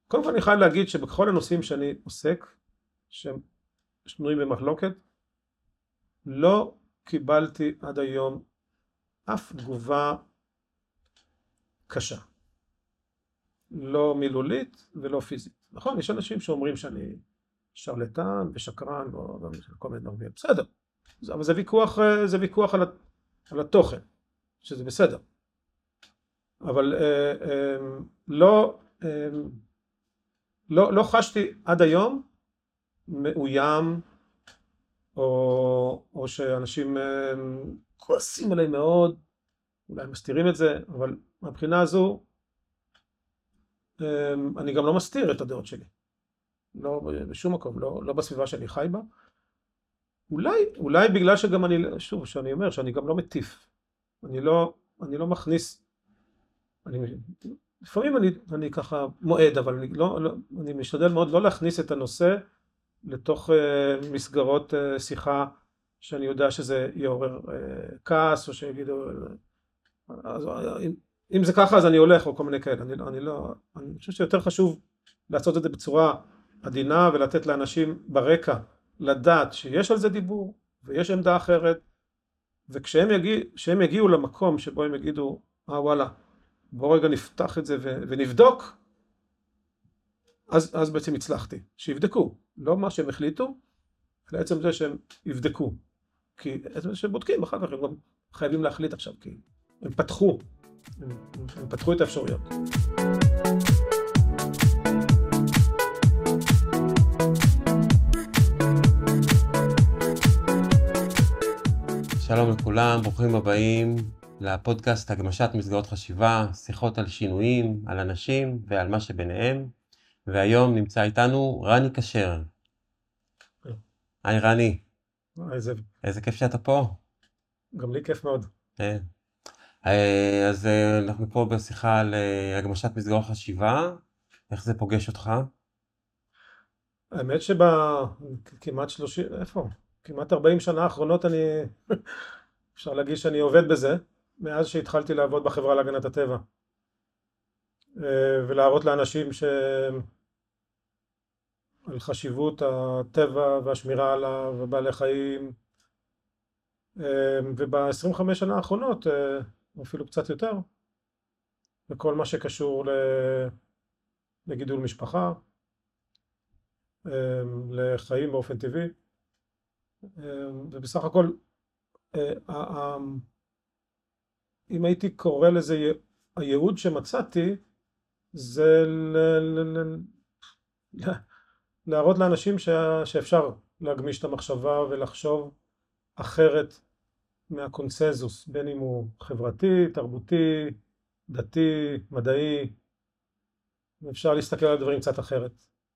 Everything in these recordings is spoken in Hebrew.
קודם כל אני חייב להגיד שבכל הנושאים שאני עוסק, שהם שנויים במחלוקת, לא קיבלתי עד היום אף תגובה קשה. לא מילולית ולא פיזית. נכון, יש אנשים שאומרים שאני שרלטן ושקרן וכל מיני דברים. בסדר. אבל זה ויכוח על התוכן, שזה בסדר. אבל לא חשתי עד היום מאוים, או שאנשים כועסים עליי מאוד, אולי מסתירים את זה, אבל מהבחינה הזו, אני גם לא מסתיר את הדעות שלי. לא בשום מקום, לא בסביבה שאני חי בה. אולי בגלל שגם שוב, שאני אומר שאני גם לא מטיף. אני לא מכניס, לפעמים אני ככה מועד, אבל אני משתדל מאוד לא להכניס את הנושא לתוך מסגרות שיחה שאני יודע שזה יעורר כעס, או שיגידו, אם זה ככה אז אני הולך, או כל מיני כאלה. אני חושב שיותר חשוב לעשות את זה בצורה עדינה, ולתת לאנשים ברקע לדעת שיש על זה דיבור, ויש עמדה אחרת, וכשהם יגיעו למקום שבו הם יגידו, וואלה, בוא רגע נפתח את זה ונבדוק, אז בעצם הצלחתי. שיבדקו, לא מה שהם החליטו, אלא עצם זה שהם יבדקו. כי עצם זה שהם בודקים, אחר כך הם גם חייבים להחליט עכשיו, כי הם פתחו את האפשרויות. שלום לכולם, ברוכים הבאים לפודקאסט הגמשת מסגרות חשיבה, שיחות על שינויים, על אנשים ועל מה שביניהם. והיום נמצא איתנו רני כשר. היי רני. איזה כיף שאתה פה. גם לי כיף מאוד. אז אנחנו פה בשיחה על הגמשת מסגרות חשיבה. איך זה פוגש אותך? האמת כמעט 40 שנה האחרונות אפשר להגיד שאני עובד בזה, מאז שהתחלתי לעבוד בחברה להגנת הטבע. ולהראות לאנשים על חשיבות הטבע והשמירה עליו ובעלי חיים. וב-25 שנה האחרונות, אפילו קצת יותר, בכל מה שקשור לגידול משפחה, לחיים באופן טבעי. ובסך הכל, אם הייתי קורא לזה הייעוד שמצאתי, זה להראות לאנשים שאפשר להגמיש את המחשבה ולחשוב אחרת מהקונסנזוס, בין אם הוא חברתי, תרבותי, דתי, מדעי. אפשר להסתכל על הדברים קצת אחרת.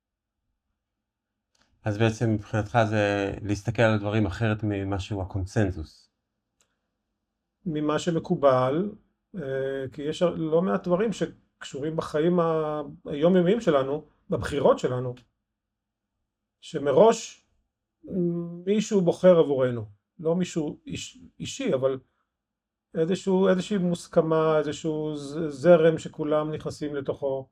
אז בעצם מבחינתך זה להסתכל על הדברים אחרת ממה שהוא הקונסנזוס. ממה שמקובל, כי יש לא מעט דברים שקשורים בחיים היומיומיים שלנו, בבחירות שלנו, שמראש מישהו בוחר עבורנו. לא מישהו אישי, אבל איזושהי מוסכמה, איזשהו זרם שכולם נכנסים לתוכו.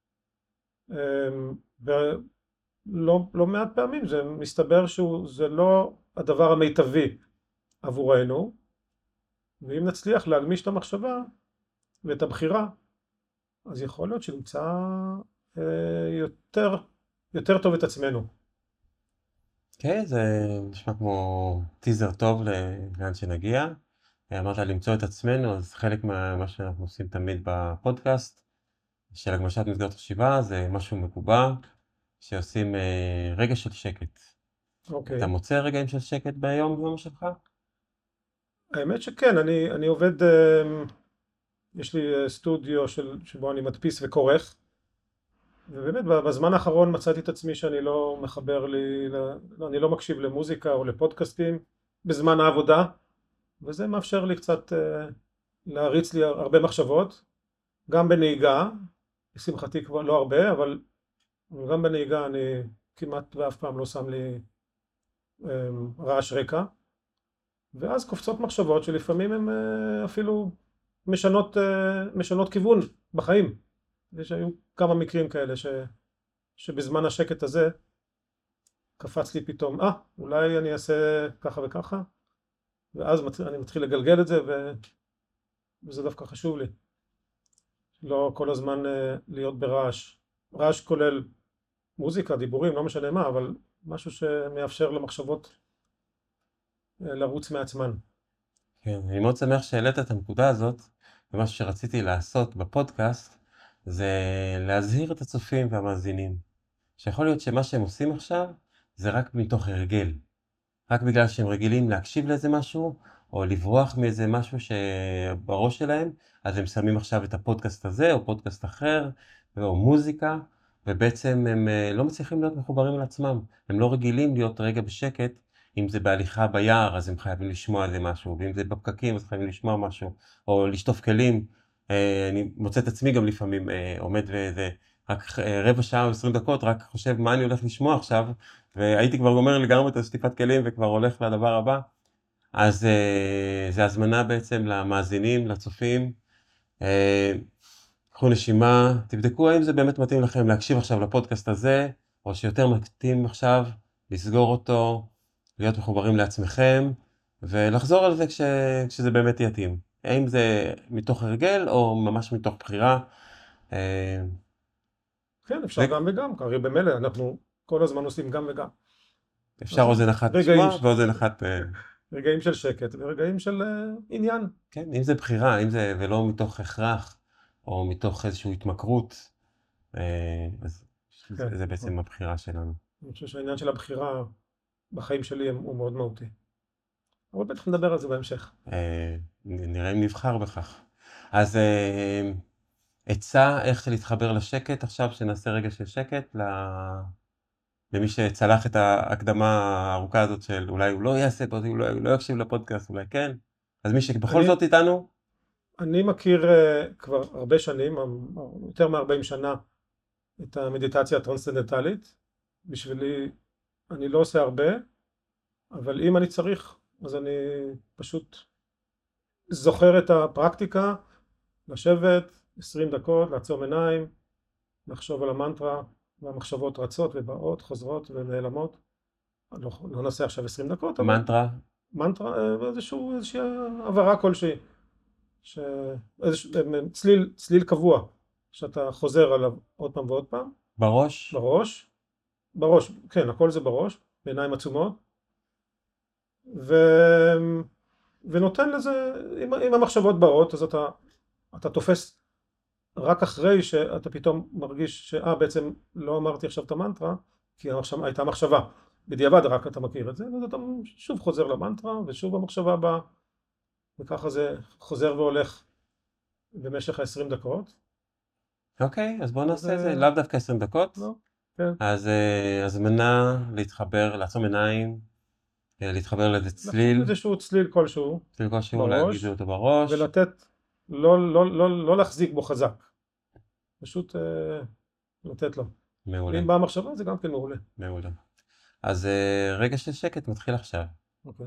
ולא מעט פעמים זה מסתבר שזה לא הדבר המיטבי עבורנו, ואם נצליח להגמיש את המחשבה ואת הבחירה, אז יכול להיות שנמצא יותר טוב את עצמנו. כן, זה נשמע כמו טיזר טוב לאן שנגיע. אמרת למצוא את עצמנו, אז חלק מה שאנחנו עושים תמיד בפודקאסט של הגמשת מסגרות חשיבה זה משהו מקובע, שעושים רגע של שקט. אוקיי. אתה מוצא רגעים של שקט ביום שלך? האמת שכן, אני עובד, יש לי סטודיו שבו אני מדפיס וכורך, ובאמת בזמן האחרון מצאתי את עצמי שאני לא אני לא מקשיב למוזיקה או לפודקאסטים בזמן העבודה, וזה מאפשר לי קצת להריץ לי הרבה מחשבות, גם בנהיגה, לשמחתי כבר לא הרבה, אבל גם בנהיגה אני כמעט ואף פעם לא שם לי רעש רקע, ואז קופצות מחשבות שלפעמים הן אפילו משנות כיוון בחיים. יש היו כמה מקרים כאלה שבזמן השקט הזה קפץ לי פתאום, אולי אני אעשה ככה וככה, ואז אני מתחיל לגלגל את זה, וזה דווקא חשוב לי. לא כל הזמן להיות ברעש. רעש כולל מוזיקה, דיבורים, לא משנה מה, אבל משהו שמאפשר למחשבות לרוץ מעצמן. כן, אני מאוד שמח שהעלית את הנקודה הזאת, ומה שרציתי לעשות בפודקאסט זה להזהיר את הצופים והמאזינים, שיכול להיות שמה שהם עושים עכשיו זה רק מתוך הרגל, רק בגלל שהם רגילים להקשיב לאיזה משהו, או לברוח מאיזה משהו שבראש שלהם, אז הם שמים עכשיו את הפודקאסט הזה, או פודקאסט אחר, או מוזיקה, ובעצם הם לא מצליחים להיות מחוברים לעצמם. הם לא רגילים להיות רגע בשקט, אם זה בהליכה ביער, אז הם חייבים לשמוע איזה משהו, ואם זה בפקקים, אז חייבים לשמוע משהו, או לשטוף כלים. אני מוצא את עצמי גם לפעמים עומד ואיזה, רק רבע שעה או 20 דקות, רק חושב מה אני הולך לשמוע עכשיו, והייתי כבר גומר לגמרי את השטיפת כלים וכבר הולך לדבר הבא. אז זה הזמנה בעצם למאזינים, לצופים. קחו נשימה, תבדקו האם זה באמת מתאים לכם להקשיב עכשיו לפודקאסט הזה, או שיותר מתאים עכשיו לסגור אותו, להיות מחוברים לעצמכם, ולחזור על זה כשזה באמת יתאים. האם זה מתוך הרגל או ממש מתוך בחירה. כן, אפשר גם וגם, הרי במילא אנחנו כל הזמן עושים גם וגם. אפשר אוזן אחת רגעים, לשמוע ואוזן אחת... רגעים של שקט ורגעים של עניין. כן, אם זה בחירה, אם זה ולא מתוך הכרח, או מתוך איזושהי התמכרות, אז כן. זה בעצם הבחירה שלנו. אני חושב שהעניין של הבחירה בחיים שלי הוא מאוד מהותי. אבל בטח נדבר על זה בהמשך. נראה אם נבחר בכך. אז עצה איך להתחבר לשקט עכשיו, שנעשה רגע של שקט, למי שצלח את ההקדמה הארוכה הזאת של אולי הוא לא יעשה, אולי הוא לא יקשיב לפודקאסט, אולי כן. אז מי שבכל זאת איתנו? אני מכיר כבר הרבה שנים, יותר מ-40 שנה, את המדיטציה הטרנסצנדנטלית. בשבילי, אני לא עושה הרבה, אבל אם אני צריך, אז אני פשוט זוכר את הפרקטיקה, לשבת 20 דקות, לעצום עיניים, לחשוב על המנטרה, והמחשבות רצות ובאות, חוזרות ונעלמות. לא נעשה עכשיו 20 דקות, אבל... מנטרה? מנטרה, איזושהי הבהרה כלשהי. צליל קבוע, שאתה חוזר עליו עוד פעם ועוד פעם. בראש? בראש, כן, הכל זה בראש, בעיניים עצומות. ונותן לזה, אם המחשבות באות, אז אתה תופס רק אחרי שאתה פתאום מרגיש בעצם לא אמרתי עכשיו את המנטרה, כי הייתה מחשבה. בדיעבד רק אתה מכיר את זה, אז אתה שוב חוזר למנטרה, ושוב המחשבה באה, וככה זה חוזר והולך במשך ה-20 דקות. אוקיי, אז בואו נעשה את זה, לאו דווקא 20 דקות. לא, כן. אז הזמנה להתחבר, לעצום עיניים, להתחבר לאיזה צליל. איזשהו צליל כלשהו. צליל כלשהו, להגיד אותו בראש. ולתת, לא להחזיק בו חזק. פשוט לתת לו. מעולה. אם באה מחשבה זה גם כן מעולה. מעולה. אז רגע של שקט מתחיל עכשיו. אוקיי.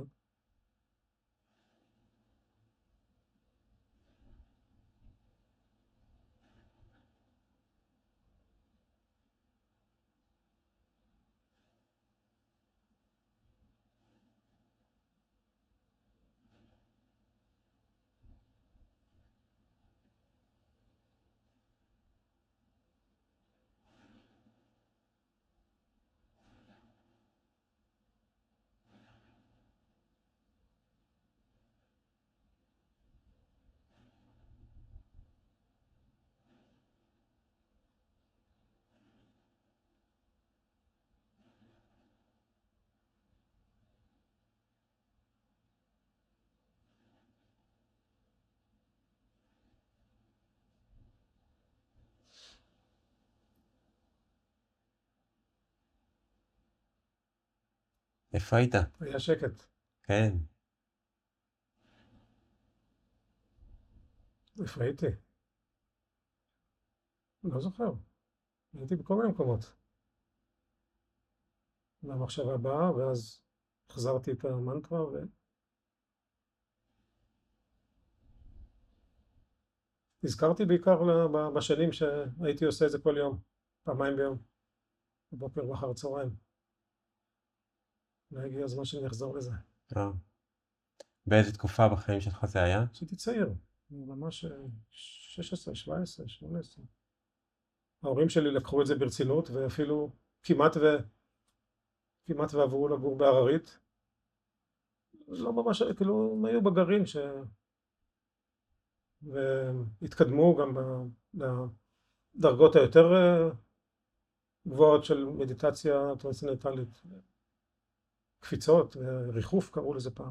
איפה היית? היה שקט. כן. איפה הייתי? לא זוכר. הייתי בכל מיני מקומות. והמחשבה באה, ואז החזרתי את המנטרה, נזכרתי בעיקר בשנים שהייתי עושה את זה כל יום, פעמיים ביום. בבוקר ואחר הצהריים. הגיע הזמן שאני אחזור לזה. באיזה תקופה בחיים שלך זה היה? כשהייתי צעיר, ממש 16, 17, 18. ההורים שלי לקחו את זה ברצינות, ואפילו כמעט ועברו לגור בהררית. לא ממש, כאילו, הם היו בגרעין והתקדמו גם לדרגות היותר גבוהות של מדיטציה טרנסצנדנטלית. קפיצות, ריחוף קראו לזה פעם.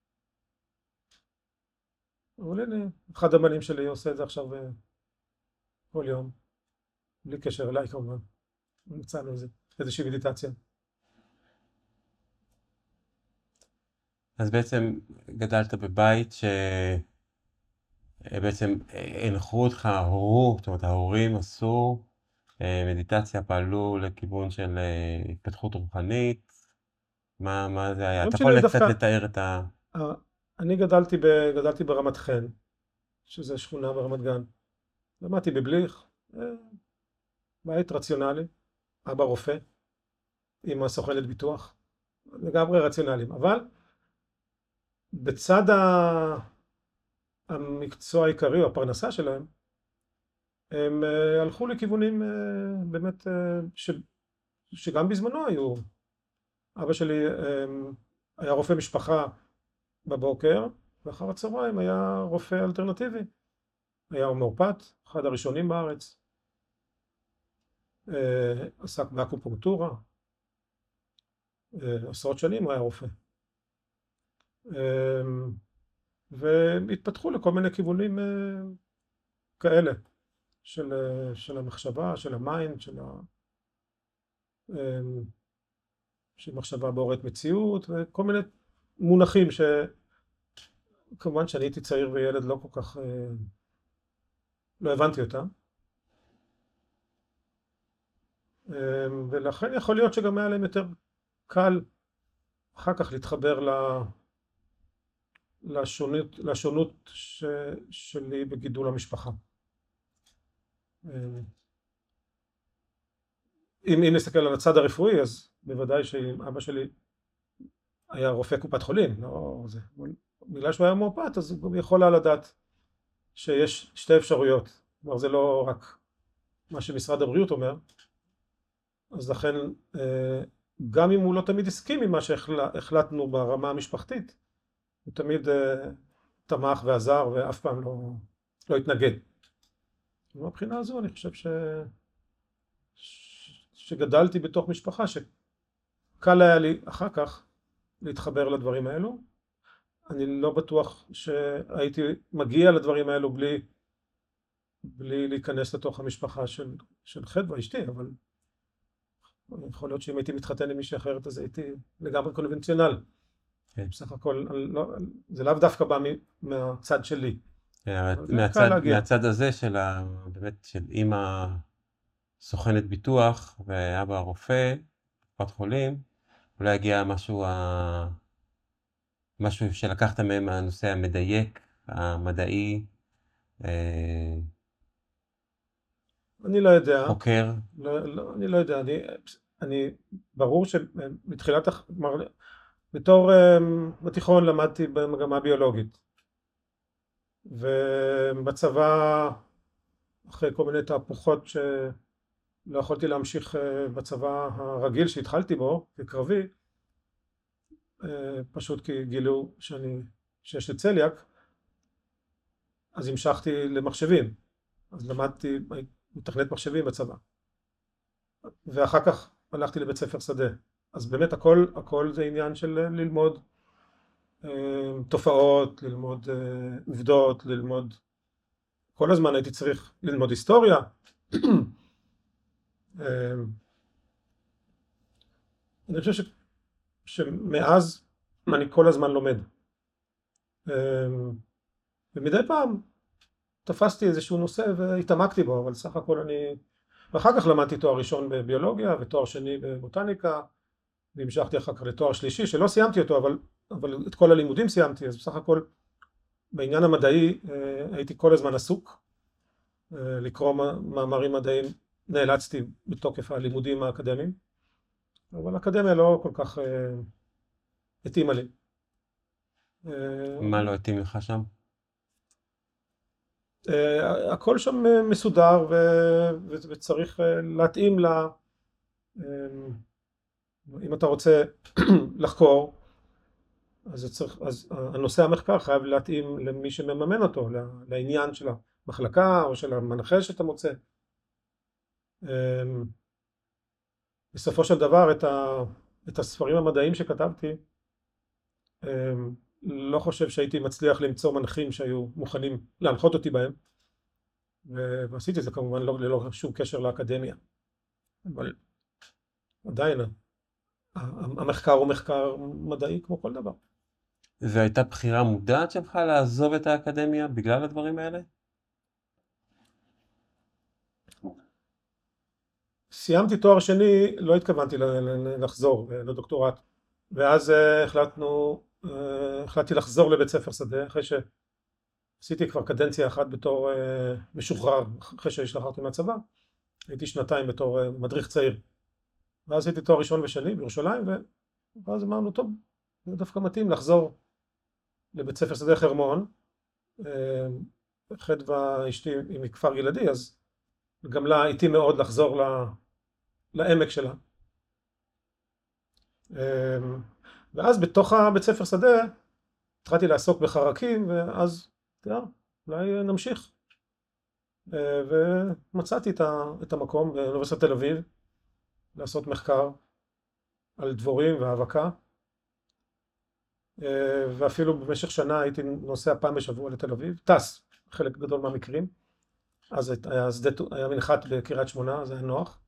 אבל הנה, אחד הבנים שלי עושה את זה עכשיו כל יום, בלי קשר אליי כמובן. מצאנו איזושהי מדיטציה. אז בעצם גדלת בבית שבעצם הנחו אותך, זאת אומרת ההורים עשו מדיטציה, פעלו לכיוון של התפתחות רוחנית. מה זה היה? אתה יכול קצת לתאר את ה... אני גדלתי ברמת חן, שזה שכונה ברמת גן. למדתי בבליך, בית רציונלי, אבא רופא, אמא סוכנת ביטוח, לגמרי רציונליים. אבל בצד המקצוע העיקרי או הפרנסה שלהם, הם הלכו לכיוונים באמת שגם בזמנו היו. אבא שלי היה רופא משפחה בבוקר, ואחר הצהריים היה רופא אלטרנטיבי. היה הומאופת, אחד הראשונים בארץ. עסק באקופונקטורה. עשרות שנים הוא היה רופא. והתפתחו לכל מיני כיוונים כאלה, של המחשבה, של המיינד, של מחשבה בוראת מציאות, וכל מיני מונחים שכמובן שאני הייתי צעיר וילד לא כל כך, לא הבנתי אותם. ולכן יכול להיות שגם היה להם יותר קל אחר כך להתחבר לשונות שלי בגידול המשפחה. אם נסתכל על הצד הרפואי, אז בוודאי שאם אבא שלי היה רופא קופת חולים, לא זה. בגלל שהוא היה הומאופת, אז הוא יכול היה לדעת שיש שתי אפשרויות. כלומר, זה לא רק מה שמשרד הבריאות אומר. אז לכן, גם אם הוא לא תמיד הסכים עם מה שהחלטנו ברמה המשפחתית, הוא תמיד תמך ועזר ואף פעם לא התנגד. ומבחינה הזו אני חושב שגדלתי בתוך משפחה שקל היה לי אחר כך להתחבר לדברים האלו. אני לא בטוח שהייתי מגיע לדברים האלו בלי להיכנס לתוך המשפחה של חדווה אשתי, אבל יכול להיות שאם הייתי מתחתן עם מישהי אחרת אז הייתי לגמרי קונבנציונל. בסך הכל זה לאו דווקא בא מהצד שלי. מהצד הזה באמת של אמא סוכנת ביטוח ואבא רופא, קופת חולים, אולי הגיע משהו שלקחת מהם מהנושא המדייק, המדעי, אני לא יודע. חוקר. אני לא יודע. אני ברור שמתחילת, בתור בתיכון למדתי במגמה ביולוגית. ובצבא, אחרי כל מיני תהפוכות שלא יכולתי להמשיך בצבא הרגיל שהתחלתי בו, כקרבי, פשוט כי גילו שיש לי צליאק, אז המשכתי למחשבים. אז למדתי מתכנת מחשבים בצבא. ואחר כך הלכתי לבית ספר שדה. אז באמת הכל זה עניין של ללמוד תופעות, ללמוד עובדות, ללמוד... כל הזמן הייתי צריך ללמוד היסטוריה. אני חושב שמאז אני כל הזמן לומד. ומדי פעם תפסתי איזשהו נושא והתעמקתי בו, אבל סך הכל ואחר כך למדתי תואר ראשון בביולוגיה ותואר שני בבוטניקה, והמשכתי אחר כך לתואר שלישי, שלא סיימתי אותו, אבל את כל הלימודים סיימתי, אז בסך הכל בעניין המדעי הייתי כל הזמן עסוק, לקרוא מאמרים מדעיים נאלצתי בתוקף הלימודים האקדמיים, אבל האקדמיה לא כל כך התאימה לי. מה לא התאים לך שם? הכל שם מסודר וצריך להתאים אם אתה רוצה לחקור, אז הנושא המחקר חייב להתאים למי שמממן אותו, לעניין של המחלקה או של המנחה שאתה מוצא. בסופו של דבר את הספרים המדעיים שכתבתי, לא חושב שהייתי מצליח למצוא מנחים שהיו מוכנים להנחות אותי בהם, ועשיתי את זה כמובן ללא שום קשר לאקדמיה, אבל עדיין המחקר הוא מחקר מדעי כמו כל דבר. והייתה בחירה מודעת שלך לעזוב את האקדמיה בגלל הדברים האלה? סיימתי תואר שני, לא התכוונתי לחזור לדוקטורט, ואז החלטתי לחזור לבית ספר שדה, אחרי שעשיתי כבר קדנציה אחת בתור משוחרר, אחרי שהשתחררתי מהצבא, הייתי שנתיים בתור מדריך צעיר, ואז עשיתי תואר ראשון ושני בירושלים, ואז אמרנו, טוב, זה דווקא מתאים לחזור לבית ספר שדה חרמון, חדווה אשתי היא מכפר גלעדי, אז גם לה התאים מאוד לחזור לעמק שלה. ואז בתוך הבית ספר שדה התחלתי לעסוק בחרקים, ואז אולי נמשיך. ומצאתי את המקום באוניברסיטת תל אביב לעשות מחקר על דבורים והאבקה, ואפילו במשך שנה הייתי נוסע פעם בשבוע לתל אביב, טס חלק גדול מהמקרים, אז היה מנחת בקריית שמונה, זה היה נוח,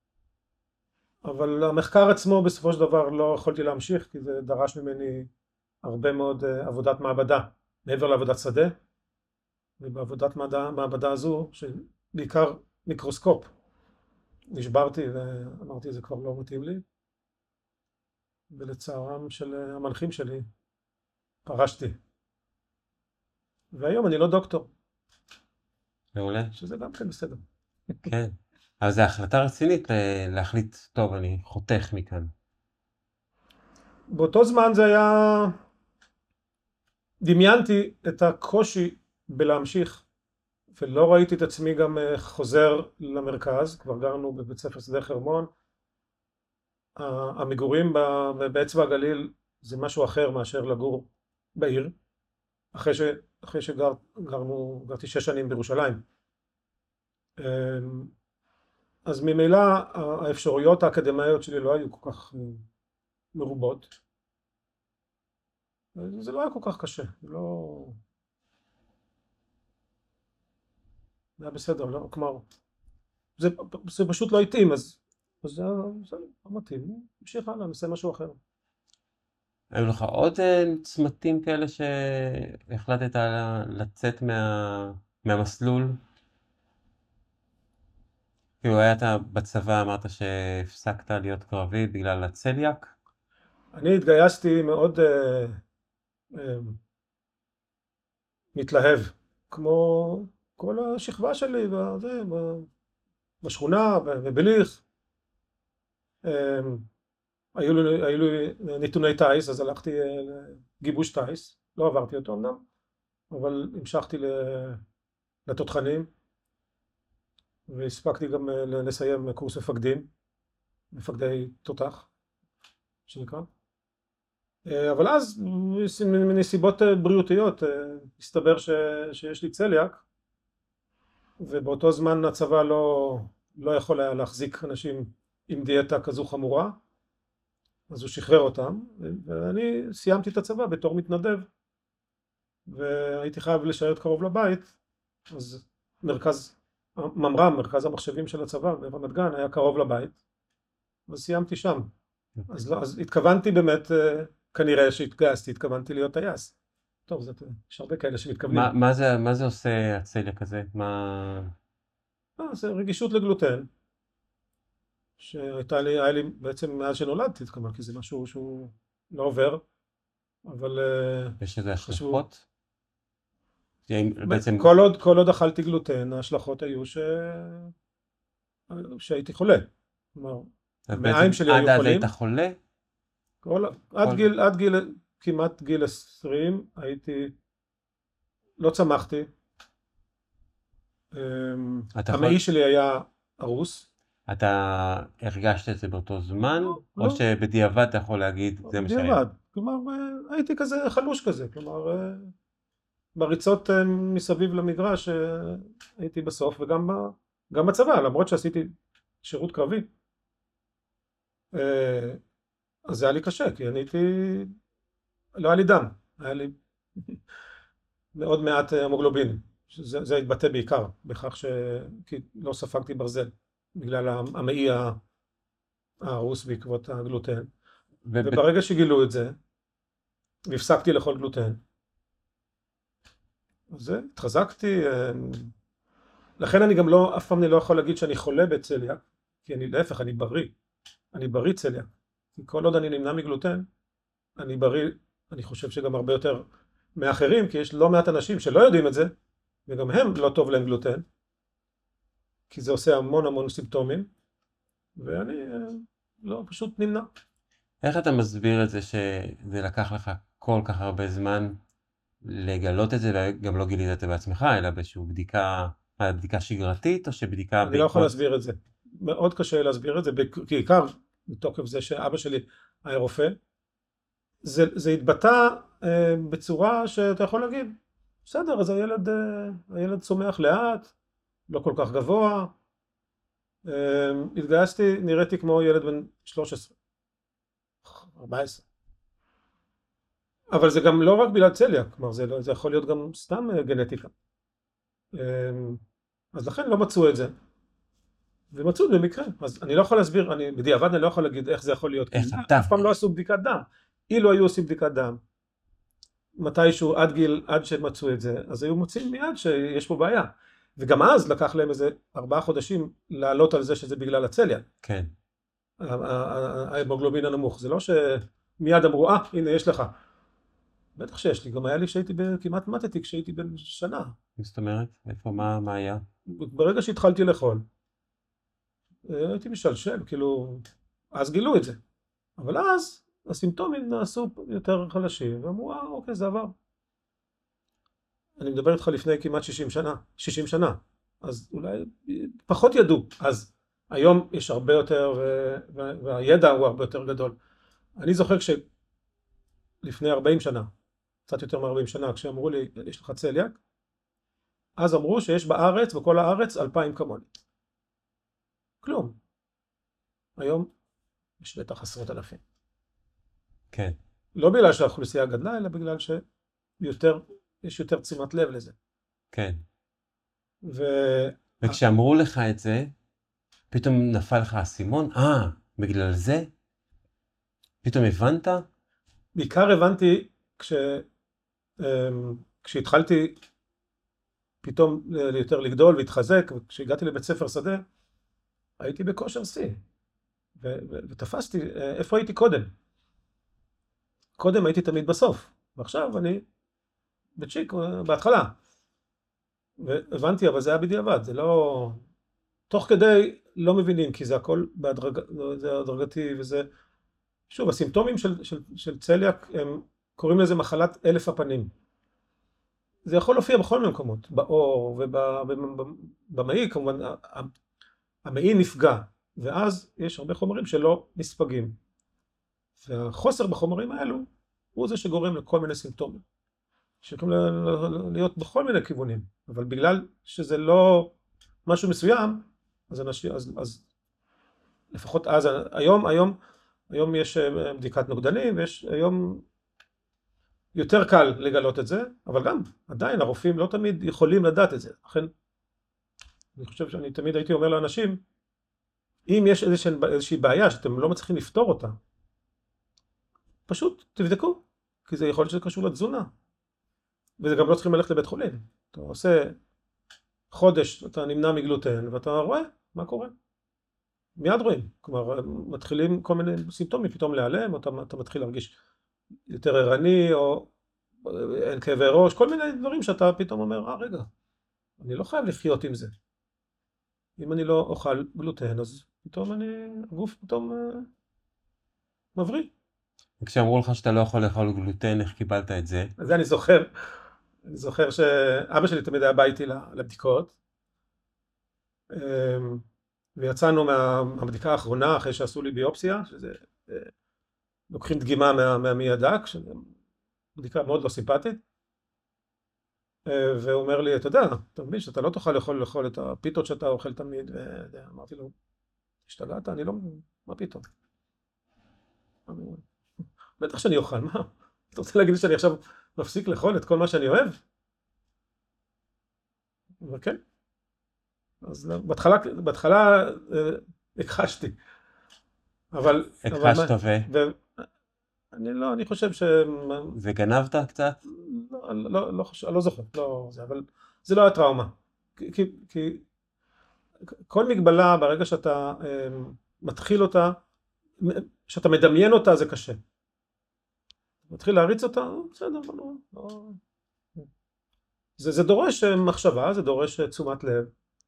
אבל המחקר עצמו בסופו של דבר לא יכולתי להמשיך, כי זה דרש ממני הרבה מאוד עבודת מעבדה מעבר לעבודת שדה, ובעבודת מעבדה הזו, שבעיקר מיקרוסקופ, נשברתי ואמרתי זה כבר לא מתאים לי, ולצערם של המנחים שלי פרשתי, והיום אני לא דוקטור. מעולה. שזה גם כן בסדר. כן. אבל זו החלטה רצינית להחליט, טוב, אני חותך מכאן. באותו זמן זה היה, דמיינתי את הקושי בלהמשיך, ולא ראיתי את עצמי גם חוזר למרכז, כבר גרנו בבית ספר שדה חרמון, המגורים באצבע הגליל זה משהו אחר מאשר לגור בעיר, אחרי גרתי 6 שנים בירושלים. אז ממילא האפשרויות האקדמיות שלי לא היו כל כך מרובות. זה לא היה כל כך קשה, זה היה בסדר, לא, כלומר, זה פשוט לא התאים, אז זה לא מתאים, נמשיך הלאה, נעשה משהו אחר. היו לך עוד צמתים כאלה שהחלטת לצאת מהמסלול? כאילו היית בצבא, אמרת שהפסקת להיות קרבי בגלל הצליאק? אני התגייסתי מאוד מתלהב, כמו כל השכבה שלי בשכונה ובליך. היו לי נתוני טייס, אז הלכתי לגיבוש טייס, לא עברתי אותו אמנם, אבל המשכתי לתותחנים, והספקתי גם לסיים קורס מפקדי תותח, שנקרא. אבל אז מנסיבות בריאותיות הסתבר שיש לי צליאק, ובאותו זמן הצבא לא יכול היה להחזיק אנשים עם דיאטה כזו חמורה, אז הוא שחרר אותם, ואני סיימתי את הצבא בתור מתנדב, והייתי חייב להישאר קרוב לבית, אז מרכז המחשבים של הצבא ברמת גן היה קרוב לבית, אז סיימתי שם. אז התכוונתי באמת, כנראה שהתגייסתי, התכוונתי להיות טייס. טוב, יש הרבה כאלה שמתכוונים. מה זה עושה הצליאק הזה? זה רגישות לגלוטן, היה לי בעצם מאז שנולדתי, כלומר, כי זה משהו שהוא לא עובר, אבל יש איזה השלכות? כל עוד אכלתי גלוטן, ההשלכות היו שהייתי חולה. כלומר, אז המעיים בעצם שלי עד היו אז חולים. היית חולה? כמעט גיל 20 לא צמחתי. אתה יכול, המעי שלי היה הרוס. אתה הרגשת את זה באותו זמן, לא, או לא, שבדיעבד אתה יכול להגיד זה מה שהיה? בדיעבד. כלומר, הייתי כזה חלוש כזה. כלומר, בריצות מסביב למגרש הייתי בסוף, גם בצבא, למרות שעשיתי שירות קרבי. אז זה היה לי קשה, כי לא היה לי דם, היה לי מאוד מעט המוגלובין. זה התבטא בעיקר בכך כי לא ספגתי ברזל, בגלל המעי הרוס בעקבות הגלוטן. וברגע שגילו את זה, והפסקתי לאכול גלוטן, אז התחזקתי. לכן אני גם אף פעם אני לא יכול להגיד שאני חולה בצליאק, כי להפך, אני בריא צליאק. כי כל עוד אני נמנע מגלוטן, אני בריא, אני חושב שגם הרבה יותר מאחרים, כי יש לא מעט אנשים שלא יודעים את זה, וגם הם לא טוב להם גלוטן, כי זה עושה המון המון סימפטומים, ואני לא, פשוט נמנע. איך אתה מסביר את זה שזה לקח לך כל כך הרבה זמן לגלות את זה, וגם לא גילית את זה בעצמך, אלא באיזושהי בדיקה שגרתית, או שבדיקה אני לא יכול להסביר את זה. מאוד קשה להסביר את זה, בעיקר מתוקף זה שאבא שלי היה רופא. זה התבטא בצורה שאתה יכול להגיד, בסדר, אז הילד צומח לאט, לא כל כך גבוה. התגייסתי, נראיתי כמו ילד בן 13, 14. אבל זה גם לא רק בגלל צליאק, כלומר זה יכול להיות גם סתם גנטיקה. אז לכן לא מצאו את זה. ומצאו במקרה, אז אני לא יכול להסביר, בדיעבד אני לא יכול להגיד איך זה יכול להיות, כי אף פעם לא עשו בדיקת דם. אילו היו עושים בדיקת דם, מתישהו עד שמצאו את זה, אז היו מוצאים מיד שיש פה בעיה. וגם אז לקח להם איזה 4 חודשים לעלות על זה שזה בגלל הצליאק. כן. ההמוגלובין הנמוך, זה לא שמיד אמרו, הנה יש לך. בטח שיש לי, גם היה לי כמעט מתתי כשהייתי בן שנה. זאת אומרת, מה היה? ברגע שהתחלתי לאכול, הייתי משלשל, כאילו, אז גילו את זה. אבל אז הסימפטומים נעשו יותר חלשים, ואמרו, אוקיי, זה עבר. אני מדבר איתך לפני כמעט 60 שנה, אז אולי פחות ידעו. אז היום יש הרבה יותר, והידע הוא הרבה יותר גדול. אני זוכר לפני 40 שנה, קצת יותר מ-40 שנה, כשאמרו לי, יש לך צליאק, אז אמרו שיש בארץ, בכל הארץ, 2,000 כמוני. כלום. היום יש בטח 10,000. כן. לא בגלל שהאוכלוסייה גדלה, אלא בגלל שיש יותר תשומת לב לזה. כן. וכשאמרו לך את זה, פתאום נפל לך האסימון? בגלל זה? פתאום הבנת? בעיקר הבנתי כשהתחלתי פתאום יותר לגדול והתחזק, וכשהגעתי לבית ספר שדה, הייתי בכושר שיא, ותפסתי איפה הייתי קודם. קודם הייתי תמיד בסוף, ועכשיו אני בצ'יק בהתחלה. והבנתי, אבל זה היה בדיעבד, זה לא... תוך כדי לא מבינים, כי זה הכל זה הדרגתי, וזה... שוב, הסימפטומים של צליאק, הם קוראים לזה מחלת 1000 הפנים. זה יכול להופיע בכל מיני מקומות, בעור ובמעי, כמובן, המעי נפגע, ואז יש הרבה חומרים שלא נספגים. והחוסר בחומרים האלו, הוא זה שגורם לכל מיני סימפטומים, שיכולים להיות בכל מיני כיוונים, אבל בגלל שזה לא משהו מסוים, אז לפחות אז, היום יש בדיקת נוגדנים, ויש היום יותר קל לגלות את זה, אבל גם עדיין הרופאים לא תמיד יכולים לדעת את זה. לכן, אני חושב שאני תמיד הייתי אומר לאנשים, אם יש איזושהי בעיה שאתם לא מצליחים לפתור אותה, פשוט תבדקו, כי זה יכול להיות שזה קשור לתזונה. וזה גם לא צריכים ללכת לבית חולים. אתה עושה חודש, אתה נמנע מגלוטן, ואתה רואה מה קורה. מיד רואים. כלומר, מתחילים כל מיני סימפטומים פתאום להיעלם, או אתה מתחיל להרגיש יותר ערני, או אין כאבי ראש, כל מיני דברים שאתה פתאום אומר, רגע, אני לא חייב לחיות עם זה. אם אני לא אוכל גלוטן, אז פתאום הגוף פתאום מבריא. כשאמרו לך שאתה לא יכול לאכול גלוטן, איך קיבלת את זה? אז זה אני זוכר שאבא שלי תמיד היה בא איתי לבדיקות, ויצאנו מהבדיקה האחרונה אחרי שעשו לי ביופסיה, שזה לוקחים דגימה מהמעי הדק, בדיקה מאוד לא סימפטית, והוא אומר לי, אתה יודע, אתה מבין שאתה לא תוכל לאכול את הפיתות שאתה אוכל תמיד, ואמרתי לו, השתגעת? אני לא, מה פתאום? בטח שאני אוכל, מה? אתה רוצה להגיד לי שאני עכשיו מפסיק לאכול את כל מה שאני אוהב? וכן. אז בהתחלה הכחשתי. אבל הכחשת אני חושב וגנבת קצת? לא חושב, אני לא זוכר, אבל זה לא היה טראומה. כי כל מגבלה ברגע שאתה מתחיל אותה, שאתה מדמיין אותה, זה קשה. מתחיל להריץ אותה, בסדר, לא. זה דורש מחשבה, זה דורש תשומת לב.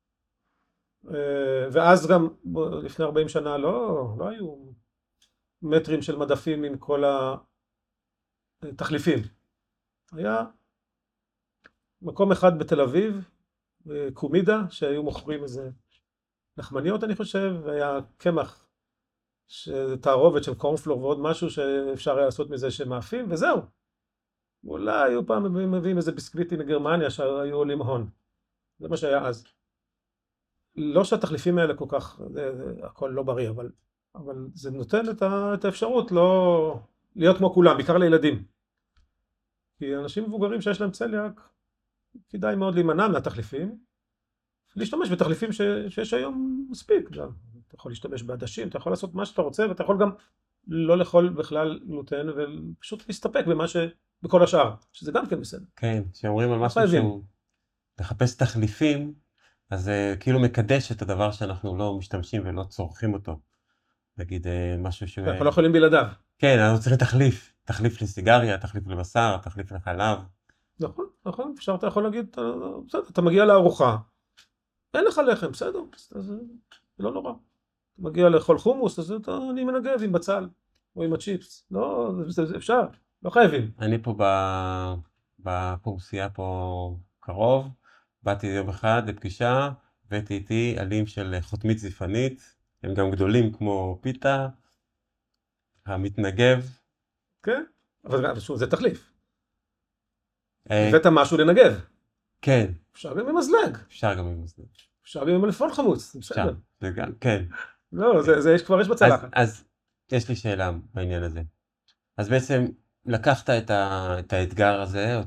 ואז גם לפני 40 שנה לא היו מטרים של מדפים עם כל התחליפים. היה מקום אחד בתל אביב, קומידה, שהיו מוכרים איזה לחמניות אני חושב, והיה קמח, תערובת של קורנפלור ועוד משהו שאפשר היה לעשות מזה שמאפים, וזהו. אולי היו פעם מביאים איזה ביסקוויטים מגרמניה שהיו עולים הון. זה מה שהיה אז. לא שהתחליפים האלה כל כך, הכל לא בריא, אבל זה נותן את האפשרות לא להיות כמו כולם, בעיקר לילדים. כי אנשים מבוגרים שיש להם צליאק, כדאי מאוד להימנע מהתחליפים, להשתמש בתחליפים שיש היום מספיק. אתה יכול להשתמש בעדשים, אתה יכול לעשות מה שאתה רוצה, ואתה יכול גם לא לאכול בכלל גלוטן, ופשוט להסתפק בכל השאר, שזה גם כן בסדר. כן, שאומרים על משהו שהוא לחפש תחליפים, אז זה כאילו מקדש את הדבר שאנחנו לא משתמשים ולא צורכים אותו. נגיד משהו שהוא... אנחנו לא יכולים בלעדיו. כן, אנחנו צריכים תחליף לסיגריה, תחליף לבשר, תחליף לחלב. נכון, אתה יכול להגיד, בסדר, אתה מגיע לארוחה, אין לך לחם, בסדר, זה לא נורא. אתה מגיע לאכול חומוס, אז אני מנגב עם בצל, או עם הצ'יפס, לא, זה אפשר, לא חייבים. אני פה בפורסייה פה קרוב, באתי יום אחד לפגישה, הבאתי איתי עלים של חותמית זיפנית, הם גם גדולים כמו פיתה, המתנגב. כן, אבל שוב, זה תחליף. הבאת משהו לנגב. כן. אפשר גם עם מזלג. אפשר גם עם מלפפון חמוץ, בסדר. זה גם, כן. לא, זה כבר יש בצלחת. אז יש לי שאלה בעניין הזה. אז בעצם לקחת את האתגר הזה, או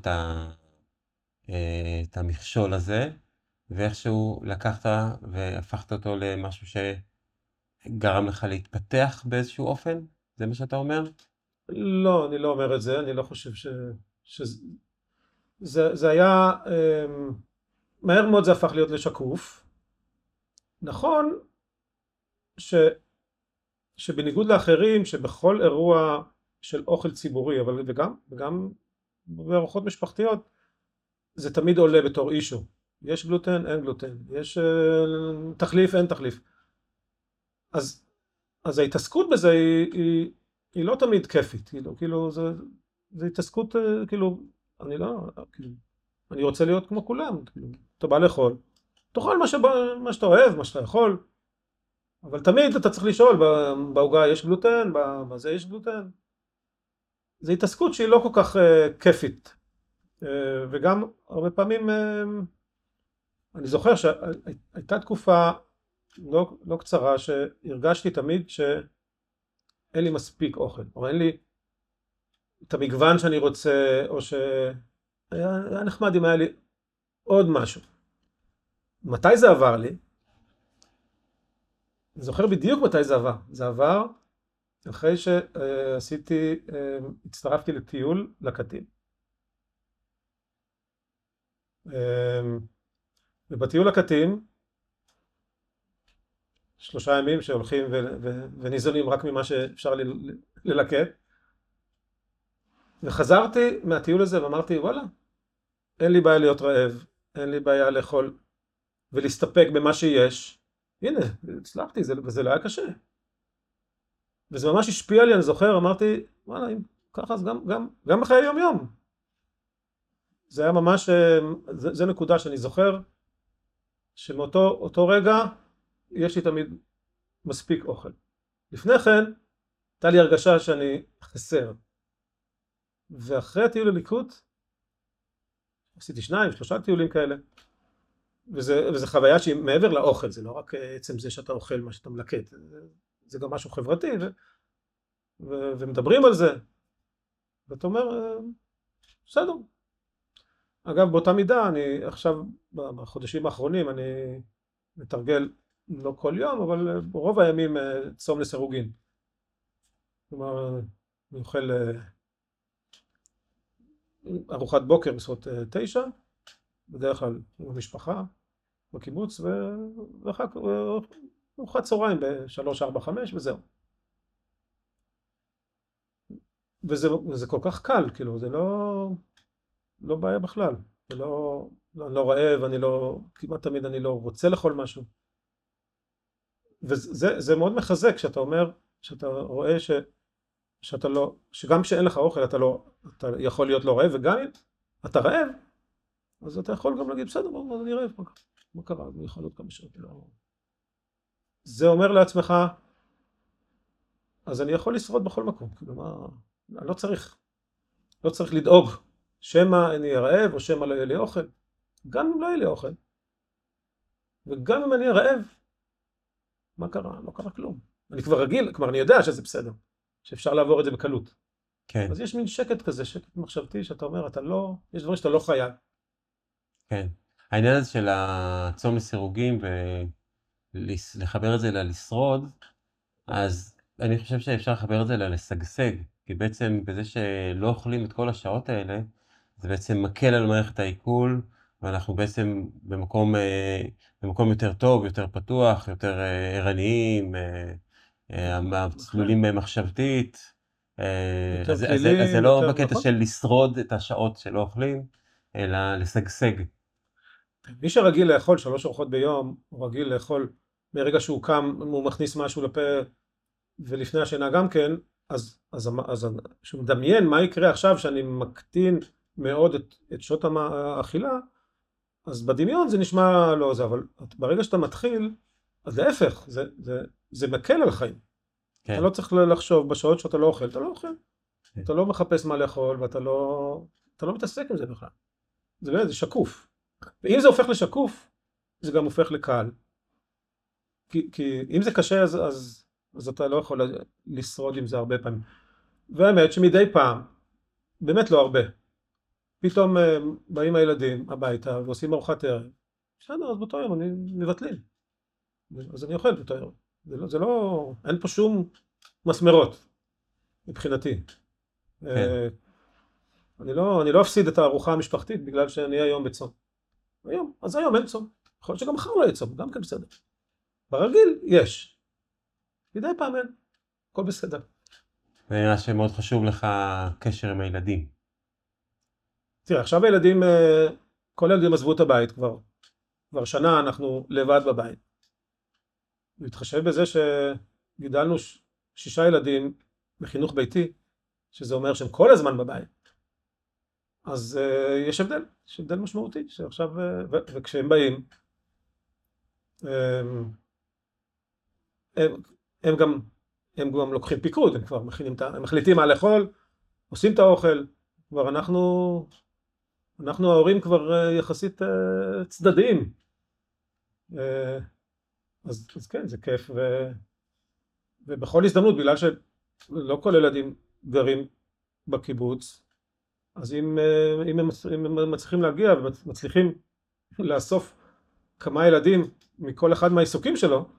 את המכשול הזה, ואיכשהו לקחת והפכת אותו למשהו שגרם לך להתפתח באיזשהו אופן? זה מה שאתה אומר? לא, אני לא אומר את זה, אני לא חושב זה היה, מהר מאוד זה הפך להיות לשקוף. נכון שבניגוד לאחרים, שבכל אירוע של אוכל ציבורי, אבל וגם בארוחות משפחתיות, זה תמיד עולה בתור אישו. יש גלוטן, אין גלוטן. יש תחליף, אין תחליף. אז ההתעסקות בזה היא לא תמיד כיפית. כאילו זה התעסקות, כאילו, אני רוצה להיות כמו כולם. אתה בא לאכול, תאכל מה שאתה אוהב, מה שאתה יכול. אבל תמיד אתה צריך לשאול, בעוגה יש גלוטן, בזה יש גלוטן. זו התעסקות שהיא לא כל כך כיפית. וגם הרבה פעמים, אני זוכר שהייתה תקופה לא קצרה שהרגשתי תמיד שאין לי מספיק אוכל, או אין לי את המגוון שאני רוצה, או שהיה נחמד אם היה לי עוד משהו. מתי זה עבר לי? אני זוכר בדיוק מתי זה עבר. זה עבר אחרי הצטרפתי לטיול לקטים. ובטיול לקטים, 3 ימים שהולכים וניזונים רק ממה שאפשר ללקט. וחזרתי מהטיול הזה ואמרתי, וואלה, אין לי בעיה להיות רעב, אין לי בעיה לאכול ולהסתפק במה שיש. הנה, הצלחתי, וזה לא היה קשה. וזה ממש השפיע לי, אני זוכר, אמרתי, וואלה, אם ככה, אז גם בחיי יום-יום. זה היה ממש, זה נקודה שאני זוכר, שמאותו רגע, יש לי תמיד מספיק אוכל. לפני כן, הייתה לי הרגשה שאני חסר. ואחרי הטיול לליקוט, עשיתי 2-3 טיולים כאלה, וזה חוויה שהיא מעבר לאוכל, זה לא רק עצם זה שאתה אוכל מה שאתה מלקט, זה גם משהו חברתי, ומדברים על זה, ואתה אומר, בסדר. אגב, באותה מידה, אני עכשיו, בחודשים האחרונים, אני מתרגל לא כל יום, אבל רוב הימים צום לסירוגין. כלומר, אני אוכל ארוחת בוקר בסביבות 9, בדרך כלל עם המשפחה, בקיבוץ, ואחר כך ארוחת צהריים ב3, 4, 5, וזהו. וזה כל כך קל, כאילו, זה לא בעיה בכלל. אני לא רעב, כמעט תמיד אני לא רוצה לאכול משהו. וזה מאוד מחזק כשאתה אומר, שאתה רואה שגם כשאין לך אוכל אתה יכול להיות לא רעב, וגם אם אתה רעב, אז אתה יכול גם להגיד, בסדר, אז אני רעב, מה קרה? אני יכול עוד כמה שעות. זה אומר לעצמך, אז אני יכול לשרוד בכל מקום. כאילו, אני לא צריך לדאוג, שמא אני אהיה רעב, או שמא לא יהיה לי אוכל. גם אם לא יהיה לי אוכל, וגם אם אני אהיה רעב, מה קרה? לא קרה כלום. אני כבר רגיל, כבר אני יודע שזה בסדר, שאפשר לעבור את זה בקלות. כן. אז יש מין שקט כזה, שקט מחשבתי, שאתה אומר, יש דברים שאתה לא חייב. כן. העניין הזה של הצום לסירוגין ולחבר את זה ללשרוד, אז אני חושב שאפשר לחבר את זה ללשגשג, כי בעצם בזה שלא אוכלים את כל השעות האלה, זה בעצם מקל על מערכת העיכול, ואנחנו בעצם במקום יותר טוב, יותר פתוח, יותר ערניים, צלולים מחשבתית. אז זה לא בקטע של לשרוד את השעות שלא אוכלים, אלא לשגשג. מי שרגיל לאכול 3 ארוחות ביום, הוא רגיל לאכול מרגע שהוא קם, הוא מכניס משהו לפה, ולפני השינה גם כן, אז שהוא מדמיין מה יקרה עכשיו שאני מקטין מאוד את שעות האכילה, אז בדמיון זה נשמע לא זה, אבל ברגע שאתה מתחיל, אז להפך, זה מקל על החיים. כן. אתה לא צריך לחשוב בשעות שאתה לא אוכל, אתה לא אוכל. כן. אתה לא מחפש מה לאכול, ואתה לא מתעסק עם זה בכלל. זה שקוף. ואם זה הופך לשקוף, זה גם הופך לקל. כי אם זה קשה, אז אתה לא יכול לשרוד עם זה הרבה פעמים. והאמת שמדי פעם, באמת לא הרבה, פתאום באים הילדים הביתה ועושים ארוחת ערב. בסדר, אז באותו יום אני מבטלים. אז אני אוכל באותו יום. זה לא, אין פה שום מסמרות, מבחינתי. כן. אני לא אפסיד את הארוחה המשפחתית בגלל שאני היום בצום. אז היום אין צום. יכול להיות שגם מחר לא יהיה צום, גם כן בסדר. ברגיל יש. מדי פעם אין. הכל בסדר. ונראה שמאוד חשוב לך קשר עם הילדים. תראה, עכשיו הילדים, כל הילדים עזבו את הבית כבר שנה אנחנו לבד בבית. להתחשב בזה שגידלנו 6 ילדים בחינוך ביתי, שזה אומר שהם כל הזמן בבית. אז יש הבדל משמעותי, שעכשיו, וכשהם באים, הם גם לוקחים פיקוד, הם כבר הם מחליטים מה לאכול, עושים את האוכל, כבר אנחנו ההורים כבר יחסית צדדיים. אז כן, זה כיף, ובכל הזדמנות, בגלל שלא כל ילדים גרים בקיבוץ, אז אם הם מצליחים להגיע ומצליחים לאסוף כמה ילדים מכל אחד מהעיסוקים שלו,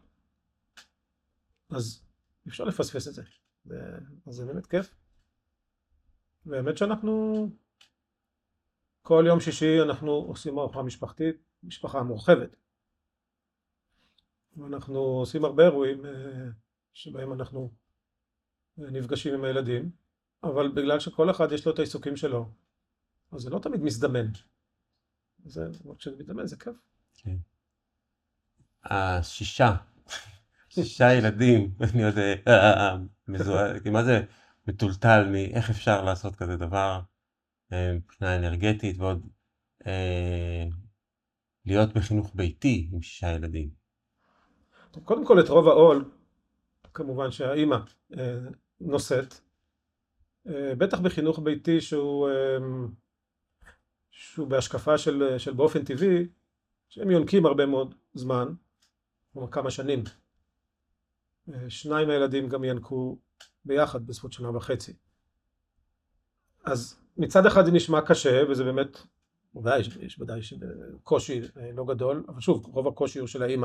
אז אפשר לפספס את זה. אז זה באמת כיף. באמת שאנחנו, כל יום שישי אנחנו עושים ארוחה משפחתית, משפחה מורחבת. ואנחנו עושים הרבה אירועים שבהם אנחנו נפגשים עם הילדים, אבל בגלל שכל אחד יש לו את העיסוקים שלו, אז זה לא תמיד מזדמן. כשזה מזדמן זה כיף. כן. 6 6 ילדים, אני עוד מזוהה, כי מה זה מטולטל מאיך אפשר לעשות כזה דבר, מבחינה אנרגטית, ועוד להיות בחינוך ביתי עם 6 ילדים. טוב, קודם כל את רוב העול, כמובן שהאימא נושאת, בטח בחינוך ביתי שהוא בהשקפה של באופן טבעי, שהם יונקים הרבה מאוד זמן, כלומר כמה שנים. 2 מהילדים גם ינקו ביחד בסביבות 1.5 שנה. אז מצד אחד זה נשמע קשה, וזה באמת, יש ודאי קושי לא גדול, אבל שוב, רוב הקושי הוא של האימא.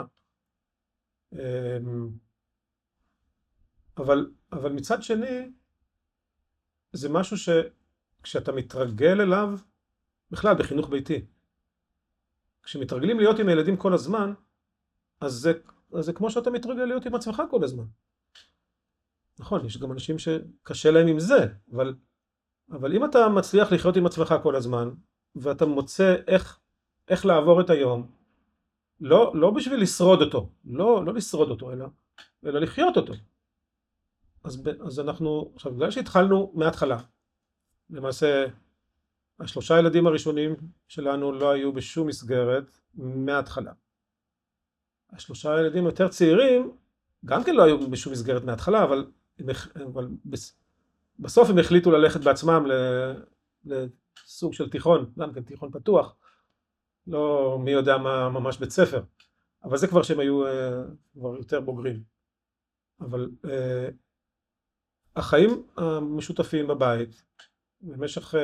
אבל מצד שני, זה משהו שכשאתה מתרגל אליו, בכלל בחינוך ביתי, כשמתרגלים להיות עם הילדים כל הזמן, אז זה כמו שאתה מתרגל להיות עם עצמך כל הזמן. נכון, יש גם אנשים שקשה להם עם זה, אבל אם אתה מצליח לחיות עם עצמך כל הזמן, ואתה מוצא איך לעבור את היום, לא בשביל לשרוד אותו, לא לשרוד אותו, אלא לחיות אותו. אז אנחנו, עכשיו, בגלל שהתחלנו מההתחלה, למעשה, 3 ילדים הראשונים שלנו לא היו בשום מסגרת מההתחלה. 3 ילדים יותר צעירים, גם כן לא היו בשום מסגרת מההתחלה, אבל בסוף הם החליטו ללכת בעצמם לסוג של תיכון, גם כן תיכון פתוח, לא מי יודע מה ממש בית ספר, אבל זה כבר שהם היו כבר יותר בוגרים. אבל החיים המשותפים בבית, במשך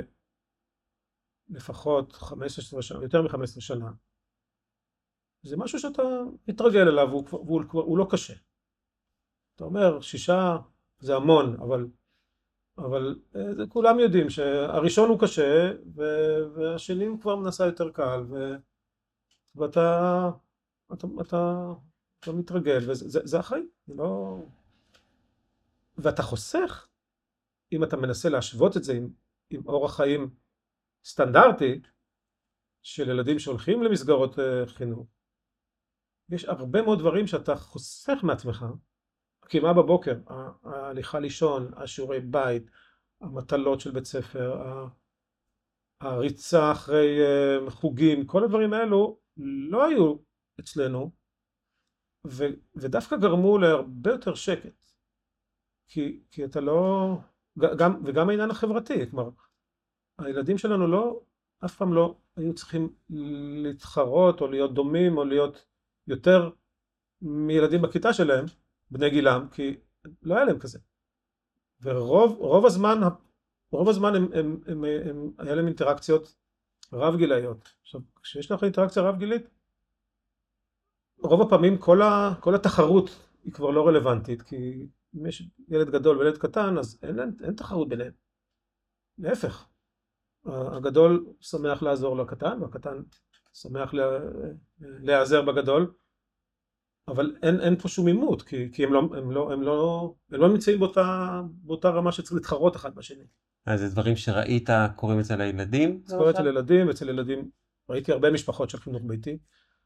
לפחות 15 שנה, יותר מ-15 שנה, זה משהו שאתה מתרגל אליו, והוא לא קשה. אתה אומר, 6 זה המון, אבל כולם יודעים שהראשון הוא קשה, והשני הוא כבר מנסה יותר קל, ואתה מתרגל, וזה החיים, לא... ואתה חוסך, אם אתה מנסה להשוות את זה עם אורח חיים סטנדרטי, של ילדים שהולכים למסגרות חינוך, יש הרבה מאוד דברים שאתה חוסך מעצמך, הקימה בבוקר, ההליכה לישון, השיעורי בית, המטלות של בית ספר, הריצה אחרי חוגים, כל הדברים האלו לא היו אצלנו, ודווקא גרמו להרבה יותר שקט. כי אתה לא... וגם העניין החברתי, כלומר, הילדים שלנו אף פעם לא היו צריכים להתחרות או להיות דומים או להיות יותר מילדים בכיתה שלהם, בני גילם, כי לא היה להם כזה. ורוב הזמן היה להם אינטראקציות רב גילאיות. עכשיו, כשיש לך אינטראקציה רב גילית, רוב הפעמים כל התחרות היא כבר לא רלוונטית, כי אם יש ילד גדול וילד קטן, אז אין תחרות ביניהם. להפך. הגדול שמח לעזור לקטן, והקטן שמח להיעזר בגדול, אבל אין פה שום עימות, כי הם לא נמצאים באותה רמה שצריך להתחרות אחד בשני. אז זה דברים שראית קוראים אצל הילדים? קוראים אצל ילדים, אצל ילדים, ראיתי הרבה משפחות של חינוך ביתי,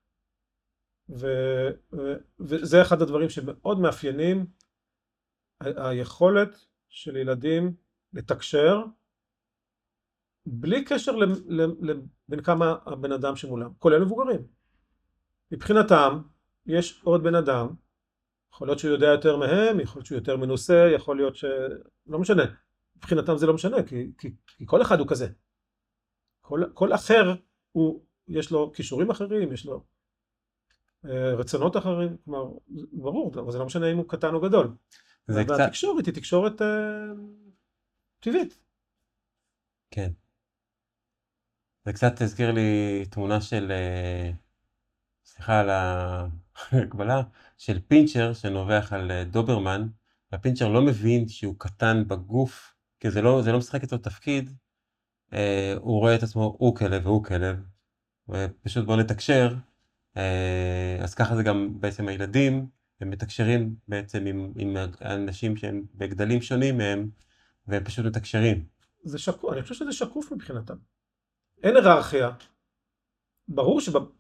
וזה אחד הדברים שמאוד מאפיינים, היכולת של ילדים לתקשר, בלי קשר בין כמה הבן אדם שמולם, כולל מבוגרים. מבחינתם, יש עוד בן אדם, יכול להיות שהוא יודע יותר מהם, יכול להיות שהוא יותר מנוסה, יכול להיות לא משנה. מבחינתם זה לא משנה, כי כל אחד הוא כזה. כל אחר יש לו כישורים אחרים, יש לו רצונות אחרים, כלומר, ברור, אבל זה לא משנה אם הוא קטן או גדול. והתקשורת היא תקשורת טבעית. כן. זה קצת תזכיר לי תמונה של, סליחה על ההקבלה, של פינצ'ר שנובח על דוברמן, והפינצ'ר לא מבין שהוא קטן בגוף, כי זה לא משחק איתו תפקיד, הוא רואה את עצמו, הוא כלב והוא כלב, ופשוט בוא נתקשר, אז ככה זה גם בעצם הילדים, הם מתקשרים בעצם עם אנשים שהם בגדלים שונים מהם, והם פשוט מתקשרים. אני חושב שזה שקוף מבחינתם. אין היררכיה. ברור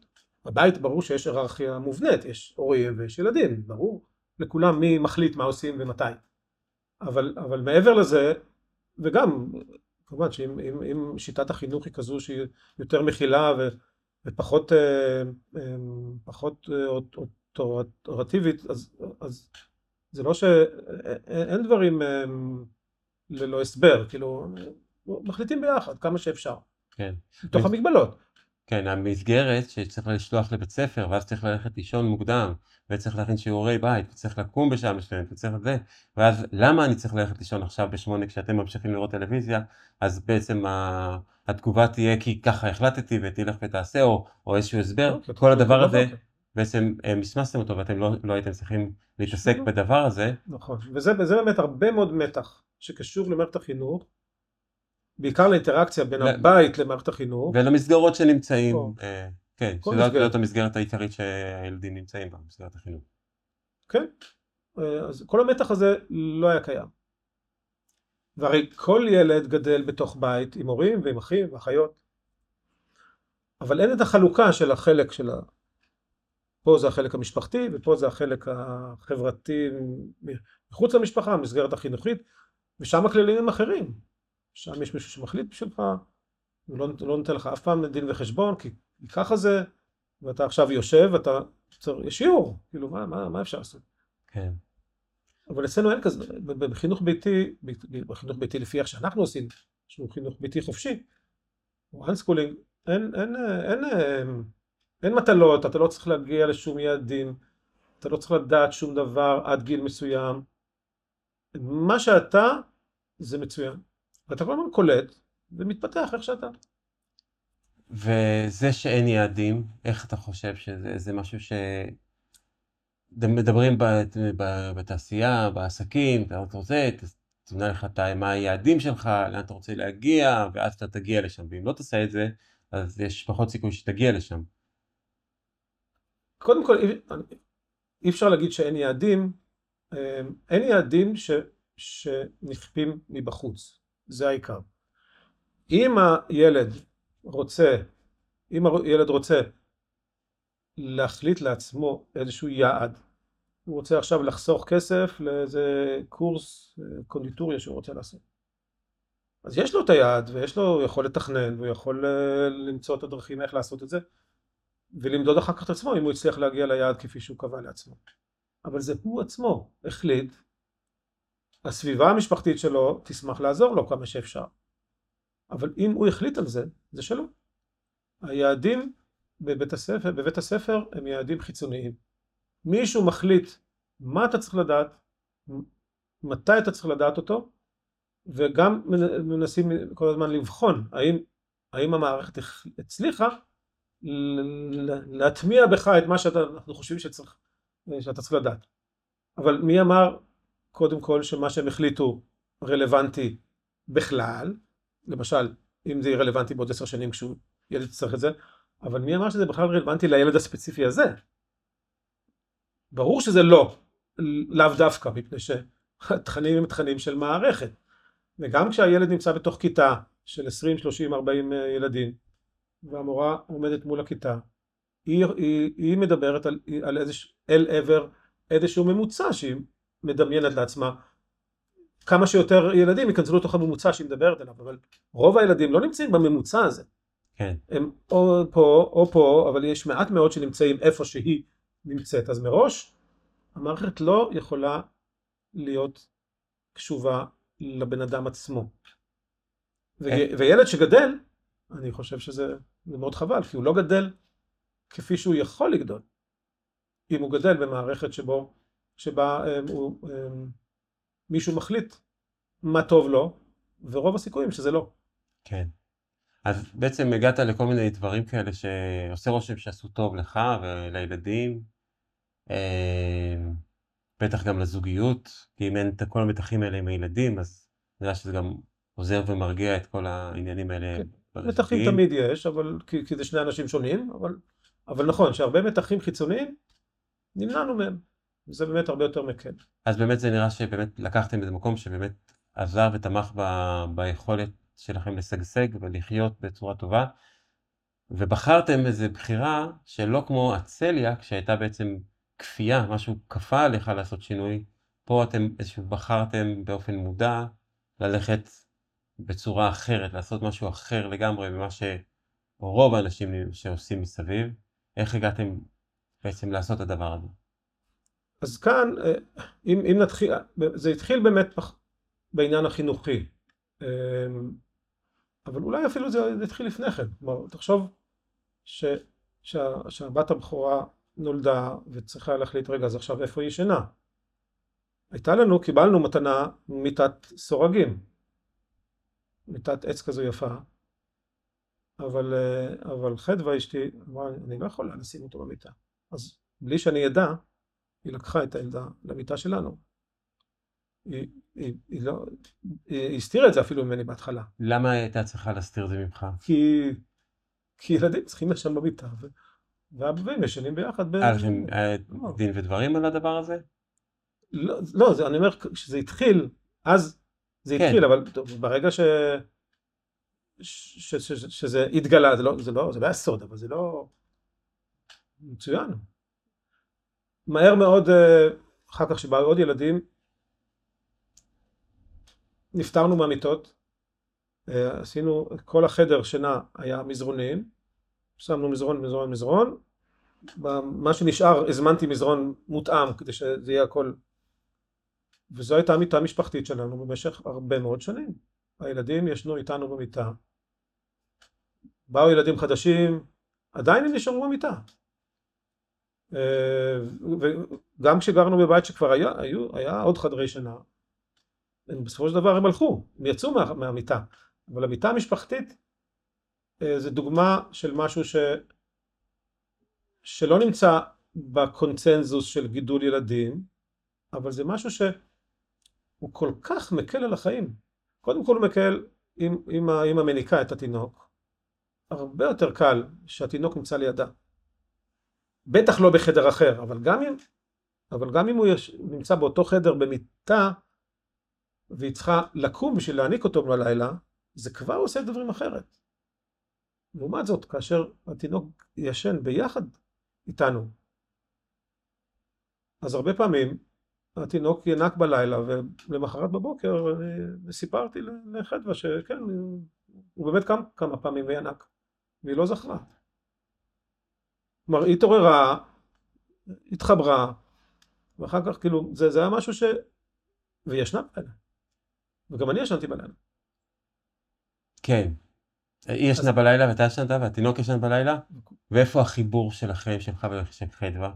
בבית ברור שיש היררכיה מובנית, יש הורים ויש ילדים, ברור לכולם מי מחליט מה עושים ומתי. אבל מעבר לזה, וגם, כמובן שאם שיטת החינוך היא כזו שהיא יותר מכילה ופחות פחות אוטורטיבית, אז זה לא שאין דברים ללא הסבר, כאילו, מחליטים ביחד כמה שאפשר, כן. מתוך המגבלות. כן, המסגרת שצריך לשלוח לבית ספר, ואז צריך ללכת לישון מוקדם, וצריך להכין שיעורי בית, וצריך לקום בשעה מסוימת, וצריך את זה, ואז למה אני צריך ללכת לישון עכשיו ב8 כשאתם ממשיכים לראות טלוויזיה, אז בעצם התגובה תהיה כי ככה החלטתי ותלך ותעשה, או איזשהו הסבר, כל הדבר הזה, בעצם מסמסתם אותו, ואתם לא הייתם צריכים להתעסק בדבר הזה. נכון, וזה באמת הרבה מאוד מתח שקשור למערכת החינוך, בעיקר לאינטראקציה בין הבית למערכת החינוך. ולמסגרות שנמצאים, כן, זאת מסגרת. המסגרת העיקרית שהילדים נמצאים בה, מסגרת החינוך. כן, אז כל המתח הזה לא היה קיים. והרי כל ילד גדל בתוך בית עם הורים ועם אחים ואחיות, אבל אין את החלוקה של החלק של פה זה החלק המשפחתי, ופה זה החלק החברתי מחוץ למשפחה, המסגרת החינוכית, ושם הכללים הם אחרים. שם יש מישהו שמחליט בשבילך, הוא לא נותן לך אף פעם דין וחשבון, כי ככה זה, ואתה עכשיו יושב, ואתה צריך, יש שיעור, כאילו, מה אפשר לעשות? כן. אבל אצלנו אין כזה, בחינוך ביתי לפי איך שאנחנו עושים, שהוא חינוך ביתי חופשי, או אנסקולינג, אין מטלות, אתה לא צריך להגיע לשום יעדים, אתה לא צריך לדעת שום דבר עד גיל מסוים. מה שאתה, זה מצוין. ואתה כל הזמן קולט ומתפתח איך שאתה. וזה שאין יעדים, איך אתה חושב שזה משהו מדברים בתעשייה, בעסקים, אתה רוצה, תמנה לך מה היעדים שלך, לאן אתה רוצה להגיע, ואז אתה תגיע לשם. ואם לא תעשה את זה, אז יש פחות סיכוי שתגיע לשם. קודם כל, אי אפשר להגיד שאין יעדים, אין יעדים שנכפים מבחוץ, זה העיקר. אם הילד רוצה להחליט לעצמו איזשהו יעד, הוא רוצה עכשיו לחסוך כסף לאיזה קורס קונדיטוריה שהוא רוצה לעשות. אז יש לו את היעד, הוא יכול לתכנן, והוא יכול למצוא את הדרכים איך לעשות את זה, ולמדוד אחר כך את עצמו אם הוא הצליח להגיע ליעד כפי שהוא קבע לעצמו. אבל זה הוא עצמו החליט, הסביבה המשפחתית שלו תשמח לעזור לו כמה שאפשר. אבל אם הוא החליט על זה, זה שלו. היעדים בבית הספר הם יעדים חיצוניים. מישהו מחליט מה אתה צריך לדעת, מתי אתה צריך לדעת אותו, וגם מנסים כל הזמן לבחון האם המערכת הצליחה להטמיע בך את מה שאנחנו חושבים שאתה צריך לדעת. אבל מי אמר קודם כל שמה שהם החליטו רלוונטי בכלל, למשל אם זה יהיה רלוונטי בעוד 10 שנים כשהוא ילד צריך את זה, אבל מי אמר שזה בכלל רלוונטי לילד הספציפי הזה? ברור שזה לאו דווקא, מפני שהתכנים הם תכנים של מערכת. וגם כשהילד נמצא בתוך כיתה של 20, 30, 40 ילדים, והמורה עומדת מול הכיתה, היא מדברת אל עבר איזשהו ממוצע שהיא מדמיינת לעצמה. כמה שיותר ילדים ייכנסו לתוך הממוצע שהיא מדברת עליו, אבל רוב הילדים לא נמצאים בממוצע הזה. כן. הם או פה או פה, אבל יש מעט מאוד שנמצאים איפה שהיא נמצאת. אז מראש המערכת לא יכולה להיות קשובה לבן אדם עצמו. וילד שגדל, אני חושב שזה מאוד חבל, כי הוא לא גדל כפי שהוא יכול לגדול. אם הוא גדל במערכת שבה מישהו מחליט מה טוב לו, ורוב הסיכויים שזה לא. כן. אז בעצם הגעת לכל מיני דברים כאלה שעושה רושם שעשו טוב לך ולילדים, בטח גם לזוגיות, כי אם אין את כל המתחים האלה עם הילדים, אז נראה שזה גם עוזר ומרגיע את כל העניינים האלה. כן. מתחים תמיד יש, כי זה שני אנשים שונים, אבל נכון שהרבה מתחים חיצוניים נמנענו מהם, וזה באמת הרבה יותר מקל. אז באמת זה נראה שבאמת לקחתם איזה מקום שבאמת עזר ותמך ביכולת שלכם לשגשג ולחיות בצורה טובה. ובחרתם איזו בחירה שלא כמו הצליאק, שהייתה בעצם כפייה, משהו כפה עליך לעשות שינוי, פה אתם איזשהו בחרתם באופן מודע ללכת בצורה אחרת, לעשות משהו אחר לגמרי ממה שרוב האנשים שעושים מסביב. איך הגעתם בעצם לעשות את הדבר הזה? אז כאן, אם נתחיל, זה התחיל באמת בעניין החינוכי, אבל אולי אפילו זה התחיל לפני כן. כלומר, תחשוב שהבת הבכורה נולדה וצריכה להחליט, רגע, אז עכשיו איפה היא ישנה? קיבלנו מתנה מיטת סורגים, מיטת עץ כזו יפה, אבל חדווה אשתי אמרה, אני לא יכולה לשים אותו במיטה. אז בלי שאני אדע, היא לקחה את הילדה למיטה שלנו. היא הסתירה את זה אפילו ממני בהתחלה. למה הייתה צריכה להסתיר את זה ממך? כי ילדים צריכים לשם במיטה, והאבובים ישנים ביחד. היה לכם דין ודברים על הדבר הזה? לא, אני אומר, כשזה התחיל, אז זה התחיל, אבל ברגע שזה התגלה, זה לא היה סוד, אבל זה לא מצוין. מהר מאוד, אחר כך שבאו עוד ילדים, נפטרנו מהמיטות, עשינו, כל החדר שינה היה מזרונים, שמנו מזרון, מה שנשאר הזמנתי מזרון מותאם כדי שזה יהיה הכל, וזו הייתה מיטה משפחתית שלנו במשך הרבה מאוד שנים. הילדים ישנו איתנו במיטה, באו ילדים חדשים, עדיין הם נשארו במיטה. וגם כשגרנו בבית שכבר היה עוד חדרי שינה, בסופו של דבר הם הלכו, הם יצאו מהמיטה, אבל המיטה המשפחתית זה דוגמה של משהו שלא נמצא בקונצנזוס של גידול ילדים, אבל זה משהו שהוא כל כך מקל על החיים. קודם כל הוא מקל אם האמא מניקה את התינוק, הרבה יותר קל שהתינוק נמצא לידה. בטח לא בחדר אחר, אבל גם אם הוא נמצא באותו חדר במיטה, והיא צריכה לקום בשביל להעניק אותו בלילה, זה כבר עושה דברים אחרת. לעומת זאת, כאשר התינוק ישן ביחד איתנו, אז הרבה פעמים התינוק ינק בלילה, ולמחרת בבוקר סיפרתי לחדווה שכן, הוא באמת קם כמה פעמים וינק, והיא לא זכרה. כלומר, היא התעוררה, התחברה, ואחר כך כאילו, זה היה משהו וישנה בלילה. וגם אני ישנתי בלילה. כן. היא ישנה בלילה ואתה ישנת והתינוק ישן בלילה? ואיפה החיבור שלכם, שלך ושל חדווה?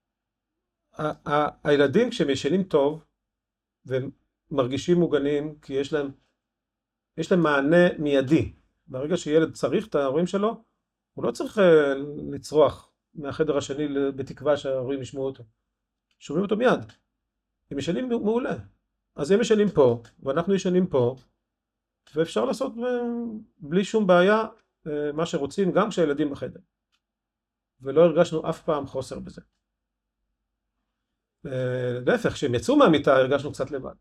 הילדים כשהם ישנים טוב, והם מרגישים מוגנים, כי יש להם מענה מיידי. ברגע שילד צריך את ההורים שלו, הוא לא צריך לצרוח מהחדר השני בתקווה שההורים ישמעו אותו. שומעים אותו מיד. הם ישנים מעולה. אז הם ישנים פה, ואנחנו ישנים פה, ואפשר לעשות בלי שום בעיה מה שרוצים, גם כשהילדים בחדר. ולא הרגשנו אף פעם חוסר בזה. להפך, כשהם יצאו מהמיטה הרגשנו קצת לבד.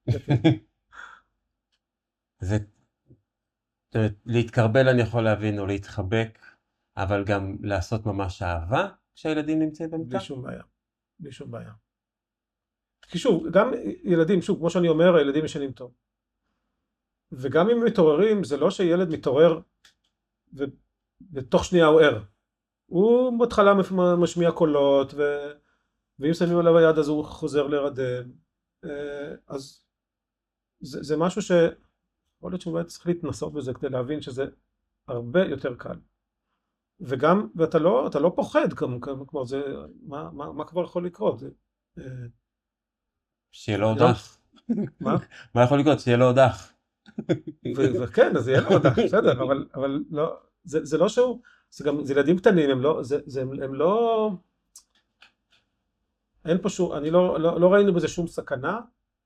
זה, להתקרבל אני יכול להבין, או להתחבק, אבל גם לעשות ממש אהבה כשהילדים נמצאים במיטה? בלי שום בעיה. כי שוב, גם ילדים, כמו שאני אומר, הילדים ישנים טוב. וגם אם מתעוררים, זה לא שילד מתעורר ובתוך שנייה הוא ער. הוא בהתחלה משמיע קולות, ואם שמים עליו היד אז הוא חוזר להירדם. אז זה משהו יכול להיות שאולי צריך להתנסות בזה כדי להבין שזה הרבה יותר קל. וגם, ואתה לא פוחד, כמו זה, מה כבר יכול לקרות? שיהיה לו הודח. מה יכול לקרות? שיהיה לו הודח. וכן, אז יהיה לו הודח, בסדר, אבל לא, זה לא שהוא, זה ילדים קטנים, הם לא, אין פה שום, לא ראינו בזה שום סכנה,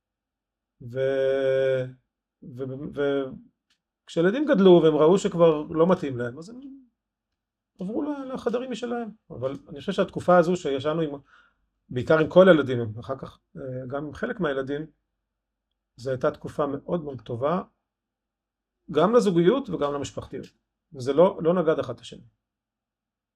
וכשילדים גדלו והם ראו שכבר לא מתאים להם, אז הם עברו לחדרים משלהם. אבל אני חושב שהתקופה הזו שישנו בעיקר עם כל הילדים, אחר כך גם עם חלק מהילדים, זו הייתה תקופה מאוד מאוד טובה, גם לזוגיות וגם למשפחתיות. וזה לא נגד אחד את השני.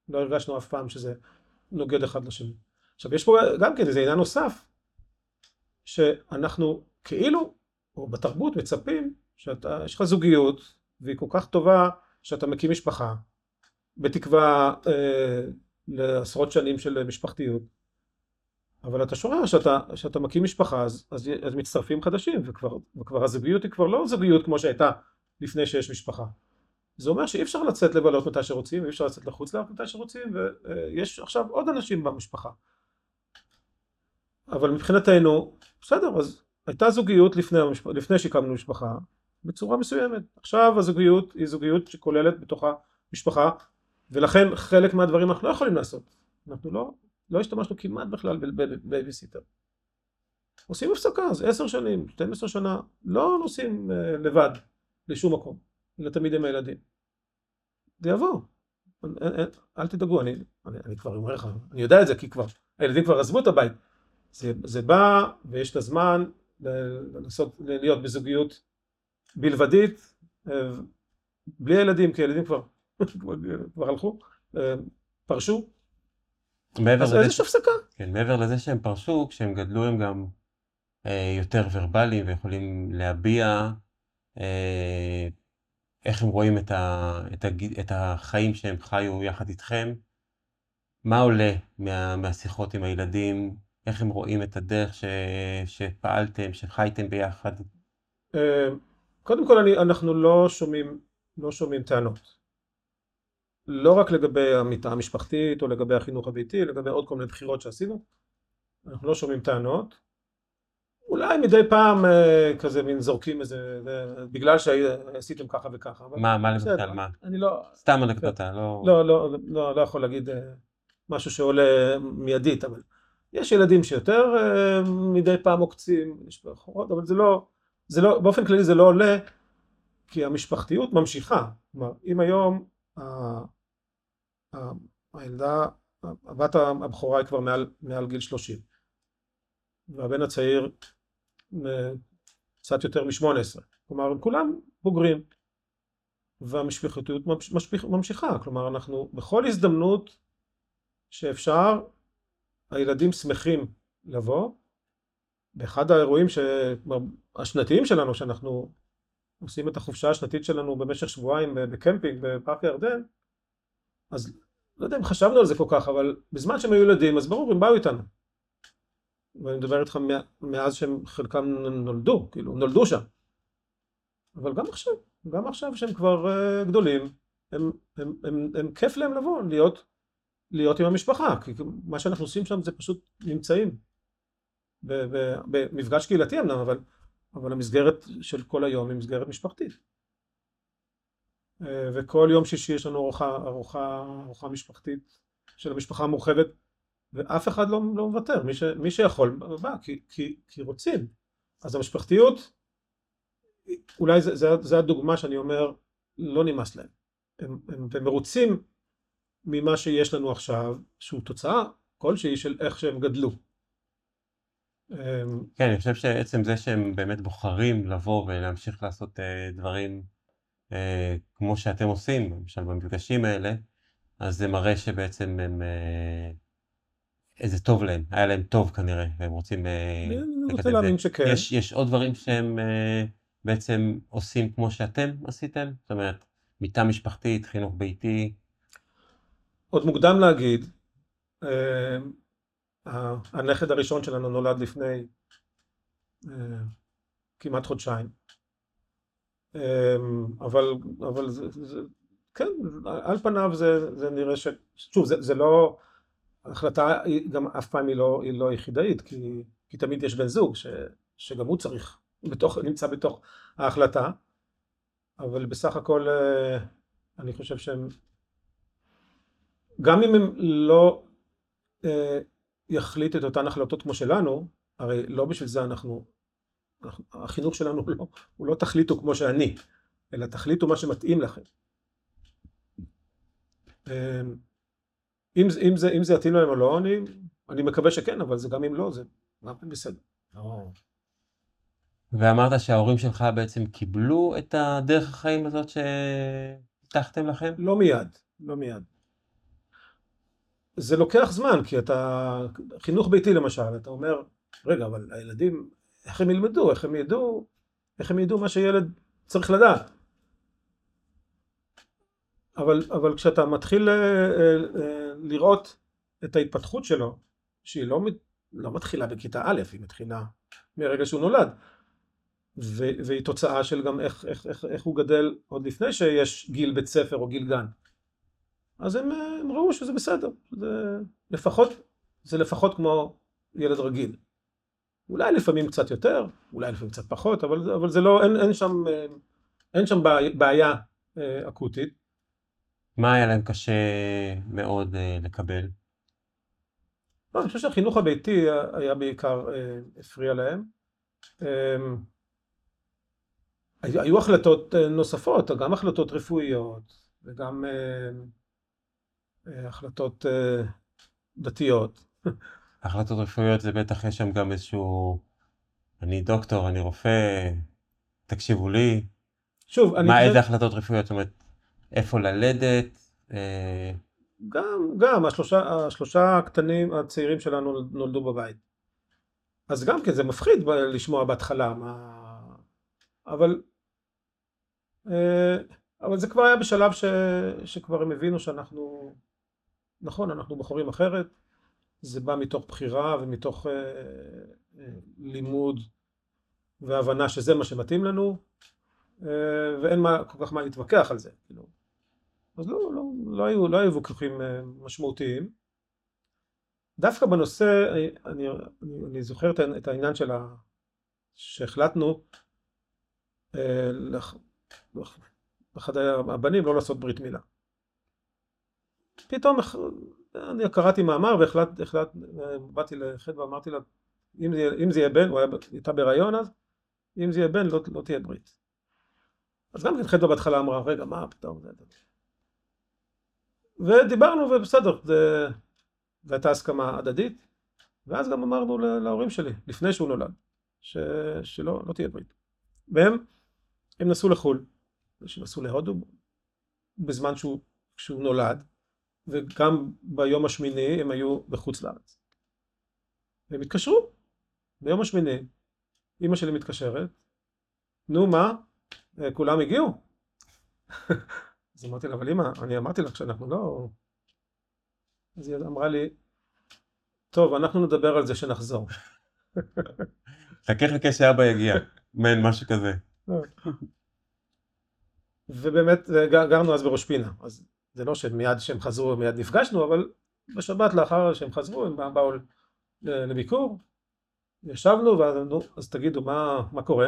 לא הרגשנו אף פעם שזה נוגד אחד לשני. עכשיו יש פה גם כן איזה עניין נוסף, שאנחנו כאילו, או בתרבות מצפים, שיש לך זוגיות, והיא כל כך טובה שאתה מקים משפחה, בתקווה לעשרות שנים של משפחתיות, אבל אתה שומע שאתה מקים משפחה, אז מצטרפים חדשים, וכבר הזוגיות היא כבר לא זוגיות כמו שהייתה לפני שיש משפחה. זה אומר שאי אפשר לצאת לבלות מתי שרוצים, אי אפשר לצאת לחוץ לארץ מתי שרוצים, ויש עכשיו עוד אנשים במשפחה. אבל מבחינתנו, בסדר, אז הייתה זוגיות לפני שהקמנו משפחה, בצורה מסוימת. עכשיו הזוגיות היא זוגיות שכוללת בתוכה משפחה, ולכן חלק מהדברים אנחנו לא יכולים לעשות. אנחנו לא השתמשנו כמעט בכלל בבייביסיטר. עושים הפסקה, אז 10 שנים, 12 שנה, לא נוסעים לבד לשום מקום, אלא תמיד עם הילדים. זה יבוא. אל תדאגו, אני כבר אומר לך, אני יודע את זה, כי כבר, הילדים כבר עזבו את הבית. זה בא, ויש את הזמן להיות בזוגיות בלבדית, בלי ילדים, כי הילדים כבר הלכו, פרשו. אז יש הפסקה. כן, מעבר לזה שהם פרשו, כשהם גדלו הם גם יותר ורבליים, ויכולים להביע איך הם רואים את החיים שהם חיו יחד איתכם. מה עולה מהשיחות עם הילדים? איך הם רואים את הדרך שפעלתם, שחייתם ביחד? קודם כל אנחנו לא שומעים טענות. לא רק לגבי המיטה המשפחתית או לגבי החינוך הביתי, לגבי עוד כל מיני בחירות שעשינו. אנחנו לא שומעים טענות. אולי מדי פעם כזה מין זורקים איזה, בגלל שעשיתם ככה וככה. מה למשל, מה? אני לא... סתם אנקדוטה, לא... לא יכול להגיד משהו שעולה מיידית, אבל יש ילדים שיותר מדי פעם עוקצים, יש בחורות, אבל זה לא, באופן כללי זה לא עולה, כי המשפחתיות ממשיכה. כלומר, אם היום הילדה, הבת הבכורה היא כבר מעל גיל 30, והבן הצעיר קצת יותר מ-18, כלומר הם כולם בוגרים, והמשפחתיות ממשיכה. כלומר אנחנו בכל הזדמנות שאפשר, הילדים שמחים לבוא. באחד האירועים השנתיים שלנו, שאנחנו עושים את החופשה השנתית שלנו במשך שבועיים בקמפינג בפארק ירדן, אז לא יודע אם חשבנו על זה כל כך, אבל בזמן שהם היו ילדים, אז ברור, הם באו איתנו. ואני מדבר איתך מאז שהם חלקם נולדו, כאילו נולדו שם. אבל גם עכשיו שהם כבר גדולים, הם כיף להם לבוא, להיות עם המשפחה, כי מה שאנחנו עושים שם זה פשוט נמצאים במפגש קהילתי אמנם, אבל המסגרת של כל היום היא מסגרת משפחתית. וכל יום שישי יש לנו ארוחה משפחתית של המשפחה המורחבת, ואף אחד לא מוותר, מי שיכול בא, כי רוצים. אז המשפחתיות, אולי זה הדוגמה שאני אומר, לא נמאס להם. הם מרוצים ממה שיש לנו עכשיו, שהוא תוצאה כלשהי של איך שהם גדלו. כן, אני חושב שעצם זה שהם באמת בוחרים לבוא ולהמשיך לעשות דברים כמו שאתם עושים, למשל במפגשים האלה, אז זה מראה שבעצם הם, איזה טוב להם, היה להם טוב כנראה, והם רוצים אני רוצה להאמין שכן. יש עוד דברים שהם בעצם עושים כמו שאתם עשיתם? זאת אומרת, מיטה משפחתית, חינוך ביתי? עוד מוקדם להגיד, הנכד הראשון שלנו נולד לפני כמעט חודשיים, אבל כן, על פניו זה נראה שוב, זה לא, ההחלטה גם אף פעם היא לא יחידאית, כי תמיד יש בן זוג שגם הוא צריך, נמצא בתוך ההחלטה, אבל בסך הכל אני חושב שהם, גם אם הם לא יחליט את אותן החלטות כמו שלנו, הרי לא בשביל זה החינוך שלנו הוא לא תחליטו כמו שאני, אלא תחליטו מה שמתאים לכם. אם זה יתאים להם או לא, אני מקווה שכן, אבל זה גם אם לא, זה בסדר. ואמרת שההורים שלך בעצם קיבלו את הדרך החיים הזאת שפתחתם לכם? לא מיד. זה לוקח זמן, כי חינוך ביתי למשל, אתה אומר, רגע, אבל הילדים, איך הם ילמדו, איך הם ידעו מה שילד צריך לדעת. אבל כשאתה מתחיל לראות את ההתפתחות שלו, שהיא לא מתחילה בכיתה א', היא מתחילה מרגע שהוא נולד, והיא תוצאה של גם איך הוא גדל עוד לפני שיש גיל בית ספר או גיל גן. אז הם ראו שזה בסדר, זה לפחות כמו ילד רגיל. אולי לפעמים קצת יותר, אולי לפעמים קצת פחות, אבל זה לא, אין שם בעיה אקוטית. מה היה להם קשה מאוד לקבל? לא, אני חושב שהחינוך הביתי היה בעיקר הפריע להם. היו החלטות נוספות, גם החלטות רפואיות, וגם החלטות דתיות. החלטות רפואיות זה בטח יש שם גם איזשהו, אני דוקטור, אני רופא, תקשיבו לי. שוב, אני מה, חושב... איזה החלטות רפואיות? זאת אומרת, איפה ללדת? גם השלושה הקטנים, הצעירים שלנו נולדו בבית. אז גם כן זה מפחיד לשמוע בהתחלה, אבל זה כבר היה בשלב שכבר הם הבינו שאנחנו, נכון, אנחנו בוחרים אחרת, זה בא מתוך בחירה ומתוך לימוד והבנה שזה מה שמתאים לנו, ואין כל כך מה להתווכח על זה. אז לא היו ויכוחים משמעותיים. דווקא בנושא, אני זוכר את העניין שהחלטנו לאחד הבנים לא לעשות ברית מילה. פתאום אני קראתי מאמר באתי לחד ואמרתי לה, אם זה יהיה בן, הייתה בהיריון אז, אם זה יהיה בן לא תהיה ברית. אז גם כן חדווה בהתחלה אמרה, רגע, מה פתאום זה? ודיברנו ובסדר, זו הייתה הסכמה הדדית, ואז גם אמרנו להורים שלי, לפני שהוא נולד, שלא תהיה ברית. והם נסעו לחו"ל, נסעו להודו, בזמן שהוא נולד, וגם ביום השמיני הם היו בחוץ לארץ. והם התקשרו, ביום השמיני, אמא שלי מתקשרת, נו מה, כולם הגיעו? אז אמרתי לה, אבל אמא, אני אמרתי לך שאנחנו לא... אז היא אמרה לי, טוב, אנחנו נדבר על זה שנחזור. חכה שאבא יגיע, מן, משהו כזה. ובאמת גרנו אז בראש פינה, אז זה לא שמיד שהם חזרו מיד נפגשנו, אבל בשבת לאחר שהם חזרו הם באו לביקור, ישבנו אז תגידו מה קורה,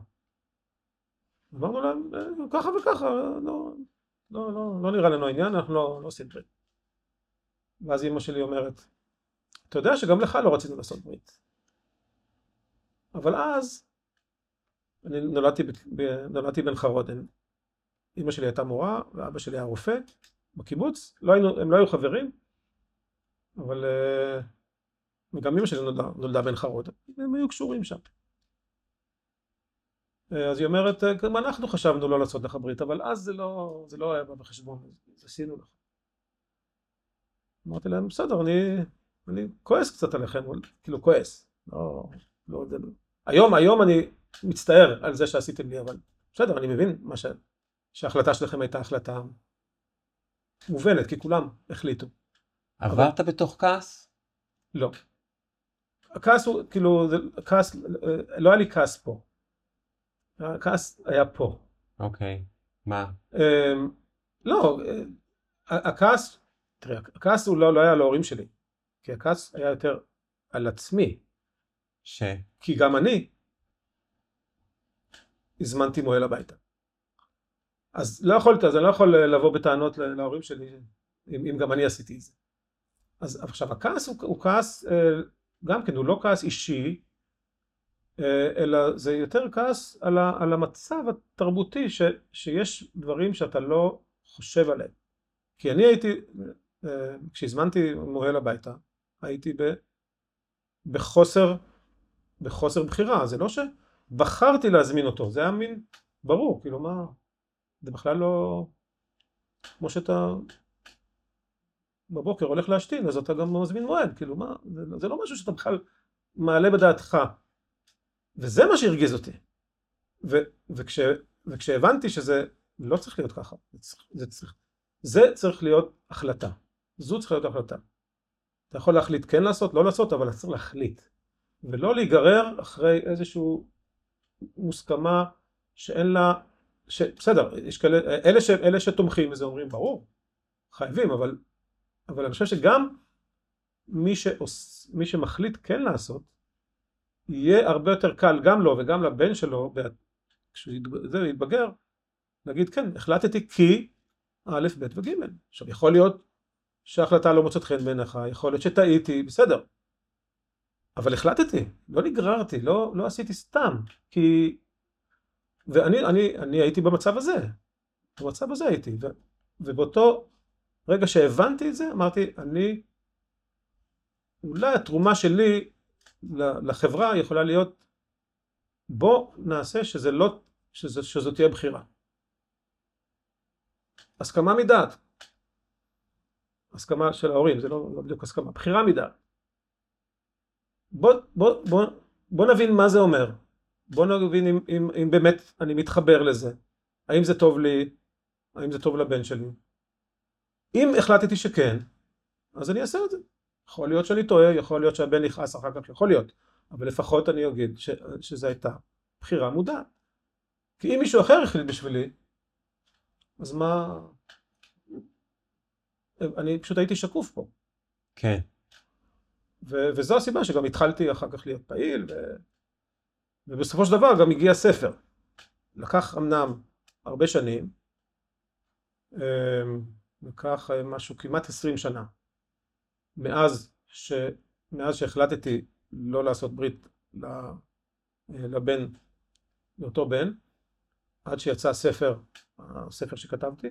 אמרנו להם ככה וככה, לא נראה לנו העניין, אנחנו לא עושים ברית. ואז אמא שלי אומרת, אתה יודע שגם לך לא רצינו לעשות ברית. אבל אז אני נולדתי בן חרוד, אמא שלי הייתה מורה ואבא שלי היה רופא בקיבוץ, הם לא היו חברים, אבל וגם אמא שלי נולדה בן חרוד, הם היו קשורים שם. אז היא אומרת, גם אנחנו חשבנו לא לעשות לך ברית, אבל אז זה לא היה בחשבון, אז עשינו לך. אמרתי להם, בסדר, אני כועס קצת עליכם, כאילו כועס. היום אני מצטער על זה שעשיתם לי, אבל בסדר, אני מבין שההחלטה שלכם הייתה החלטה מובנת, כי כולם החליטו. עברת בתוך כעס? לא. הכעס הוא, כאילו, לא היה לי כעס פה. הכעס היה פה. אוקיי, מה? לא, הכעס, תראה, הכעס הוא לא היה על ההורים שלי, כי הכעס היה יותר על עצמי. כי גם אני הזמנתי מוהל הביתה. אז אני לא יכול לבוא בטענות להורים שלי, אם גם אני עשיתי את זה. אז עכשיו, הכעס הוא כעס, גם כן, הוא לא כעס אישי, אלא זה יותר כעס על המצב התרבותי, שיש דברים שאתה לא חושב עליהם. כי אני הייתי, כשהזמנתי מוהל הביתה, הייתי בחוסר בחירה. זה לא שבחרתי להזמין אותו, זה היה מין ברור, כאילו מה, זה בכלל לא, כמו שאתה בבוקר הולך להשתין, אז אתה גם מזמין מועד, כאילו מה, זה לא משהו שאתה בכלל מעלה בדעתך, וזה מה שהרגיז אותי. וכשהבנתי שזה לא צריך להיות ככה, זה צריך להיות החלטה, זו צריכה להיות החלטה. אתה יכול להחליט כן לעשות, לא לעשות, אבל אתה צריך להחליט, ולא להיגרר אחרי איזשהו מוסכמה שאין לה, בסדר, יש כאלה, אלה שתומכים וזה אומרים, ברור, חייבים, אבל אני חושב שגם מי שמחליט כן לעשות, יהיה הרבה יותר קל גם לו וגם לבן שלו, כשזה יתבגר, להגיד כן, החלטתי כי א', ב' וג'. עכשיו יכול להיות שההחלטה לא מוצאת חן בעיניך, יכול להיות שטעיתי, בסדר. אבל החלטתי, לא נגררתי, לא עשיתי סתם, כי... ואני הייתי במצב הזה הייתי, ובאותו רגע שהבנתי את זה, אמרתי, אולי התרומה שלי לחברה יכולה להיות, בוא נעשה שזאת תהיה בחירה. הסכמה מדעת. הסכמה של ההורים, זה לא בדיוק הסכמה, בחירה מדעת. בוא נבין מה זה אומר. בוא נבין אם באמת אני מתחבר לזה. האם זה טוב לי, האם זה טוב לבן שלי. אם החלטתי שכן, אז אני אעשה את זה. יכול להיות שאני טועה, יכול להיות שהבן יכעס אחר כך, יכול להיות. אבל לפחות אני אגיד שזו הייתה בחירה מודעת. כי אם מישהו אחר החליט בשבילי, אז מה... אני פשוט הייתי שקוף פה. כן. וזו הסיבה שגם התחלתי אחר כך להיות פעיל, ובסופו של דבר גם הגיע ספר. לקח אמנם הרבה שנים, לקח משהו כמעט 20 שנה, מאז שהחלטתי לא לעשות ברית לאותו בן, עד שיצא הספר שכתבתי,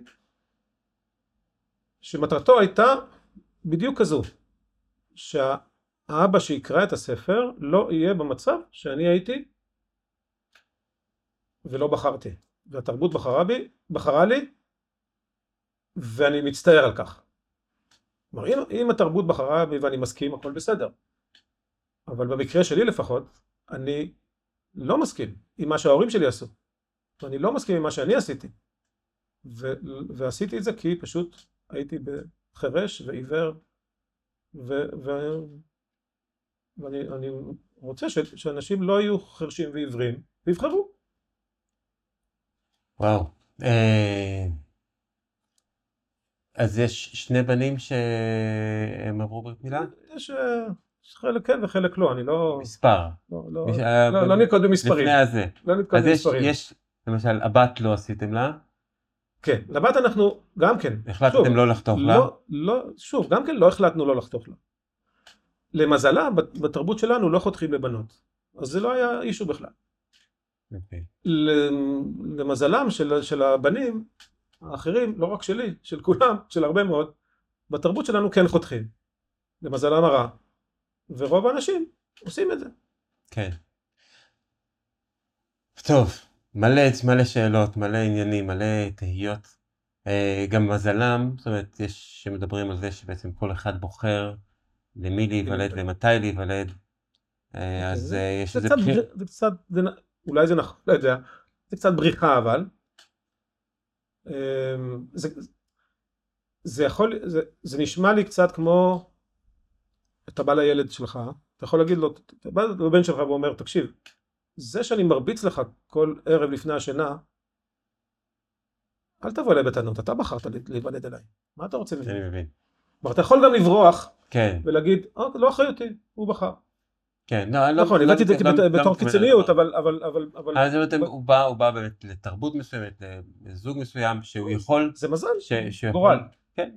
שמטרתו הייתה בדיוק כזו, שהאבא שיקרא את הספר לא יהיה במצב שאני הייתי ולא בחרתי, והתרבות בחרה לי, ואני מצטער על כך. כלומר, אם התרבות בחרה בי ואני מסכים, הכל בסדר. אבל במקרה שלי לפחות, אני לא מסכים עם מה שההורים שלי עשו. ואני לא מסכים עם מה שאני עשיתי. ועשיתי את זה כי פשוט הייתי בחרש ועיוור, ואני רוצה שאנשים לא יהיו חרשים ועיוורים, ויבחרו. וואו. אז יש שני בנים שהם עברו ברית מילה? יש חלק כן וחלק לא, אני לא... מספר. לא נתקוד במספרים. לפני הזה. לא נתקוד במספרים. אז יש, למשל, הבת לא עשיתם לה? כן, לבת אנחנו גם כן. החלטתם לא לחתוך לה? לא, שוב, גם כן לא החלטנו לא לחתוך לה. למזלה, בתרבות שלנו לא חותכים לבנות. אז זה לא היה אישו בכלל. למזלם של הבנים האחרים, לא רק שלי, של כולם, של הרבה מאוד, בתרבות שלנו כן חותכים. למזלם הרע. ורוב האנשים עושים את זה. כן. טוב, מלא שאלות, מלא עניינים, מלא תהיות. גם מזלם, זאת אומרת, יש שמדברים על זה שבעצם כל אחד בוחר למי להיוולד ומתי להיוולד. אז יש איזה בחיר... זה קצת, אולי זה נכון, לא יודע, זה קצת בריחה אבל. זה נשמע לי קצת כמו, אתה בא לילד שלך, אתה יכול להגיד לו, אתה בא לבן שלך ואומר, תקשיב, זה שאני מרביץ לך כל ערב לפני השינה, אל תבוא אליי בטענות, אתה בחרת להיוולד אליי. מה אתה רוצה ממני? אני מבין. כלומר, אתה יכול גם לברוח, כן. ולהגיד, לא אחריותי, הוא בחר. כן, נכון, הבאתי את זה בתור קיצוניות, אבל... אז הוא בא באמת לתרבות מסוימת, לזוג מסוים, שהוא יכול... זה מזל, גורל. כן,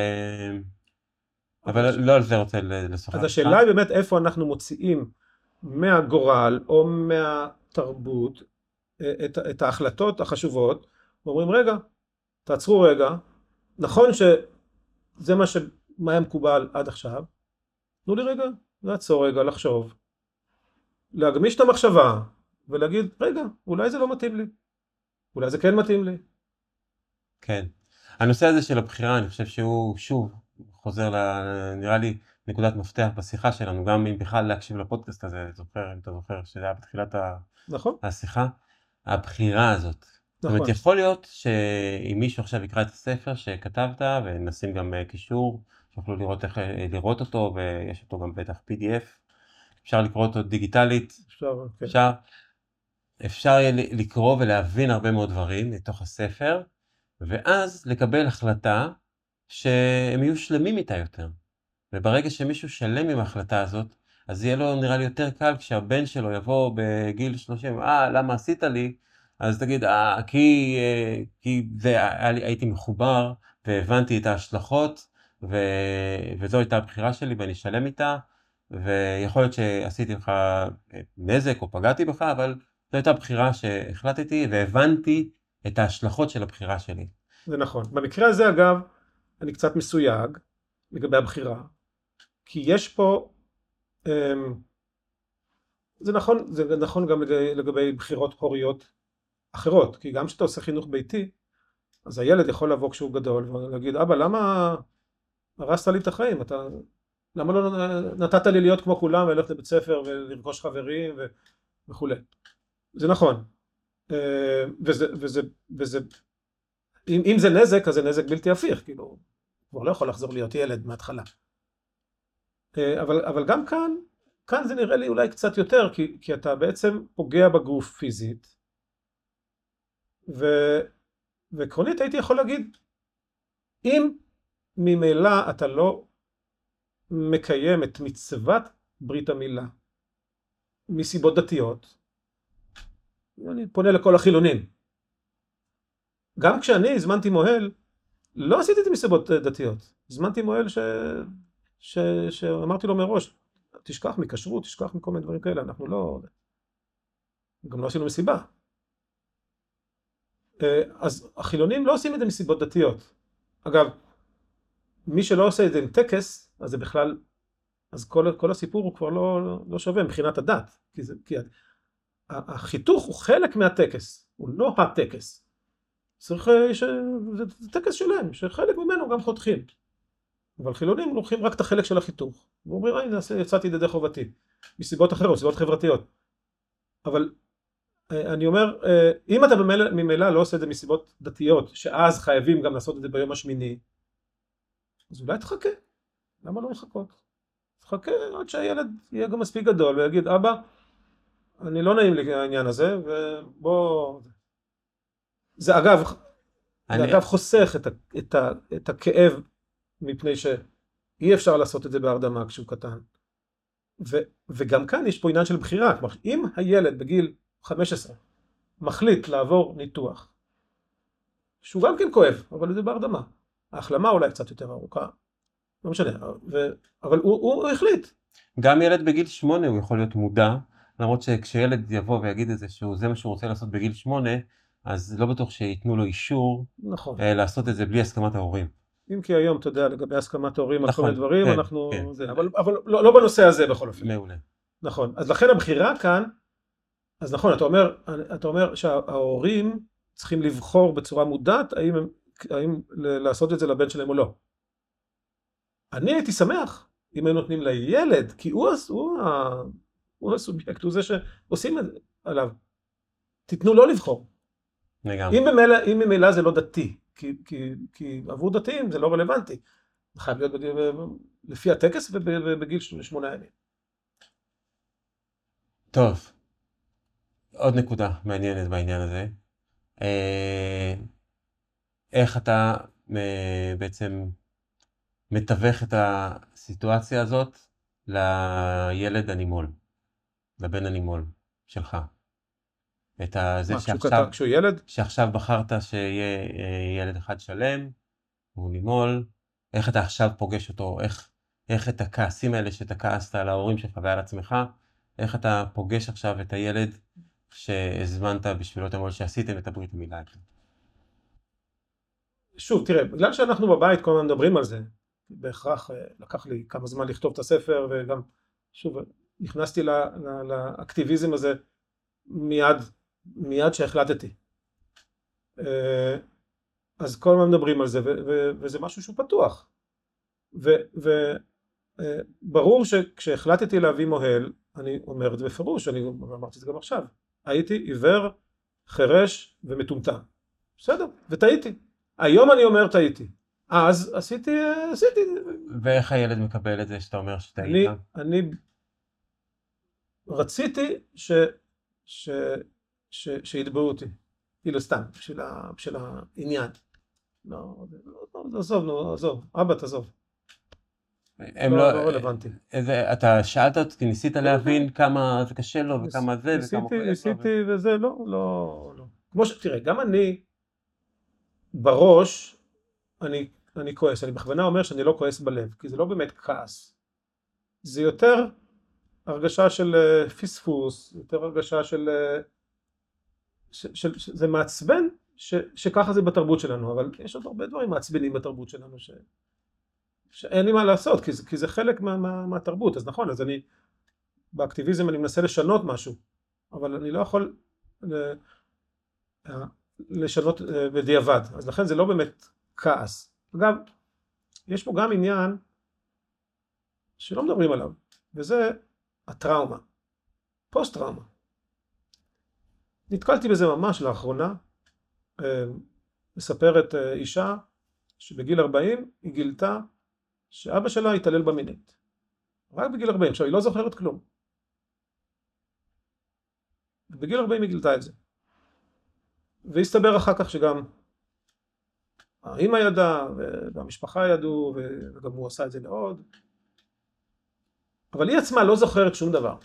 אבל לא על זה רוצה לשוחח. אז השאלה היא באמת איפה אנחנו מוציאים מהגורל או מהתרבות את ההחלטות החשובות, ואומרים רגע, תעצרו רגע, נכון שזה מה היה מקובל עד עכשיו, תנו לי רגע, לעצור רגע, לחשוב, להגמיש את המחשבה ולהגיד רגע, אולי זה לא מתאים לי, אולי זה כן מתאים לי. כן, הנושא הזה של הבחירה אני חושב שהוא שוב חוזר נראה לי נקודת מפתח בשיחה שלנו, גם אם בכלל להקשיב לפודקאסט הזה, אם אתה זוכר שזה היה בתחילת נכון, השיחה, הבחירה הזאת. זאת אומרת, נכון. יכול להיות שאם מישהו עכשיו יקרא את הספר שכתבת, ונשים גם קישור, שיוכלו לראות איך לראות אותו, ויש אותו גם בטח PDF, אפשר לקרוא אותו דיגיטלית, אפשר, כן. אפשר לקרוא ולהבין הרבה מאוד דברים מתוך הספר, ואז לקבל החלטה שהם יהיו שלמים איתה יותר. וברגע שמישהו שלם עם ההחלטה הזאת, אז יהיה לו נראה לי יותר קל כשהבן שלו יבוא בגיל 30, למה עשית לי? אז תגיד, כי הייתי מחובר והבנתי את ההשלכות, וזו הייתה הבחירה שלי ואני שלם איתה, ויכול להיות שעשיתי לך נזק או פגעתי בך, אבל זו הייתה בחירה שהחלטתי והבנתי את ההשלכות של הבחירה שלי. זה נכון. במקרה הזה, אגב, אני קצת מסויג לגבי הבחירה, כי יש פה, זה נכון גם לגבי בחירות הוריות אחרות, כי גם כשאתה עושה חינוך ביתי, אז הילד יכול לבוא כשהוא גדול ולהגיד, אבא, למה הרסת לי את החיים? למה לא נתת לי להיות כמו כולם וללכת לבית ספר ולרכוש חברים וכו'. זה נכון. אם זה נזק, אז זה נזק בלתי הפיך, כאילו, כבר לא יכול לחזור להיות ילד מההתחלה. אבל גם כאן זה נראה לי אולי קצת יותר, כי אתה בעצם פוגע בגוף פיזית, ועקרונית הייתי יכול להגיד, אם ממילא אתה לא מקיים את מצוות ברית המילה מסיבות דתיות, אני פונה לכל החילונים. גם כשאני הזמנתי מוהל, לא עשיתי את זה מסיבות דתיות. הזמנתי מוהל שאמרתי לו מראש, תשכח מכשרות, תשכח מכל מיני דברים כאלה, אנחנו לא, גם לא עשינו מסיבה. אז החילונים לא עושים את זה מסיבות דתיות. אגב, מי שלא עושה את זה עם טקס, אז זה בכלל, אז כל הסיפור הוא כבר לא שווה מבחינת הדת, כי החיתוך הוא חלק מהטקס, הוא לא הטקס. זה טקס שלם, שחלק ממנו גם חותכים. אבל חילונים לוקחים רק את החלק של החיתוך, ואומרים, הנה, יצאתי ידי חובתי, מסיבות אחרות, מסיבות חברתיות. אבל אני אומר, אם אתה ממילא לא עושה את זה מסיבות דתיות, שאז חייבים גם לעשות את זה ביום השמיני, אז אולי תחכה. למה לא לחכות? תחכה עד שהילד יהיה גם מספיק גדול, ויגיד, אבא, אני לא נעים לי העניין הזה, ובוא... זה אגב חוסך את הכאב, מפני שאי אפשר לעשות את זה בהרדמה כשהוא קטן. וגם כאן יש פה עניין של בחירה. כלומר, אם הילד בגיל 15 מחליט לעבור ניתוח, שהוא גם כן כואב, אבל זה בהרדמה. ההחלמה אולי קצת יותר ארוכה, לא משנה, אבל הוא החליט. גם ילד בגיל 8 הוא יכול להיות מודע, למרות שכשילד יבוא ויגיד את זה, שזה מה שהוא רוצה לעשות בגיל 8, אז לא בטוח שיתנו לו אישור נכון. לעשות את זה בלי הסכמת ההורים. אם כי היום, אתה יודע, לגבי הסכמת ההורים על כל נכון, מיני דברים, כן, אנחנו... כן. זה, אבל לא בנושא הזה בכל אופן. מעולה. נכון. אז לכן הבחירה כאן, אז נכון, אתה אומר שההורים צריכים לבחור בצורה מודעת, האם לעשות את זה לבן שלהם או לא. אני הייתי שמח אם הם נותנים לילד, כי הוא הסובייקט, הוא זה שעושים עליו. תיתנו לו לבחור. לגמרי. אם ממילא זה לא דתי, כי עבור דתיים זה לא רלוונטי. זה חייב להיות לפי הטקס ובגיל 8 ימים. טוב, עוד נקודה מעניינת בעניין הזה. איך אתה בעצם מתווך את הסיטואציה הזאת לילד הנימול, לבן הנימול שלך? כשהוא ילד? שעכשיו בחרת שיהיה ילד אחד שלם, הוא נימול, איך אתה עכשיו פוגש אותו, איך את הכעסים האלה שאתה כעסת על ההורים שלך ועל עצמך, איך אתה פוגש עכשיו את הילד שהזמנת בשבילו את המול שעשיתם את הברית המילה. שוב, תראה, בגלל שאנחנו בבית כל הזמן מדברים על זה, בהכרח לקח לי כמה זמן לכתוב את הספר, וגם, שוב, נכנסתי לאקטיביזם הזה מיד שהחלטתי. אז כל הזמן מדברים על זה, וזה משהו שהוא פתוח. וברור שכשהחלטתי להביא מוהל, אני אומר את זה בפירוש, אני אמרתי את זה גם עכשיו, הייתי עיוור, חירש ומטומטם. בסדר, וטעיתי. היום אני אומר טעיתי. אז עשיתי... ואיך הילד מקבל את זה שאתה אומר שטעית? אני רציתי שיתבעו אותי. כאילו סתם, בשביל העניין. לא, עזוב, נו, עזוב. אבא, תעזוב. הם לא רלוונטי. אתה שאלת אותי, ניסית להבין כמה זה קשה לו וכמה זה וכמה כואב לו. ניסיתי וזה, לא. כמו תראה, גם אני בראש, אני כועס. אני בכוונה אומר שאני לא כועס בלב, כי זה לא באמת כעס. זה יותר הרגשה של פספוס, יותר הרגשה זה מעצבן שככה זה בתרבות שלנו, אבל יש עוד הרבה דברים מעצבנים בתרבות שלנו שאין לי מה לעשות, כי זה חלק מהתרבות. אז נכון, אז באקטיביזם אני מנסה לשנות משהו, אבל אני לא יכול לשנות בדיעבד, אז לכן זה לא באמת כעס. אגב, יש פה גם עניין שלא מדברים עליו, וזה הטראומה, פוסט טראומה. נתקלתי בזה ממש לאחרונה, מספרת אישה שבגיל 40 היא גילתה שאבא שלה התעלל בה מינית. רק בגיל 40, עכשיו היא לא זוכרת כלום. בגיל 40 היא גילתה את זה. והסתבר אחר כך שגם האמא ידעה והמשפחה ידעו וגם הוא עשה את זה לעוד. אבל היא עצמה לא זוכרת שום דבר.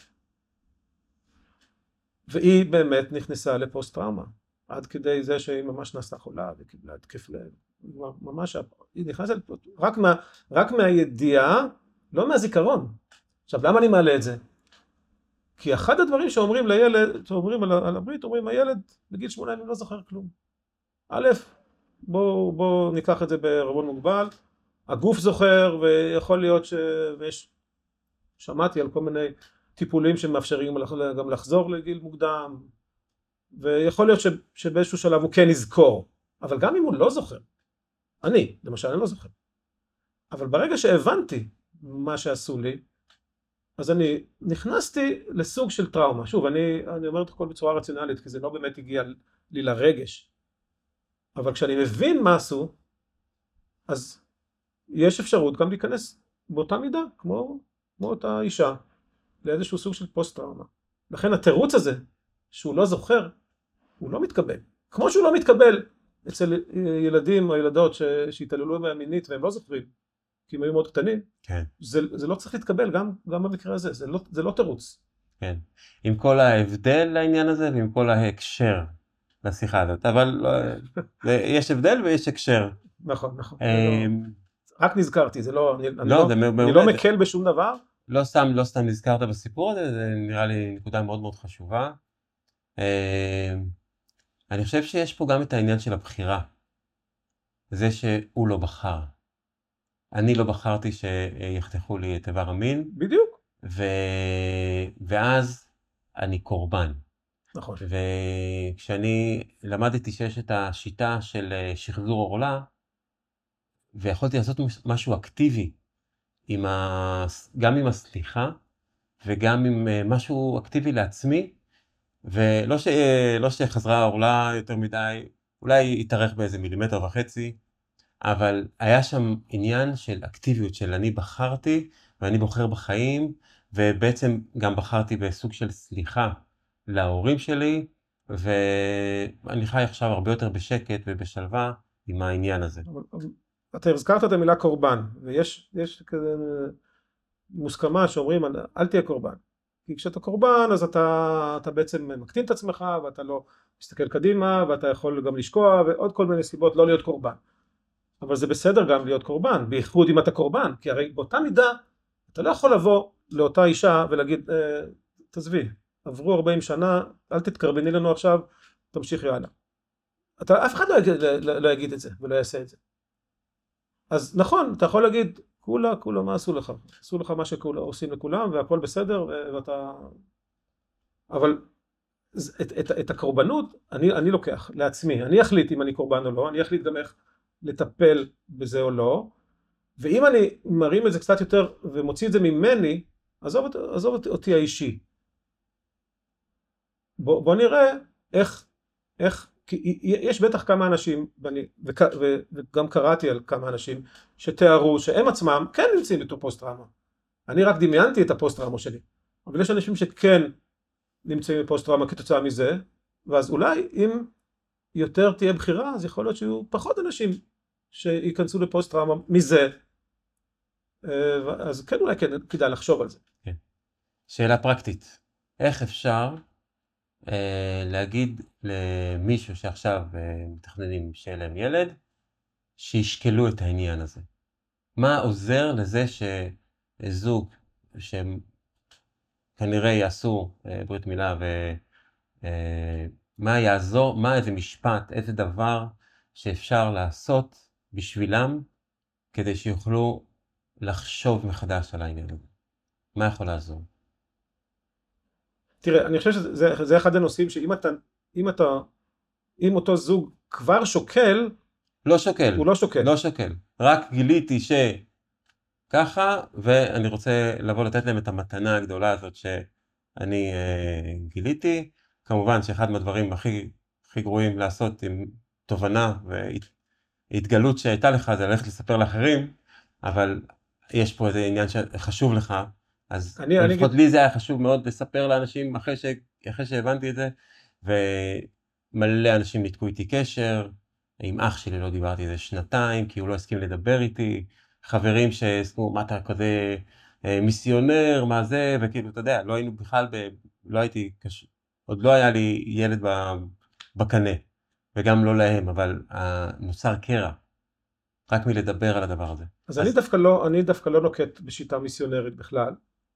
והיא באמת נכנסה לפוסט טראומה. עד כדי זה שהיא ממש נעשתה חולה וקיבלה התקף לב. ממש, היא נכנסת רק מהידיעה, לא מהזיכרון. עכשיו, למה אני מעלה את זה? כי אחד הדברים שאומרים לילד, שאומרים על הברית, אומרים, הילד בגיל 8 לא זוכר כלום. א', בואו ניקח את זה בערבון מוגבל. הגוף זוכר, ויכול להיות שמעתי על כל מיני טיפולים שמאפשרים גם לחזור לגיל מוקדם, ויכול להיות שבאיזשהו שלב הוא כן יזכור, אבל גם אם הוא לא זוכר, אני, למשל, אני לא זוכר. אבל ברגע שהבנתי מה שעשו לי, אז אני נכנסתי לסוג של טראומה. שוב, אני אומר את הכל בצורה רציונלית, כי זה לא באמת הגיע לי לרגש. אבל כשאני מבין מה עשו, אז יש אפשרות גם להיכנס באותה מידה, כמו אותה אישה, לאיזשהו סוג של פוסט טראומה. לכן התירוץ הזה, שהוא לא זוכר, הוא לא מתקבל. כמו שהוא לא מתקבל אצל ילדים או ילדות שהתעללו בהם מינית והם לא זוכרים, כי הם היו מאוד קטנים, כן. זה לא צריך להתקבל גם במקרה הזה, זה לא תירוץ. כן. עם כל ההבדל לעניין הזה ועם כל ההקשר לשיחה הזאת, אבל יש הבדל ויש הקשר. נכון. רק נזכרתי, זה לא, אני לא מקל בשום דבר. לא סתם נזכרת בסיפור הזה, זה נראה לי נקודה מאוד מאוד חשובה. אני חושב שיש פה גם את העניין של הבחירה. זה שהוא לא בחר. אני לא בחרתי שיחתכו לי את איבר המין. בדיוק. ואז אני קורבן. נכון. וכשאני למדתי שיש את השיטה של שחזור עורלה, ויכולתי לעשות משהו אקטיבי, גם עם הסליחה, וגם עם משהו אקטיבי לעצמי, ולא שחזרה העורלה יותר מדי, אולי התארך באיזה 1.5 מילימטר, אבל היה שם עניין של אקטיביות, של אני בחרתי, ואני בוחר בחיים, ובעצם גם בחרתי בסוג של סליחה להורים שלי, ואני חי עכשיו הרבה יותר בשקט ובשלווה עם העניין הזה. אתה הזכרת את המילה קורבן, ויש כזה מוסכמה שאומרים, אל תהיה קורבן. כי כשאתה קורבן, אז אתה בעצם מקטין את עצמך, ואתה לא מסתכל קדימה, ואתה יכול גם לשקוע, ועוד כל מיני סיבות לא להיות קורבן. אבל זה בסדר גם להיות קורבן, בייחוד אם אתה קורבן, כי הרי באותה מידה, אתה לא יכול לבוא לאותה אישה ולהגיד, תעזבי, עברו 40 שנה, אל תתקרבני לנו עכשיו, תמשיכי הלאה. אף אחד לא יגיד את זה ולא יעשה את זה. אז נכון, אתה יכול להגיד, כולה, מה עשו לך? עשו לך מה שעושים לכולם, והכל בסדר, ואתה... אבל את הקורבנות אני לוקח לעצמי, אני אחליט אם אני קורבן או לא, אני אחליט גם איך לטפל בזה או לא, ואם אני מרים את זה קצת יותר ומוציא את זה ממני, עזוב אותי האישי. בוא נראה כי יש בטח כמה אנשים, וגם קראתי על כמה אנשים, שתיארו שהם עצמם כן נמצאים בתור פוסט-טראומה. אני רק דמיינתי את הפוסט-טראומה שלי. אבל יש אנשים שכן נמצאים בפוסט-טראומה כתוצאה מזה, ואז אולי אם יותר תהיה בחירה, אז יכול להיות שיהיו פחות אנשים שיכנסו לפוסט-טראומה מזה. אז כן, אולי כן, כדאי לחשוב על זה. כן. שאלה פרקטית. איך אפשר להגיד למישהו שעכשיו מתכננים שיהיה להם ילד, שישקלו את העניין הזה? מה עוזר לזה שזוג שהם כנראה יעשו ברית מילה, ומה יעזור, מה איזה משפט, איזה דבר שאפשר לעשות בשבילם, כדי שיוכלו לחשוב מחדש על העניין הזה? מה יכול לעזור? תראה, אני חושב שזה אחד הנושאים אם אותו זוג כבר שוקל, לא שוקל. הוא לא שוקל. לא שוקל. רק גיליתי שככה, ואני רוצה לבוא לתת להם את המתנה הגדולה הזאת שאני גיליתי. כמובן שאחד מהדברים הכי גרועים לעשות עם תובנה והתגלות שהייתה לך, זה ללכת לספר לאחרים, אבל יש פה איזה עניין שחשוב לך, אז לפחות לי זה היה חשוב מאוד לספר לאנשים אחרי שהבנתי את זה, ומלא אנשים ניתקו איתי קשר, עם אח שלי לא דיברתי איזה שנתיים, כי הוא לא הסכים לדבר איתי, חברים שהסכימו, מה אתה כזה מיסיונר, מה זה, וכאילו, אתה יודע, לא היינו בכלל, לא הייתי, עוד לא היה לי ילד בקנה, וגם לא להם, אבל נוצר קרע, רק מלדבר על הדבר הזה. אז אני דווקא לא נוקט בשיטה מיסיונרית בכלל.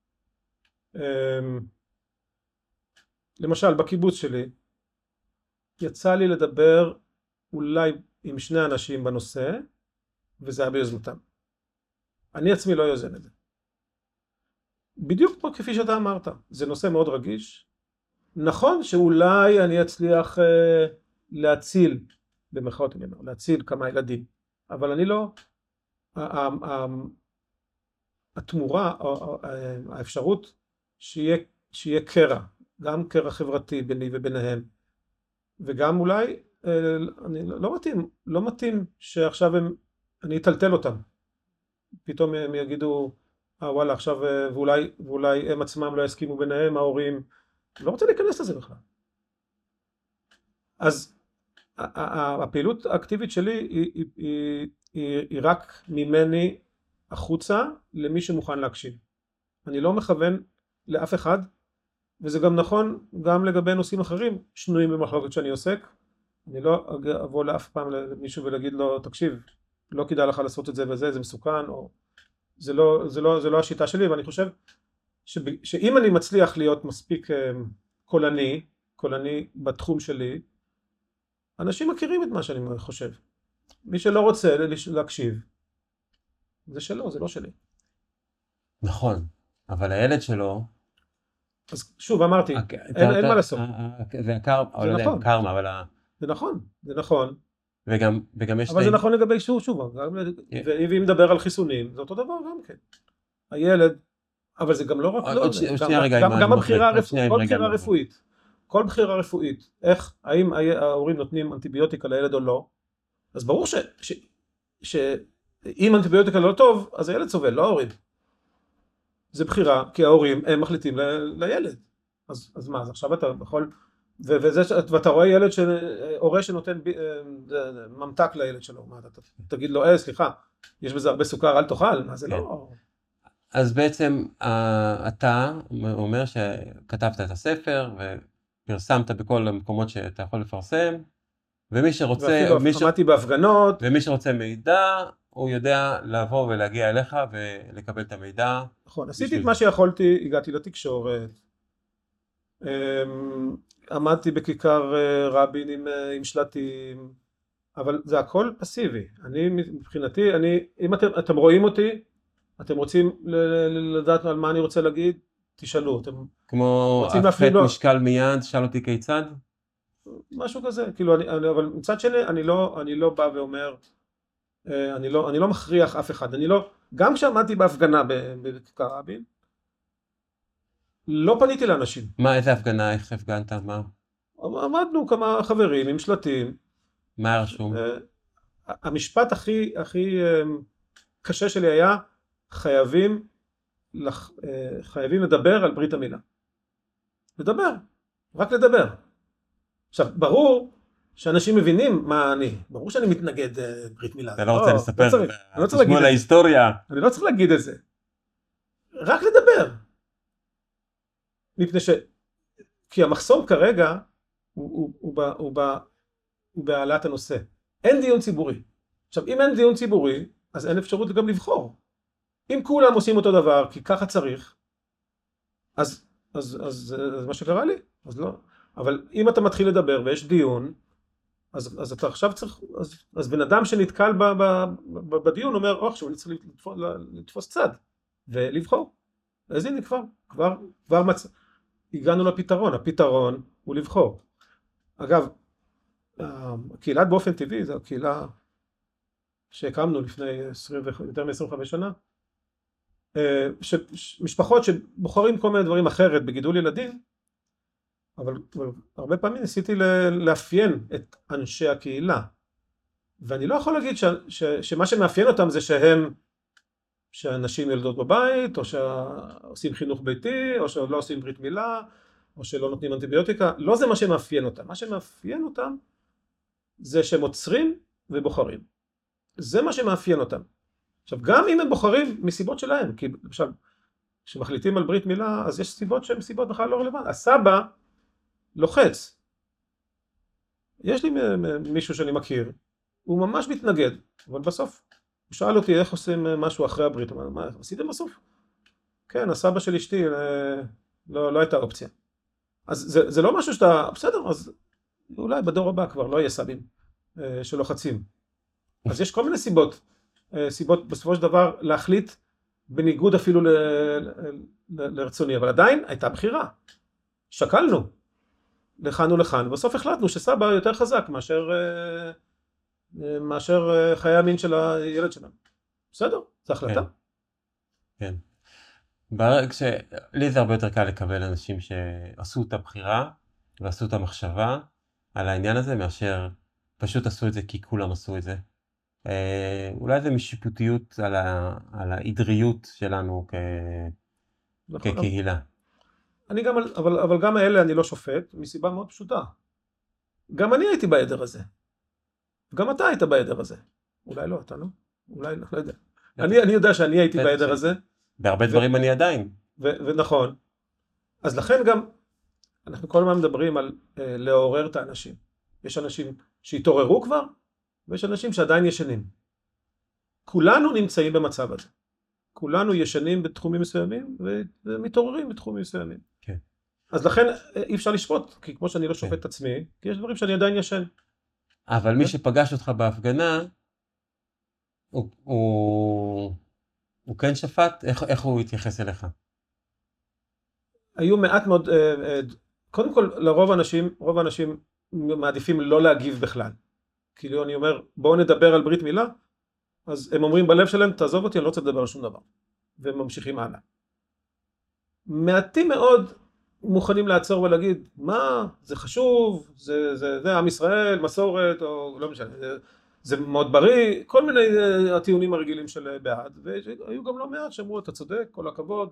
למשל, בקיבוץ שלי, יצא לי לדבר אולי עם שני אנשים בנושא, וזה היה ביוזמתם. אני עצמי לא יוזם את זה. בדיוק כמו כפי שאתה אמרת, זה נושא מאוד רגיש. נכון שאולי אני אצליח להציל, במרכאות ממנו, להציל כמה ילדים, אבל אני לא, התמורה, האפשרות שיהיה קרע, גם קרע חברתי ביני וביניהם, וגם אולי, אני לא מתאים שעכשיו אני אטלטל אותם. פתאום הם יגידו, וואלה, עכשיו, ואולי הם עצמם לא יסכימו ביניהם, ההורים, לא רוצה להיכנס לזה בכלל. אז הפעילות האקטיבית שלי היא רק ממני החוצה למי שמוכן להקשיב. אני לא מכוון לאף אחד, וזה גם נכון גם לגבי נושאים אחרים שנויים במחלוקת שאני עוסק. אני לא אבוא לאף פעם למישהו ולהגיד לו, תקשיב, לא כדאי לך לעשות את זה וזה, זה מסוכן, או זה לא השיטה שלי, ואני חושב שאם אני מצליח להיות מספיק קולני בתחום שלי, אנשים מכירים את מה שאני חושב. מי שלא רוצה להקשיב, זה שלו, זה לא שלי. נכון, אבל הילד שלו... אז שוב, אמרתי, אין מה לעשות. זה הקרמה, אבל... זה נכון. וגם יש... אבל זה נכון לגבי שוב, ואם נדבר על חיסונים, זה אותו דבר גם כן. הילד, אבל זה גם לא רק... גם הבחירה הרפואית. כל בחירה רפואית, האם ההורים נותנים אנטיביוטיקה לילד או לא, אז ברור שאם אנטיביוטיקה לא טוב, אז הילד סובל, לא ההורים. זה בחירה, כי ההורים הם מחליטים לילד. אז מה, אז עכשיו אתה יכול... ואתה רואה ילד, הורה שנותן ממתק לילד שלו, אתה תגיד לו, סליחה, יש בזה הרבה סוכר, אל תאכל, מה זה לא... אז בעצם אתה אומר שכתבת את הספר ופרסמת בכל המקומות שאתה יכול לפרסם, ומי שרוצה... ואפילו עמדתי בהפגנות. ומי שרוצה מידע, הוא יודע לבוא ולהגיע אליך ולקבל את המידע. נכון, עשיתי את מה שיכולתי, הגעתי לתקשורת, עמדתי בכיכר רבין עם שלטים, אבל זה הכל פסיבי. מבחינתי, אם אתם רואים אותי, אתם רוצים לדעת על מה אני רוצה להגיד, תשאלו. כמו הפחת משקל מיד, שאל אותי כיצד? משהו כזה, כאילו, אבל מצד שני, אני לא בא ואומר, אני לא מכריח אף אחד, גם כשעמדתי בהפגנה בכיכר רבין, לא פניתי לאנשים. מה, איזה הפגנה, איך הפגנת, מה? עמדנו כמה חברים עם שלטים. מה היה רשום? המשפט הכי קשה שלי היה, חייבים לדבר על ברית המילה. לדבר, רק לדבר. עכשיו, ברור שאנשים מבינים מה ברור שאני מתנגד ברית מילה. אתה לא רוצה לספר, אני לא צריך להגיד תשמעו את זה. להיסטוריה. אני לא צריך להגיד את זה. רק לדבר. מפני כי המחסום כרגע הוא בהעלאת הנושא. אין דיון ציבורי. עכשיו, אם אין דיון ציבורי, אז אין אפשרות גם לבחור. אם כולם עושים אותו דבר, כי ככה צריך, אז מה שקרה לי, אז לא. אבל אם אתה מתחיל לדבר ויש דיון, אז אתה עכשיו צריך, אז בן אדם שנתקל בדיון אומר, עכשיו אני צריך לתפוס צד ולבחור. אז הנה כבר הגענו לפתרון, הפתרון הוא לבחור. אגב, הקהילה באופן טבעי, זו הקהילה שהקמנו לפני יותר מ-25 שנה, משפחות שבוחרים כל מיני דברים אחרת בגידול ילדים, אבל הרבה פעמים ניסיתי לאפיין את אנשי הקהילה, ואני לא יכול להגיד שמה שמאפיין אותם זה שאנשים ילדות בבית, או שעושים חינוך ביתי, או שלא עושים ברית מילה, או שלא נותנים אנטיביוטיקה. לא זה מה שמאפיין אותם. מה שמאפיין אותם זה שהם עוצרים ובוחרים. זה מה שמאפיין אותם. עכשיו, גם אם הם בוחרים מסיבות שלהם, כי למשל, כשמחליטים על ברית מילה, אז יש סיבות שהן סיבות בכלל לא רלוונטיות. הסבא לוחץ. יש לי מישהו שאני מכיר, הוא ממש מתנגד, אבל בסוף הוא שאל אותי איך עושים משהו אחרי הברית. מה עשיתם בסוף? כן, הסבא של אשתי לא הייתה אופציה. אז זה לא משהו שאתה, בסדר, אז אולי בדור הבא כבר לא יהיה סבים שלוחצים. אז יש כל מיני סיבות בסופו של דבר להחליט בניגוד אפילו לרצוני, אבל עדיין הייתה בחירה. שקלנו, לכאן ולכאן, ובסוף החלטנו שסבא יותר חזק מאשר חיי המין של הילד שלנו. בסדר, זו החלטה. כן. לי זה הרבה יותר קל לקבל אנשים שעשו את הבחירה ועשו את המחשבה על העניין הזה, מאשר פשוט עשו את זה כי כולם עשו את זה. אולי זה משיפוטיות על העדריות שלנו כקהילה. אבל גם האלה אני לא שופט, מסיבה מאוד פשוטה. גם אני הייתי בעדר הזה. גם אתה היית בעדר הזה. אולי לא, אתה לא? אולי לא יודע. אני יודע שאני הייתי בעדר הזה. בהרבה דברים אני עדיין. ונכון. אז לכן גם, אנחנו כל הזמן מדברים על לעורר את האנשים. יש אנשים שהתעוררו כבר, ויש אנשים שעדיין ישנים. כולנו נמצאים במצב הזה. כולנו ישנים בתחומים מסוימים, ומתעוררים בתחומים מסוימים. כן. אז לכן אי אפשר לשפוט, כי כמו שאני לא שופט את עצמי, כי יש דברים שאני עדיין ישן. אבל מי שפגש אותך בהפגנה, הוא כן שפט? איך הוא התייחס אליך? היו מעט מאוד, קודם כל, רוב האנשים מעדיפים לא להגיב בכלל. כאילו אני אומר, בואו נדבר על ברית מילה, אז הם אומרים בלב שלהם, תעזוב אותי, אני לא רוצה לדבר על שום דבר. והם ממשיכים הלאה. מעטים מאוד מוכנים לעצור ולהגיד, מה, זה חשוב, זה עם ישראל, מסורת, או לא משנה, זה מאוד בריא, כל מיני הטיעונים הרגילים של בעד, והיו גם לא מעט שאמרו, אתה צודק, כל הכבוד,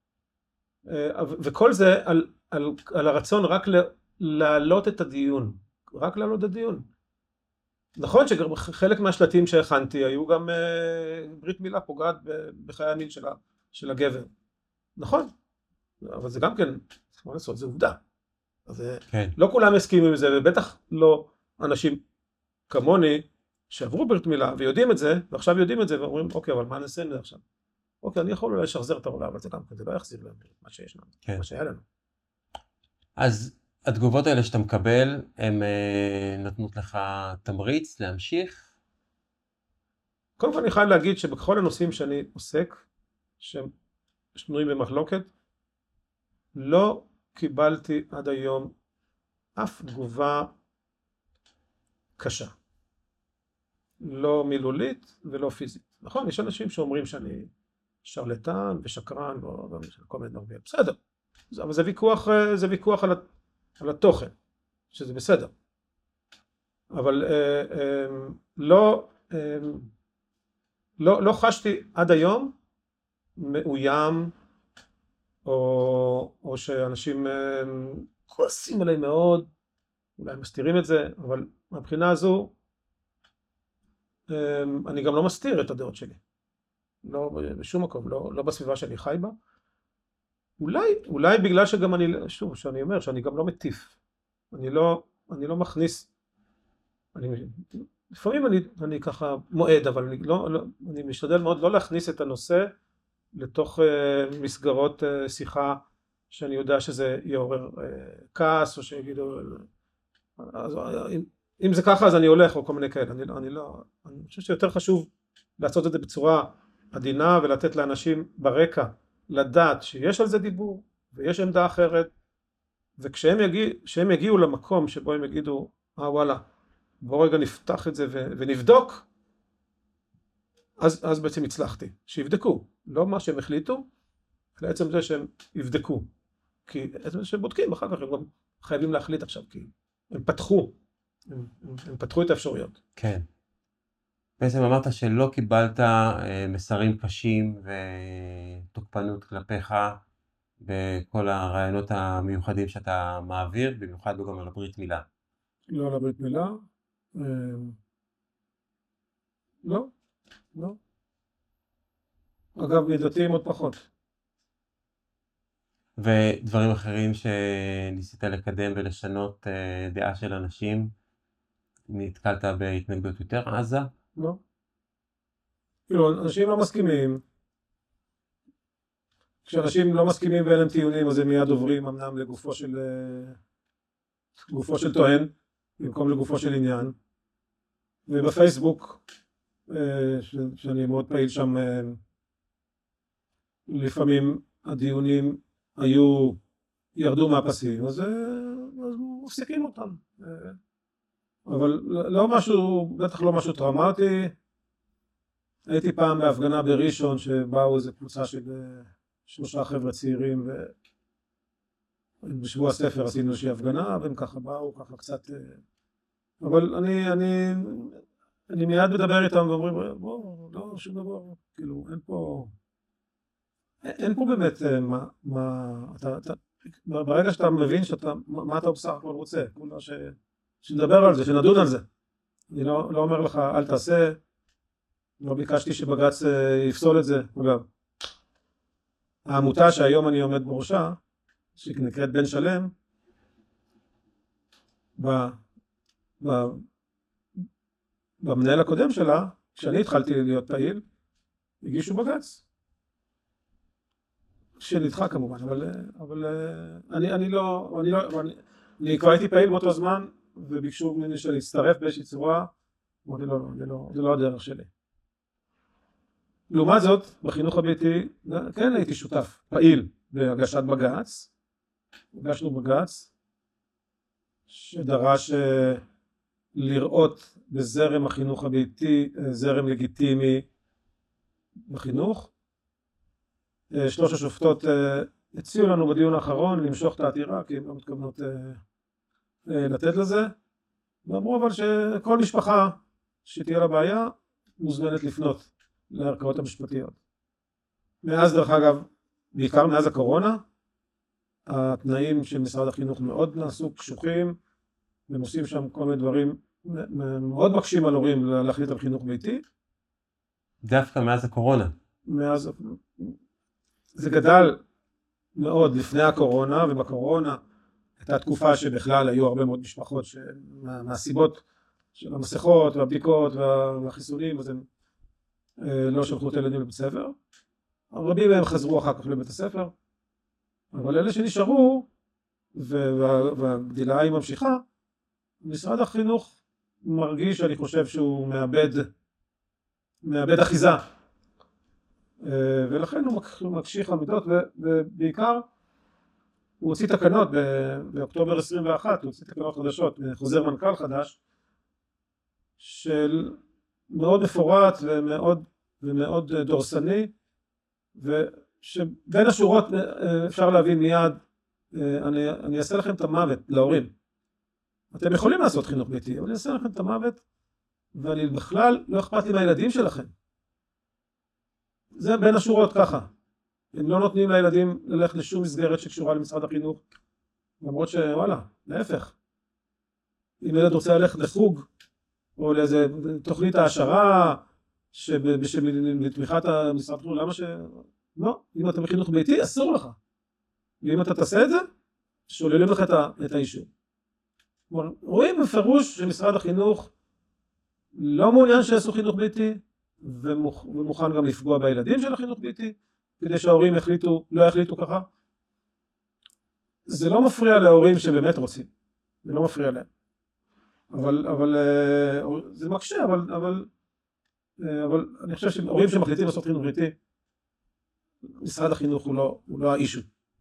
וכל זה על הרצון רק להעלות את הדיון, רק להעלות את הדיון. נכון שחלק מהשלטים שהכנתי היו גם ברית מילה פוגעת בחיי המין של הגבר. נכון, אבל זה גם כן, מה לעשות, זה עובדה. אז כן. לא כולם הסכימים עם זה, ובטח לא אנשים כמוני שעברו ברית מילה ויודעים את זה, ועכשיו יודעים את זה ואומרים, אוקיי, אבל מה נעשה לזה עכשיו? אוקיי, אני יכול אולי לשחזר את העולם, אבל זה גם כן, זה לא יחזיר לנו מה שיש לנו, כן. מה שהיה לנו. אז התגובות האלה שאתה מקבל, הן נותנות לך תמריץ להמשיך? קודם כל אני חייב להגיד שבכל הנושאים שאני עוסק, שהם שנויים במחלוקת, לא קיבלתי עד היום אף תגובה קשה. לא מילולית ולא פיזית. נכון, יש אנשים שאומרים שאני שרלטן ושקרן וכל מיני דברים. בסדר, אבל זה ויכוח על התוכן, שזה בסדר. אבל לא חשתי עד היום מאוים, או שאנשים כועסים עליי מאוד, אולי מסתירים את זה, אבל מהבחינה הזו אני גם לא מסתיר את הדעות שלי. לא בשום מקום, לא בסביבה שאני חי בה. אולי בגלל שגם שוב, שאני אומר, שאני גם לא מטיף. אני לא מכניס, לפעמים אני ככה מועד, אבל אני משתדל מאוד לא להכניס את הנושא לתוך מסגרות שיחה שאני יודע שזה יעורר כעס, או שיגידו, אם זה ככה אז אני הולך, או כל מיני כאלה. אני חושב שיותר חשוב לעשות את זה בצורה עדינה, ולתת לאנשים ברקע לדעת שיש על זה דיבור, ויש עמדה אחרת, וכשהם יגיעו למקום שבו הם יגידו, וואלה, בוא רגע נפתח את זה ונבדוק, אז בעצם הצלחתי. שיבדקו, לא מה שהם החליטו, אלא עצם זה שהם יבדקו. כי עצם זה שהם בודקים, אחר כך הם גם חייבים להחליט עכשיו, כי הם פתחו את האפשרויות. כן. בעצם אמרת שלא קיבלת מסרים קשים ותוקפנות כלפיך בכל הרעיונות המיוחדים שאתה מעביר, במיוחד גם על הברית מילה. לא על הברית מילה. לא. אגב, מדתיים עוד פחות. ודברים אחרים שניסית לקדם ולשנות דעה של אנשים, נתקלת בהתנגדות יותר עזה? לא. כאילו, אנשים לא מסכימים. כשאנשים לא מסכימים ואין להם טיעונים, אז הם מיד עוברים אמנם לגופו של טוען, במקום לגופו של עניין. ובפייסבוק, שאני מאוד פעיל שם, לפעמים הדיונים ירדו מהפסים, אז מפסיקים אותם. אבל בטח לא משהו טראומטי. הייתי פעם בהפגנה בראשון שבאו איזו קבוצה של 3 חבר'ה צעירים, ובשבוע הספר עשינו איזושהי הפגנה, והם ככה באו, ככה קצת... אבל אני מיד מדבר איתם ואומרים, בוא, לא, שום דבר, כאילו, אין פה באמת ברגע שאתה מבין מה אתה בסך הכל רוצה, שנדבר על זה, שנדון על זה. אני לא אומר לך, אל תעשה, לא ביקשתי שבג"ץ יפסול את זה. אגב, העמותה שהיום אני עומד בראשה, שנקראת בן שלם, במנהל הקודם שלה, כשאני התחלתי להיות פעיל, הגישו בג"ץ. שנדחה כמובן, אבל אני כבר הייתי פעיל באותו זמן, וביקשו ממני להצטרף באיזושהי צורה, אמרתי זה לא הדרך שלי. לעומת זאת, בחינוך הביתי, כן הייתי שותף, פעיל בהגשת בג"ץ. הגשנו בג"ץ, שדרש לראות בזרם החינוך הביתי, זרם לגיטימי בחינוך. 3 השופטות הציעו לנו בדיון האחרון למשוך את העתירה, כי הן לא מתכוונות לתת לזה. ואמרו אבל שכל משפחה שתהיה לה בעיה, מוזמנת לפנות לערכאות המשפטיות. מאז דרך אגב, בעיקר מאז הקורונה, התנאים של משרד החינוך מאוד נעשו קשוחים, והם עושים שם כל מיני דברים מאוד מקשים על הורים להחליט על חינוך ביתי. דווקא מאז הקורונה. זה גדל מאוד לפני הקורונה, ובקורונה הייתה תקופה שבכלל היו הרבה מאוד משפחות מהסיבות של המסכות והבדיקות והחיסונים, אז הם לא שלחו את הילדים לבית ספר. רבים מהם חזרו אחר כך לבית הספר, אבל אלה שנשארו, והגדילה היא ממשיכה, משרד החינוך מרגיש, אני חושב שהוא מאבד אחיזה. ולכן הוא מקשיח המידות, ובעיקר הוא הוציא תקנות באוקטובר 21, הוא הוציא תקנות חדשות, חוזר מנכ"ל חדש, של מאוד מפורט ומאוד דורסני, ושבין השורות אפשר להבין מיד, אני אעשה לכם את המוות להורים. אתם יכולים לעשות חינוך ביתי, אבל אני אעשה לכם את המוות, ואני בכלל לא אכפת לי מהילדים שלכם. זה בין השורות ככה. הם לא נותנים לילדים ללכת לשום מסגרת שקשורה למשרד החינוך, למרות שוואלה, להפך. אם ילד רוצה ללכת לחוג, או לאיזה תוכנית העשרה, שבתמיכת המשרד החינוך, למה לא, אם אתה בחינוך ביתי, אסור לך. ואם אתה תעשה את זה, שוללים לך את האישור. רואים בפירוש שמשרד החינוך לא מעוניין שיעשו חינוך ביתי, ומוכן גם לפגוע בילדים של החינוך ביתי, כדי שההורים לא יחליטו ככה. זה לא מפריע להורים שבאמת רוצים, זה לא מפריע להם. אבל זה מקשה, אבל אני חושב שהורים שמחליטים לעשות חינוך ביתי, משרד החינוך הוא לא האישו.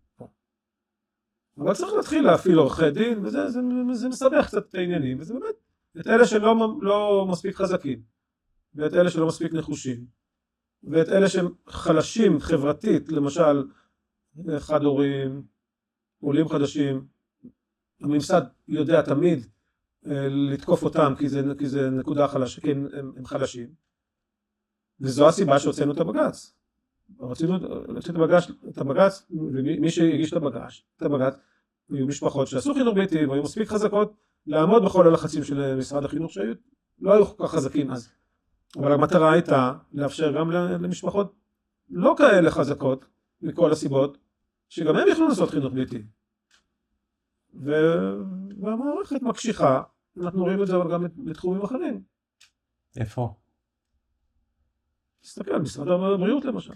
אבל צריך להתחיל להפעיל עורכי דין, וזה מסבך קצת את העניינים, וזה באמת, את אלה שלא מספיק חזקים, ואת אלה שלא מספיק נחושים, ואת אלה שהם חלשים חברתית, למשל, חד הורים, עולים חדשים, הממסד יודע תמיד לתקוף אותם, כי זה נקודה חלשה, כי הם חלשים, וזו הסיבה שהוצאנו את הבג"ץ. רצינו להוציא את הבג"ץ, ומי שהגיש את הבג"ץ, היו משפחות שעשו חינוך ביתי, והיו מספיק חזקות לעמוד בכל הלחצים של משרד החינוך, שלא היו כל כך חזקים אז. אבל המטרה הייתה לאפשר גם למשפחות לא כאלה חזקות, מכל הסיבות, שגם הם יכלו לעשות חינוך ביתי. והמערכת מקשיחה, אנחנו רואים את זה גם בתחומים אחרים. איפה? תסתכל על משרד הבריאות למשל.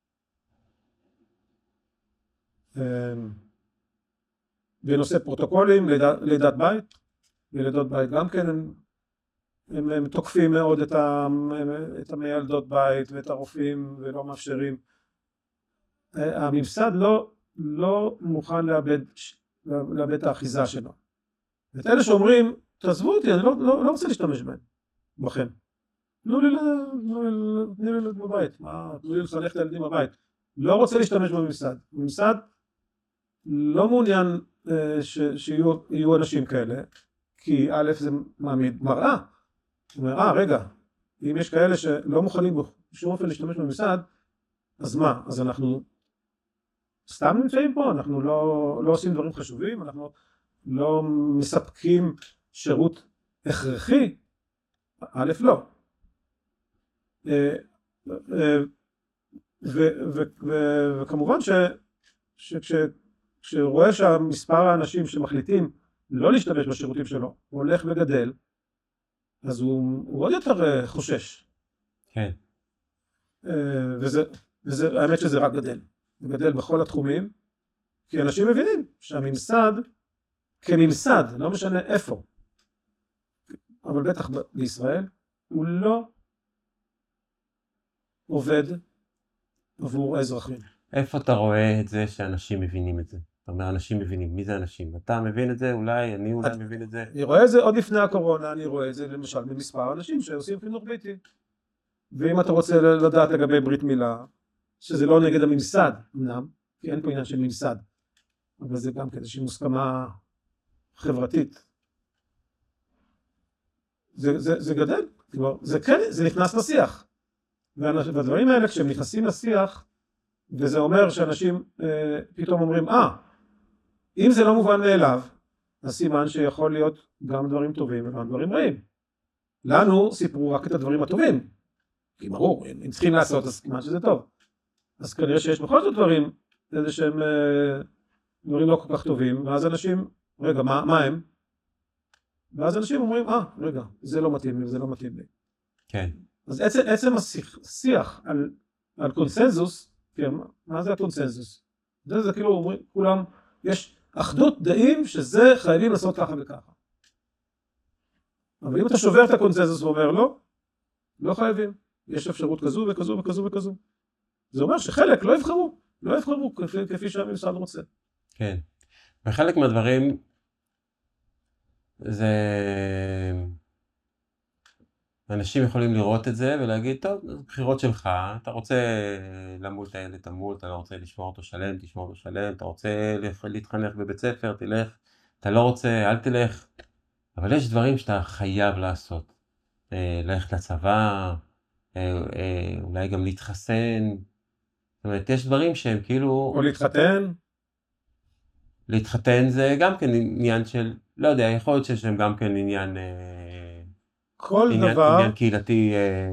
בנושא פרוטוקולים, לידת בית, ולידות בית גם כן הם תוקפים מאוד את המילדות בית ואת הרופאים ולא מאפשרים. הממסד לא מוכן לאבד את האחיזה שלו. ואת אלה שאומרים, תעזבו אותי, אני לא רוצה להשתמש בכם. תנו לי בבית, תנו לי לחנך את הילדים בבית. לא רוצה להשתמש בממסד. הממסד לא מעוניין שיהיו אנשים כאלה, כי א' זה מעמיד מראה. הוא אומר, רגע, אם יש כאלה שלא מוכנים בשום אופן להשתמש בממסד, אז מה? אז אנחנו סתם נמצאים פה, אנחנו לא עושים דברים חשובים, אנחנו לא מספקים שירות הכרחי, א' לא. וכמובן שרואה שהמספר האנשים שמחליטים לא להשתמש בשירותים שלו, הוא הולך וגדל, אז הוא עוד יותר חושש. כן. וזה, האמת שזה רק גדל. זה גדל בכל התחומים, כי אנשים מבינים שהממסד, כממסד, לא משנה איפה, אבל בטח בישראל, הוא לא עובד עבור האזרחים. איפה אתה רואה את זה שאנשים מבינים את זה? זאת אומרת, אנשים מבינים. מי זה אנשים? אתה מבין את זה? אולי, אני אולי מבין את זה? אני רואה את זה עוד לפני הקורונה, אני רואה את זה למשל במספר אנשים שעושים חינוך ביתי. ואם אתה רוצה לדעת לגבי ברית מילה, שזה לא נגד הממסד, אמנם, כי אין פה עניין של ממסד, אבל זה גם כאיזושהי מוסכמה חברתית. זה גדל, זה נכנס לשיח. והדברים האלה כשהם נכנסים לשיח, וזה אומר שאנשים פתאום אומרים, אם זה לא מובן מאליו, אז סימן שיכול להיות גם דברים טובים וגם דברים רעים. לנו סיפרו רק את הדברים הטובים, כי ברור, אם צריכים לעשות, אז כמעט שזה טוב. אז כנראה שיש בכל זאת דברים, איזה שהם דברים לא כל כך טובים, ואז אנשים, רגע, מה הם? ואז אנשים אומרים, רגע, זה לא מתאים לי, זה לא מתאים לי. כן. אז עצם השיח על קונסנזוס, כן, מה זה הקונסנזוס? זה כאילו אומרים, כולם, יש אחדות דעים שזה חייבים לעשות ככה וככה. אבל אם אתה שובר את הקונסנזוס ואומר לא חייבים, יש אפשרות כזו וכזו וכזו וכזו. זה אומר שחלק לא יבחרו כפי שהממסד רוצה. כן. וחלק מהדברים זה אנשים יכולים לראות את זה ולהגיד, טוב, זה בחירות שלך, אתה רוצה למול את הילד, תמול, אתה לא רוצה לשמור אותו שלם, תשמור אותו שלם, אתה רוצה להתחנך בבית ספר, תלך, אתה לא רוצה, אל תלך. אבל יש דברים שאתה חייב לעשות. ללכת לצבא, אולי גם להתחסן. זאת אומרת, יש דברים שהם כאילו... או להתחתן. להתחתן זה גם כן עניין של, לא יודע, יכול להיות שהם גם כן עניין... כל עניין, דבר, עניין קהילתי...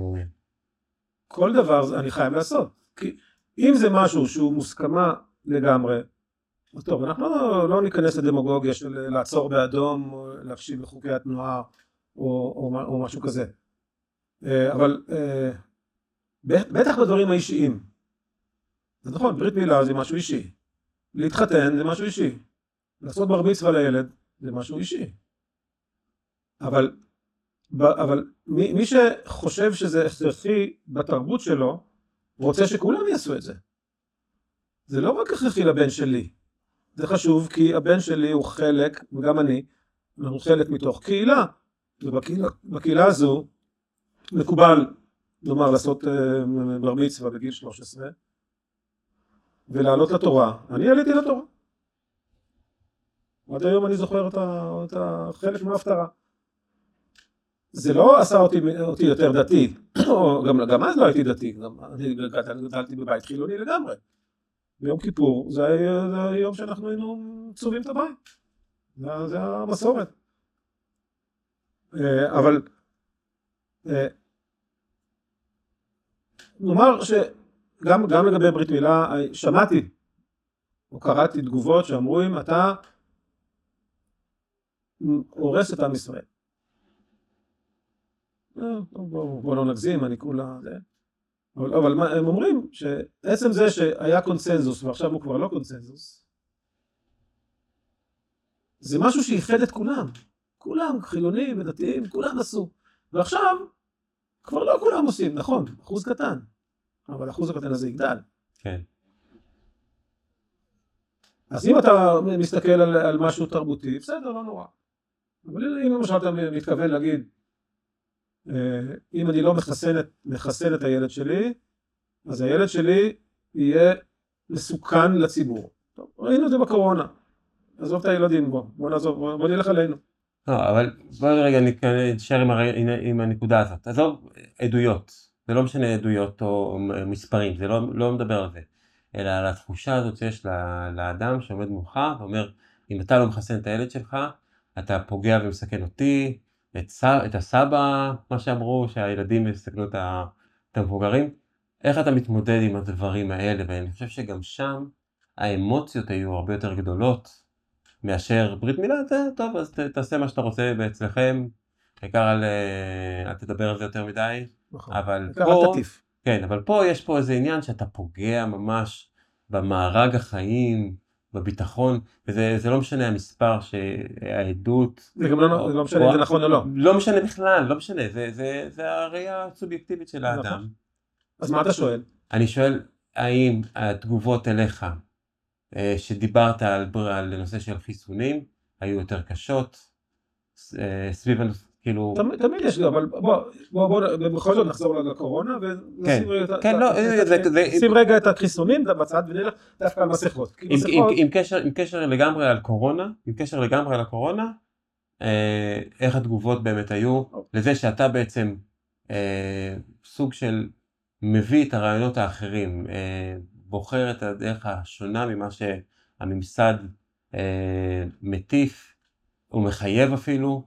כל דבר אני חייב לעשות. כי אם זה משהו שהוא מוסכמה לגמרי, אז טוב, אנחנו לא ניכנס לדמוגוגיה של לעצור באדום, או להקשיב לחוקי התנועה, או משהו כזה. אבל בטח בדברים האישיים. זה נכון, ברית מילה זה משהו אישי. להתחתן זה משהו אישי. לעשות בר מצווה לילד זה משהו אישי. אבל מי שחושב שזה הכרחי בתרבות שלו, רוצה שכולם יעשו את זה. זה לא רק הכרחי לבן שלי. זה חשוב כי הבן שלי הוא חלק, וגם אני, אנחנו חלק מתוך קהילה. ובקהילה הזו מקובל, נאמר, לעשות בר מצווה בגיל 13, ולעלות לתורה. אני עליתי לתורה. עד היום אני זוכר את החלק מההפטרה. זה לא עשה אותי יותר דתי, או גם אז לא הייתי דתי, אני גדלתי בבית חילוני לגמרי. ביום כיפור זה היום שאנחנו היינו צובעים את הבית. זה המסורת. אבל נאמר שגם לגבי ברית מילה שמעתי או קראתי תגובות שאמרו אם אתה הורס את עם ישראל. בוא לא נגזים, אני כולה... אבל הם אומרים שעצם זה שהיה קונצנזוס ועכשיו הוא כבר לא קונצנזוס, זה משהו שיחד את כולם. כולם, חילונים ודתיים, כולם עשו. ועכשיו כבר לא כולם עושים, נכון, אחוז קטן. אבל האחוז הקטן הזה יגדל. כן. אז אם אתה מסתכל על משהו תרבותי, בסדר, לא נורא. אבל אם למשל אתה מתכוון להגיד, אם אני לא מחסן את הילד שלי, אז הילד שלי יהיה מסוכן לציבור. טוב, ראינו את זה בקורונה. עזוב את הילדים, בוא נלך עלינו. לא, אבל בואי רגע נשאר עם הנקודה הזאת. עזוב עדויות, זה לא משנה עדויות או מספרים, זה לא מדבר על זה. אלא על התחושה הזאת שיש לאדם שעומד מולך ואומר, אם אתה לא מחסן את הילד שלך, אתה פוגע ומסכן אותי, את הסבא, מה שאמרו, שהילדים יסתכלו את המבוגרים. איך אתה מתמודד עם הדברים האלה? ואני חושב שגם שם האמוציות היו הרבה יותר גדולות מאשר ברית מילה. טוב, אז תעשה מה שאתה רוצה אצלכם, העיקר אל תדבר על זה יותר מדי. נכון. אבל פה, כן, אבל פה יש פה איזה עניין שאתה פוגע ממש במארג החיים, בביטחון, וזה לא משנה המספר שהעדות... זה גם לא משנה אם זה נכון או לא. לא משנה בכלל, לא משנה, זה הראייה הסובייקטיבית של האדם. אז מה אתה שואל? אני שואל, האם התגובות אליך, שדיברת על נושא של חיסונים, היו יותר קשות, סביב הנושא, כאילו... תמיד יש, אבל בוא בכל זאת נחזור לקורונה, ונשים רגע את החיסונים בצד ונלך דווקא על מסכות. עם קשר לגמרי על הקורונה, איך התגובות באמת היו, לזה שאתה בעצם סוג של מביא את הרעיונות האחרים, בוחר את הדרך השונה ממה שהממסד מטיף, הוא מחייב אפילו.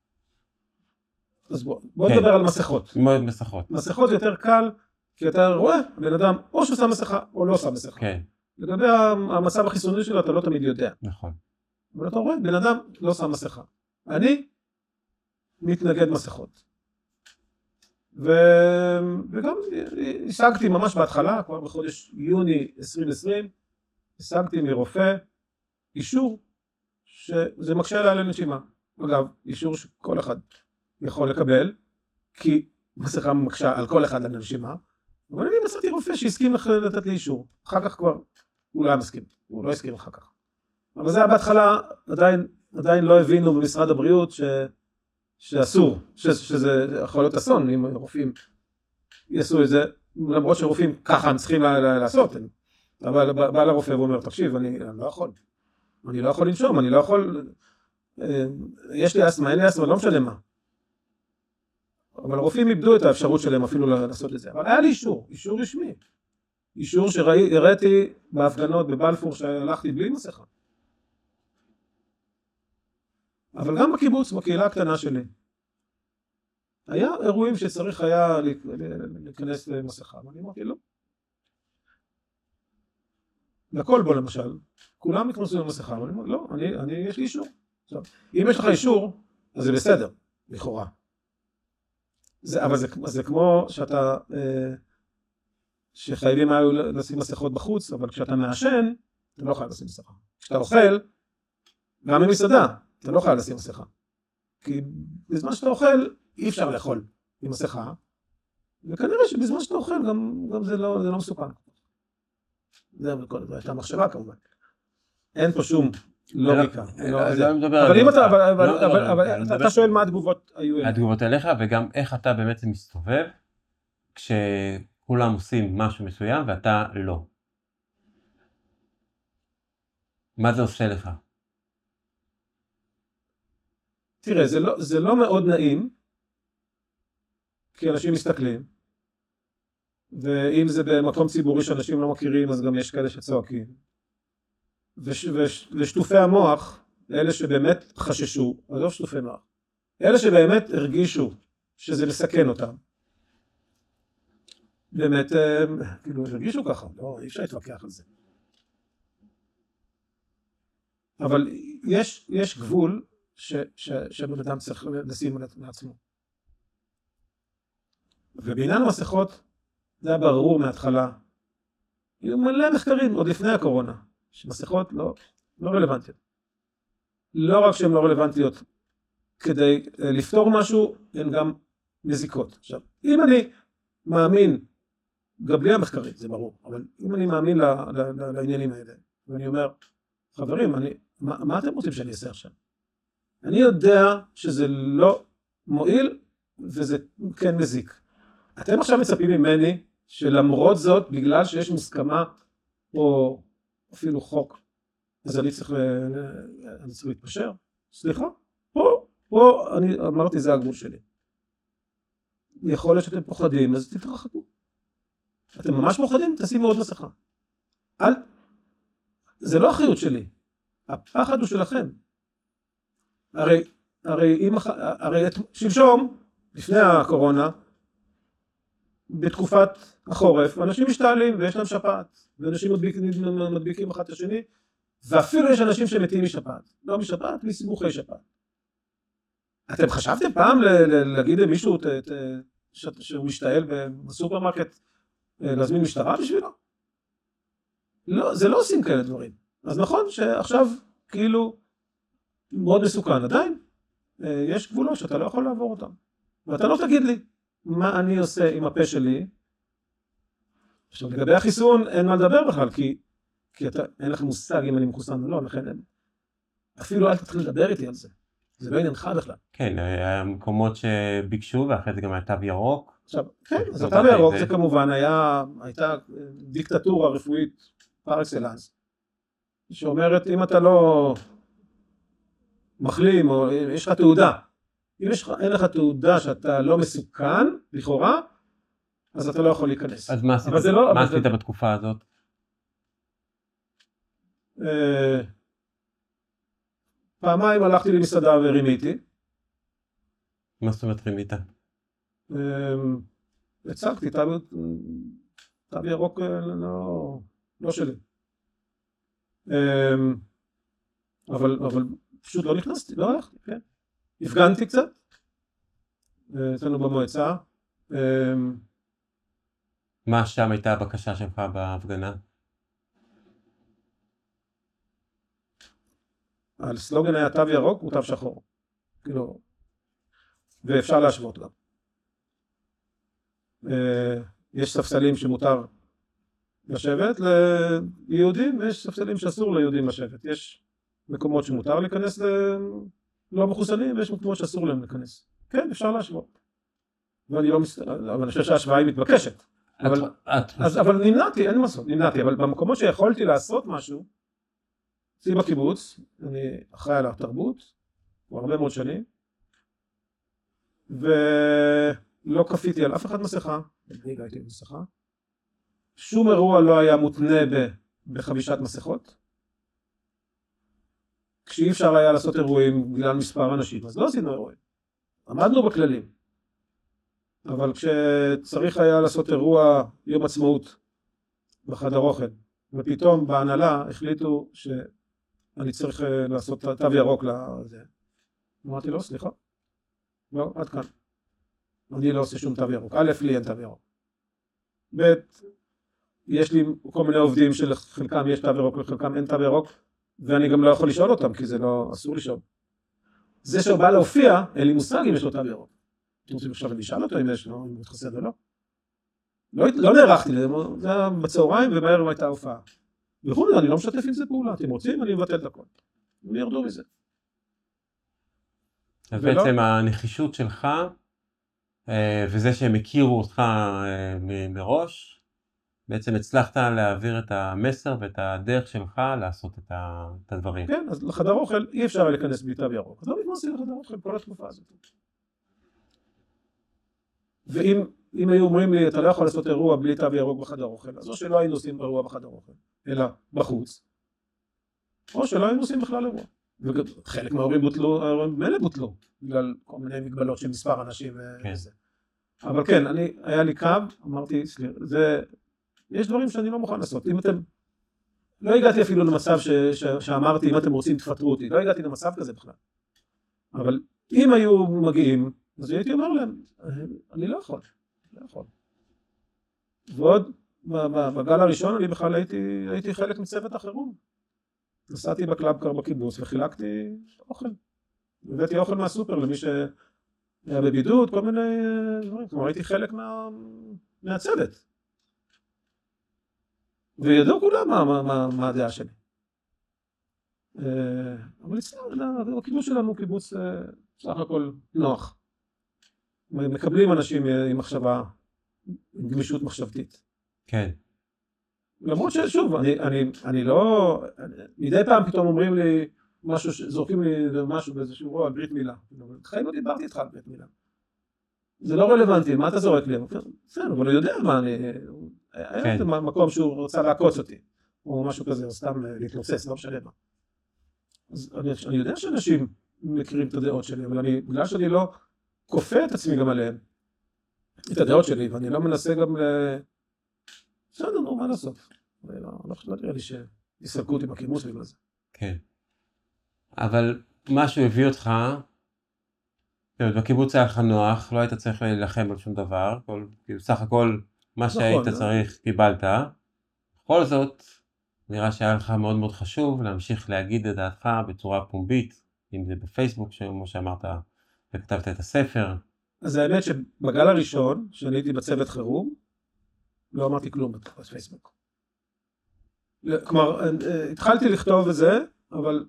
אז בוא נדבר על מסכות. מסכות זה יותר קל, כי אתה רואה, בן אדם או שהוא שם מסכה או לא שם מסכה. כן. לגבי המצב החיסוני שלו אתה לא תמיד יודע. נכון. אבל אתה רואה, בן אדם לא שם מסכה. אני מתנגד מסכות. וגם השגתי ממש בהתחלה, כבר בחודש יוני 2020, השגתי מרופא אישור שזה מקשה עליי לנשימה. אגב, אישור שכל אחד יכול לקבל, כי מסכה מקשה על כל אחד לנשימה, אבל אני מצאתי רופא שהסכים לתת לי אישור. אחר כך כבר הוא לא היה מסכים, הוא לא הסכים אחר כך. אבל זה היה בהתחלה, עדיין לא הבינו במשרד הבריאות שאסור, שזה יכול להיות אסון אם רופאים יעשו את זה, למרות שרופאים ככה הם צריכים לעשות. אבל בא לרופא ואומר, תקשיב, אני לא יכול. אני לא יכול לנשום, אני לא יכול... יש לי אסמה, אין לי אסמה, לא משנה מה. אבל הרופאים איבדו את האפשרות שלהם אפילו לעשות את זה. אבל היה לי אישור רשמי. אישור שהראיתי בהפגנות בבלפור שהלכתי בלי מסכה. אבל גם בקיבוץ, בקהילה הקטנה שלי, היה אירועים שצריך היה להיכנס למסכה, ואני אמרתי לא. לכל בו למשל, כולם נכנסו למסכה, ואני אומר לא, יש לי אישור. עכשיו, אם יש לך אישור, אז זה בסדר, לכאורה. אבל זה כמו שאתה, שחייבים היו לשים מסכות בחוץ, אבל כשאתה מעשן, אתה לא חייב לשים מסכה. כשאתה אוכל, גם במסעדה, אתה לא חייב לשים מסכה. כי בזמן שאתה אוכל, אי אפשר לאכול עם מסכה, וכנראה שבזמן שאתה אוכל, גם זה לא מסוכן. זה הייתה מחשבה כמובן. אין פה שום לוגיקה. אבל אתה שואל מה התגובות היו אליך. התגובות אליך, וגם איך אתה באמת מסתובב, כשכולם עושים משהו מסוים ואתה לא. מה זה עושה לך? תראה, זה לא מאוד נעים, כי אנשים מסתכלים, ואם זה במקום ציבורי שאנשים לא מכירים, אז גם יש כאלה שצועקים. ושטופי המוח, אלה שבאמת חששו, אז לא שטופי מוח, אלה שבאמת הרגישו שזה מסכן אותם, באמת, כאילו, הרגישו ככה, לא, אי אפשר להתווכח על זה. אבל יש גבול שבן אדם צריך לשים לעצמו. ובעניין המסכות, זה היה ברור מההתחלה. היו מלא מחקרים עוד לפני הקורונה, שמסכות לא רלוונטיות. לא רק שהן לא רלוונטיות כדי לפתור משהו, הן גם מזיקות. עכשיו, אם אני מאמין, גם בלי המחקרים, זה ברור, אבל אם אני מאמין לעניינים האלה, ואני אומר, חברים, מה אתם רוצים שאני אעשה עכשיו? אני יודע שזה לא מועיל, וזה כן מזיק. אתם עכשיו מצפים ממני, שלמרות זאת, בגלל שיש מוסכמה, או אפילו חוק, אז אני צריך להתפשר. סליחה, פה אני אמרתי, זה הגבול שלי. יכול להיות שאתם פוחדים, אז תתרחקו. אתם ממש פוחדים, תשימו עוד מסכה. זה לא אחריות שלי. הפחד הוא שלכם. הרי שלשום, לפני הקורונה, בתקופת החורף, אנשים משתעלים ויש להם שפעת, ואנשים מדביקים אחד את השני, ואפילו יש אנשים שמתים משפעת, לא משפעת, מסיבוכי שפעת. אתם חשבתם פעם להגיד למישהו שהוא משתעל בסופרמרקט, להזמין משטרה בשבילו? לא, זה לא עושים כאלה דברים. אז נכון שעכשיו כאילו מאוד מסוכן, עדיין יש גבולות שאתה לא יכול לעבור אותם. ואתה לא תגיד לי מה אני עושה עם הפה שלי. עכשיו לגבי החיסון אין מה לדבר בכלל, כי אין לך מושג אם אני מחוסן או לא, לכן אפילו אל תתחיל לדבר איתי על זה. זה לא עניינך בכלל. כן, היה מקומות שביקשו, ואחרי זה גם היה תו ירוק. עכשיו, כן, אז התו ירוק זה כמובן הייתה דיקטטורה רפואית פר אקסלנס, שאומרת אם אתה לא מחלים או יש לך תעודה, אם אין לך תעודה שאתה לא מסוכן, לכאורה, אז אתה לא יכול להיכנס. אז מה עשית בתקופה הזאת? פעמיים הלכתי למסעדה ורימיתי. מה זאת אומרת רימית? הצגתי, תו ירוק לא שלי. אבל פשוט לא נכנסתי, לא הלכתי, כן. הפגנתי קצת, אצלנו במועצה. מה שם הייתה הבקשה שלך בהפגנה? הסלוגן היה תו ירוק הוא תו שחור. כאילו, ואפשר להשוות גם. יש ספסלים שמותר לשבת ליהודים, ויש ספסלים שאסור ליהודים לשבת. יש מקומות שמותר להיכנס לא מחוסנים, ויש מקומות שאסור להם להיכנס. כן, אפשר להשוות. אבל אני חושב שההשוואה היא מתבקשת. אבל נמנעתי, אין לי מסות, נמנעתי, אבל במקומות שיכולתי לעשות משהו, אצלי בקיבוץ, אני אחראי על התרבות, כבר הרבה מאוד שנים, ולא כפיתי על אף אחד מסכה, אני הגעתי עם מסכה, שום אירוע לא היה מותנה בחבישת מסכות, כשאי אפשר היה לעשות אירועים בגלל מספר אנשים, אז לא עשינו אירועים, עמדנו בכללים, אבל כשצריך היה לעשות אירוע יום עצמאות בחדר אוכל, ופתאום בהנהלה החליטו שאני צריך לעשות תו ירוק לזה. אמרתי לו, סליחה, לא, עד כאן. אני לא עושה שום תו ירוק. א', לי אין תו ירוק. ב', יש לי כל מיני עובדים שלחלקם יש תו ירוק, לחלקם אין תו ירוק, ואני גם לא יכול לשאול אותם, כי זה לא, אסור לשאול. זה שבא להופיע, אין לי מושג אם יש לו תו ירוק. אתם רוצים עכשיו אני אשאל אותו אם יש לו, אם הוא מתחסד או לא. לא נערכתי, זה היה בצהריים ובערב הייתה הופעה. וכולי, אני לא משתף עם זה פעולה, אתם רוצים, אני מבטל את הכל. הם ירדו מזה. אז בעצם הנחישות שלך, וזה שהם הכירו אותך מראש, בעצם הצלחת להעביר את המסר ואת הדרך שלך לעשות את הדברים. כן, אז לחדר אוכל אי אפשר להיכנס בלי תו ירוק. אז לא נכנסתי לחדר אוכל כל התקופה הזאת. ואם היו אומרים לי, אתה לא יכול לעשות אירוע בלי תו ירוק בחדר אוכל, אז או שלא היינו עושים אירוע בחדר אוכל, אלא בחוץ, או שלא היינו עושים בכלל אירוע. וחלק מההורים מלא בוטלו, בגלל כל מיני מגבלות של מספר אנשים וזה. אבל כן, היה לי קו, אמרתי, יש דברים שאני לא מוכן לעשות. אם אתם, לא הגעתי אפילו למצב שאמרתי, אם אתם רוצים תפטרו אותי, לא הגעתי למצב כזה בכלל. אבל אם היו מגיעים, אז הייתי אומר להם, אני לא יכול. ועוד, בגל הראשון אני בכלל הייתי חלק מצוות החירום. נסעתי בקלאבקר בקיבוץ וחילקתי אוכל. הבאתי אוכל מהסופר למי שהיה בבידוד, כל מיני דברים. כלומר, הייתי חלק מהצוות. וידעו כולם מה הדעה שלי. אבל הקיבוץ שלנו הוא קיבוץ סך הכל נוח. מקבלים אנשים עם מחשבה, עם גמישות מחשבתית. כן. למרות ששוב, אני לא, מדי פעם פתאום אומרים לי משהו, זורקים לי משהו באיזשהו אירוע על ברית מילה. חיים לא דיברתי איתך על ברית מילה. זה לא רלוונטי, מה אתה זורק לי? בסדר, אבל הוא יודע מה אני, היה מקום שהוא רצה לעקוץ אותי, או משהו כזה, או סתם להתלוצץ, לא משנה מה. אז אני יודע שאנשים מכירים את הדעות שלי, אבל בגלל שאני לא כופה את עצמי גם עליהם, את הדעות שלי, ואני לא מנסה גם בסדר, נו, מה לעשות? לא נראה לי שיסלקו אותי בקיבוץ בגלל זה. כן. אבל משהו הביא אותך, בקיבוץ היה לך נוח, לא היית צריך להילחם על שום דבר, בסך הכל מה שהיית צריך קיבלת. בכל זאת, נראה שהיה לך מאוד מאוד חשוב להמשיך להגיד את דעתך בצורה פומבית, אם זה בפייסבוק, כמו שאמרת, וכתבת את הספר. אז האמת שבגל הראשון, שאני הייתי בצוות חירום, לא אמרתי כלום בפייסבוק. כלומר, התחלתי לכתוב את זה, אבל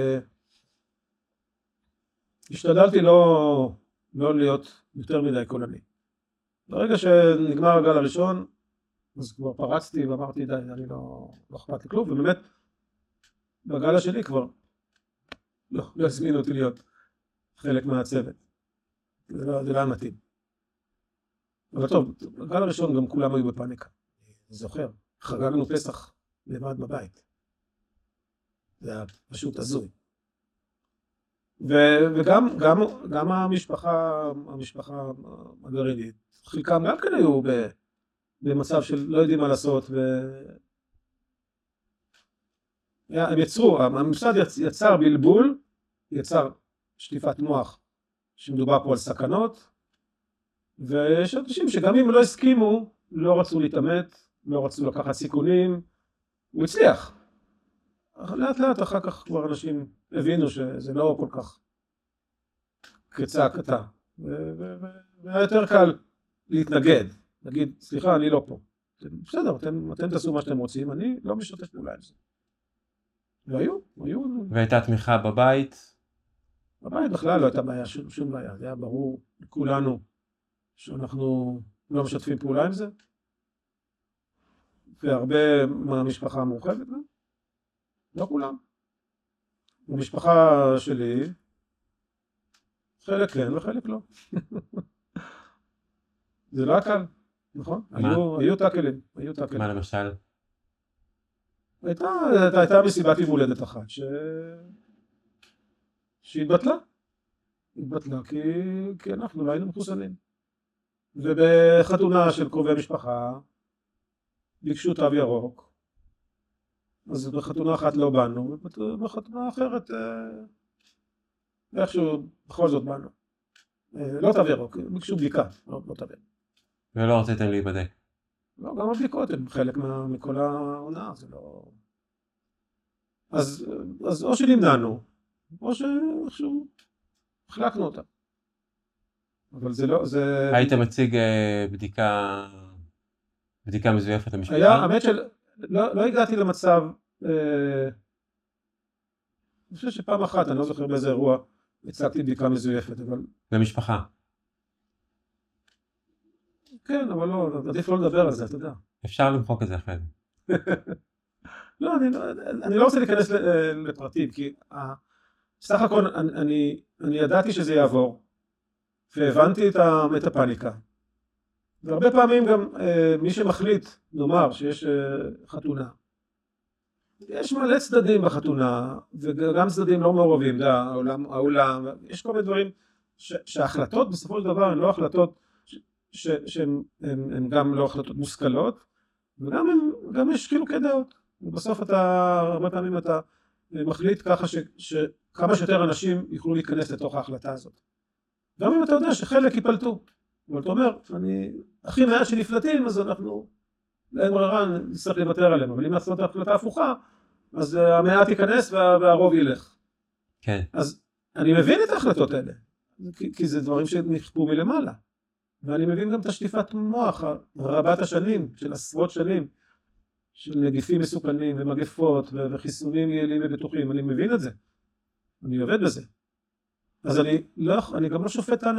השתדלתי לא להיות יותר מדי קולני. ברגע שנגמר הגל הראשון, אז כבר פרצתי ואמרתי, די, אני לא אכפת לי כלום, ובאמת, בגל השני כבר לא הזמינו אותי להיות חלק מהצוות. זה לא היה מתאים. אבל טוב, בגל הראשון גם כולם היו בפאניקה. אני זוכר, חגגנו פסח לבד בבית. זה היה פשוט הזוי. וגם המשפחה הגרעינית, חלקם גם כן היו במצב של לא יודעים מה לעשות, הם יצרו, הממסד יצר בלבול, יצר שטיפת מוח, שמדובר פה על סכנות, ויש אנשים שגם אם לא הסכימו, לא רצו להתאמת, לא רצו לקחת סיכונים, הוא הצליח. לאט לאט אחר כך כבר אנשים הבינו שזה לא כל כך כצעקתה, והיה יותר קל להתנגד, להגיד, סליחה, אני לא פה. בסדר, אתם תעשו מה שאתם רוצים, אני לא משתף פעולה עם זה. והיו. והייתה תמיכה בבית? בבית בכלל לא הייתה בעיה, שום בעיה, זה היה ברור לכולנו שאנחנו לא משתפים פעולה עם זה, והרבה מהמשפחה המורחבת, לא כולם. במשפחה שלי, חלק כן וחלק לא. זה לא הקל, נכון? היו תקלים, היו תקלים. מה למשל? הייתה מסיבת יום הולדת אחת שהתבטלה. התבטלה כי אנחנו לא היינו מחוסנים. ובחתונה של קרובי משפחה ביקשו תו ירוק. אז בחתונה אחת לא באנו, ובחתונה אחרת איכשהו בכל זאת באנו. לא תו ירוק, ביקשו בדיקה, לא תו ירוק. ולא רציתם להיבדק. לא, גם הבדיקות הן חלק מכל העונה, זה לא... אז או שנמנענו, או שאיכשהו החלקנו אותה. אבל זה לא, זה... היית מציג בדיקה מזויפת למשפחה? האמת לא הגעתי למצב, אני חושב שפעם אחת, אני לא זוכר באיזה אירוע, הצגתי בדיקה מזויפת, אבל... למשפחה? כן, אבל לא, עדיף לא לדבר על זה, אתה יודע. אפשר למחוק את זה אחרי זה. לא, אני לא רוצה להיכנס לפרטים, כי סך הכל אני ידעתי שזה יעבור, והבנתי את הפאניקה. והרבה פעמים גם מי שמחליט, נאמר, שיש חתונה, יש מלא צדדים בחתונה, וגם צדדים לא מעורבים, העולם, יש כל מיני דברים שההחלטות בסופו של דבר הן לא החלטות שהן גם לא החלטות מושכלות, וגם יש חילוקי דעות. ובסוף הרבה פעמים אתה מחליט ככה שכמה שיותר אנשים יוכלו להיכנס לתוך ההחלטה הזאת. גם אם אתה יודע שחלק ייפלטו. אבל אתה אומר, הכי מעט שנפלטים, אז אנחנו, אין ברירה, נצטרך לוותר עליהם. אבל אם נעשות החלטה הפוכה, אז המעט ייכנס והרוב ילך. כן. אז אני מבין את ההחלטות האלה, כי זה דברים שנכפו מלמעלה. ואני מבין גם את השטיפת מוח רבת השנים, של עשרות שנים, של נגיפים מסוכנים ומגפות וחיסונים יעילים ובטוחים. אני מבין את זה. אני עובד בזה. אז אני גם לא שופט את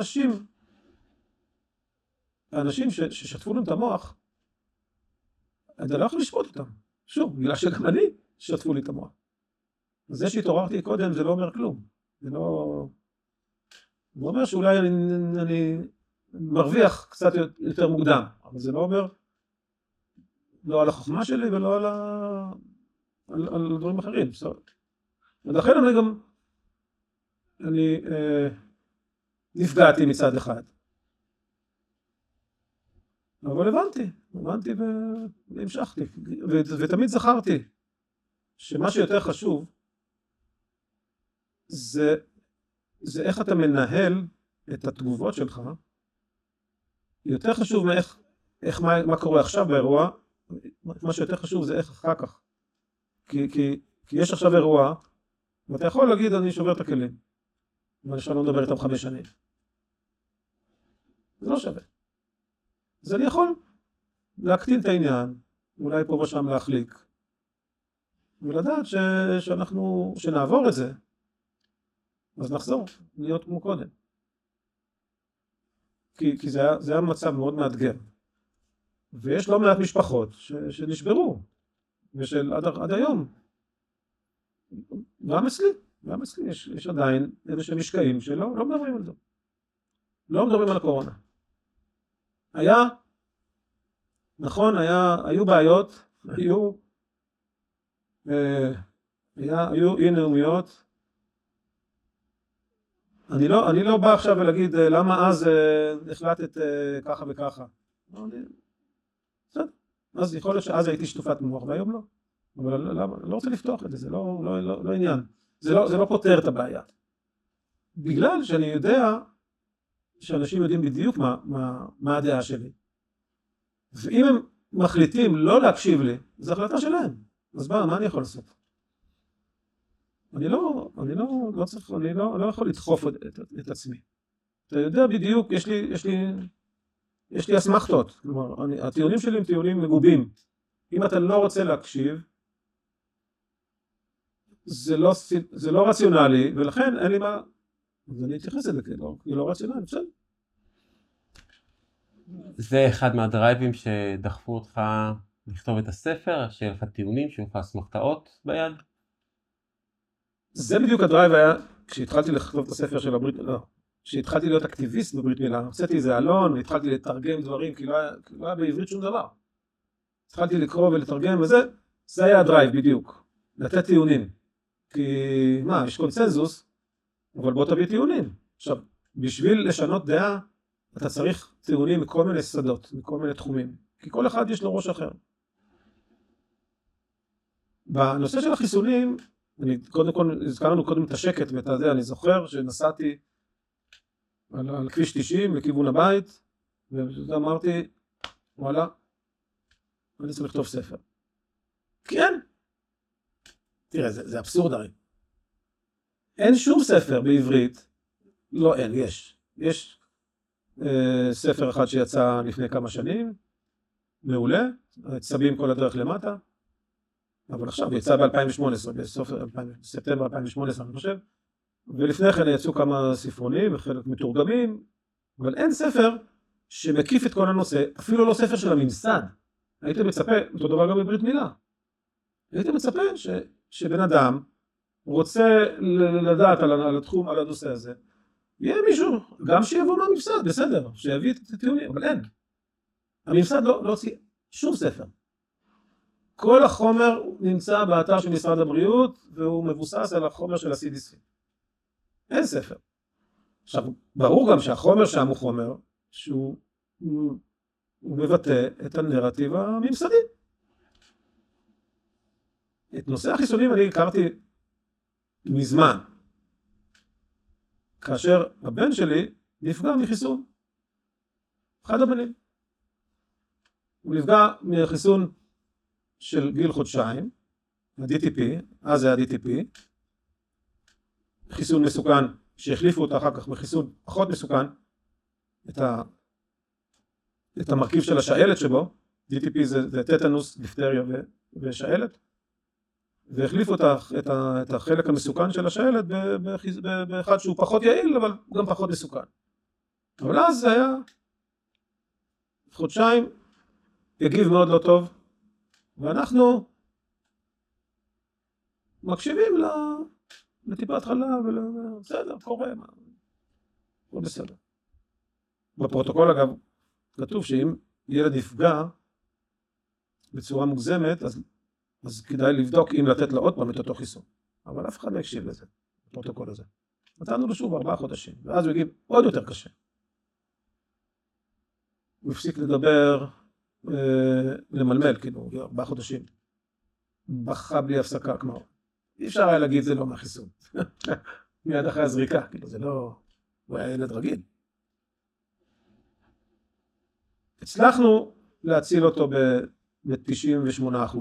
האנשים ששטפו להם את המוח, אני לא יכול לשפוט אותם. שוב, בגלל שגם אני שטפו לי את המוח. אז זה שהתעוררתי קודם זה לא אומר כלום. זה לא אומר שאולי אני מרוויח קצת יותר מוקדם, אבל זה לא אומר לא על החוכמה שלי ולא על דברים אחרים. ולכן אני נפגעתי מצד אחד. אבל הבנתי והמשכתי, ותמיד זכרתי שמה שיותר חשוב זה איך אתה מנהל את התגובות שלך. יותר חשוב מה קורה עכשיו באירוע, מה שיותר חשוב זה איך אחר כך. כי יש עכשיו אירוע, ואתה יכול להגיד אני שובר את הכלים, ואני לא מדבר איתם 5 שנים. זה לא שווה. אז אני יכול להקטין את העניין, אולי פה ושם להחליק, ולדעת שנעבור את זה, אז נחזור להיות כמו קודם. כי זה היה מצב מאוד מאתגר. ויש לא מעט משפחות שנשברו, עד היום. גם אצלי, יש עדיין איזה שהם משקעים שלא מדברים על זה. לא מדברים על הקורונה. נכון, היו בעיות, היו אי נאומיות. אני לא בא עכשיו ולהגיד למה אז החלטת ככה וככה. אז יכול להיות שאז הייתי שטופת מוח והיום לא. אבל אני לא רוצה לפתוח את זה, זה לא עניין. זה לא פותר את הבעיה. בגלל שאני יודע שאנשים יודעים בדיוק מה הדעה שלי. ואם הם מחליטים לא להקשיב לי, זו החלטה שלהם. אז מה אני יכול לעשות? אני לא יכול לדחוף את עצמי. אתה יודע בדיוק, יש לי אסמכתות. כלומר, הטיעונים שלי הם טיעונים מגובים. אם אתה לא רוצה להקשיב, זה לא רציונלי, ולכן אין לי מה אז אני אתייחס לזה, כי לא רציונלי, בסדר. זה אחד מהדרייבים שדחפו אותך לכתוב את הספר, שיהיה לך טיעונים, שיהיו לך אסמכתאות ביד? זה בדיוק הדרייב היה, כשהתחלתי לכתוב את הספר של הברית מילה, כשהתחלתי להיות אקטיביסט בברית מילה, הוצאתי איזה אלון, והתחלתי לתרגם דברים, כי לא היה בעברית שום דבר. התחלתי לקרוא ולתרגם, זה היה הדרייב בדיוק, לתת טיעונים. כי מה, יש קונצנזוס, אבל בוא תביא טיעונים. עכשיו, בשביל לשנות דעה, אתה צריך טיעונים מכל מיני שדות, מכל מיני תחומים, כי כל אחד יש לו ראש אחר. בנושא של החיסונים, קודם כל, הזכרנו קודם את השקט ואת זה, אני זוכר שנסעתי על כביש 90 לכיוון הבית, ואמרתי, וואלה, אני צריך לכתוב ספר. כן. תראה, זה אבסורד הרי. אין שום ספר בעברית, לא אין, יש ספר אחד שיצא לפני כמה שנים, מעולה, צבים כל הדרך למטה, אבל עכשיו יצא ב-2018, בספטמבר 2018 אני חושב, ולפני כן יצאו כמה ספרונים וחלק מתורגמים, אבל אין ספר שמקיף את כל הנושא, אפילו לא ספר של הממסד. הייתם מצפה, אותו דבר גם בברית מילה, הייתם מצפה שבן אדם רוצה לדעת על התחום, על הנושא הזה, יהיה מישהו, גם שיבוא מהממסד, בסדר, שיביא את הטיעונים, אבל אין. הממסד לא הוציא שום ספר. כל החומר נמצא באתר של משרד הבריאות, והוא מבוסס על החומר של ה-CDC. אין ספר. עכשיו, ברור גם שהחומר שם הוא חומר, שהוא מבטא את הנרטיב הממסדי. את נושא החיסונים אני הכרתי מזמן, כאשר הבן שלי נפגע מחיסון. אחד הבנים. הוא נפגע מחיסון של גיל חודשיים, ה-DTP, אז זה ה-DTP, חיסון מסוכן, שהחליפו אותה אחר כך בחיסון פחות מסוכן, את המרכיב של השעלת שבו, DTP זה טטנוס, דיפתריה ושעלת, והחליפו את החלק המסוכן של השעלת באחד שהוא פחות יעיל, אבל גם פחות מסוכן. אבל אז זה היה חודשיים, יגיב מאוד לא טוב, ואנחנו מקשיבים לטיפת חלב, בסדר, קורה, לא בסדר. בפרוטוקול אגב, כתוב שאם ילד נפגע בצורה מוגזמת, אז כדאי לבדוק אם לתת לו עוד פעם את אותו חיסון. אבל אף אחד לא הקשיב לזה, בפרוטוקול הזה. נתנו לו שוב 4 חודשים, ואז הוא הגיב עוד יותר קשה. הוא הפסיק לדבר, למלמל, כאילו, 4 חודשים. בכה בלי הפסקה, כמו, אי אפשר היה להגיד זה לא מהחיסון. מיד אחרי הזריקה, כאילו, זה לא, הוא היה ילד רגיל. הצלחנו להציל אותו ב-98%.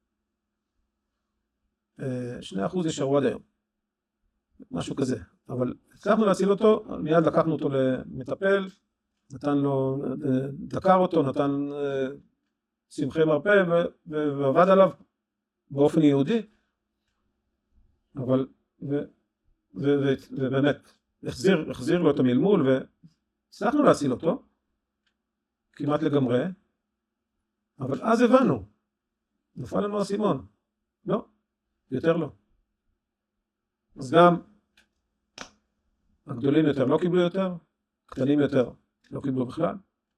2% ישארו עד היום. משהו כזה. אבל הצלחנו להציל אותו, מיד לקחנו אותו למטפל, נתן לו, דקר אותו, נתן צמחי מרפא ועבד עליו באופן יהודי. אבל, ובאמת, החזיר לו את המלמול והצלחנו להציל אותו. כמעט לגמרי, אבל אז הבנו, נפל לנו הסימון, לא, יותר לא. אז גם הגדולים יותר לא קיבלו יותר, קטנים יותר לא קיבלו בכלל.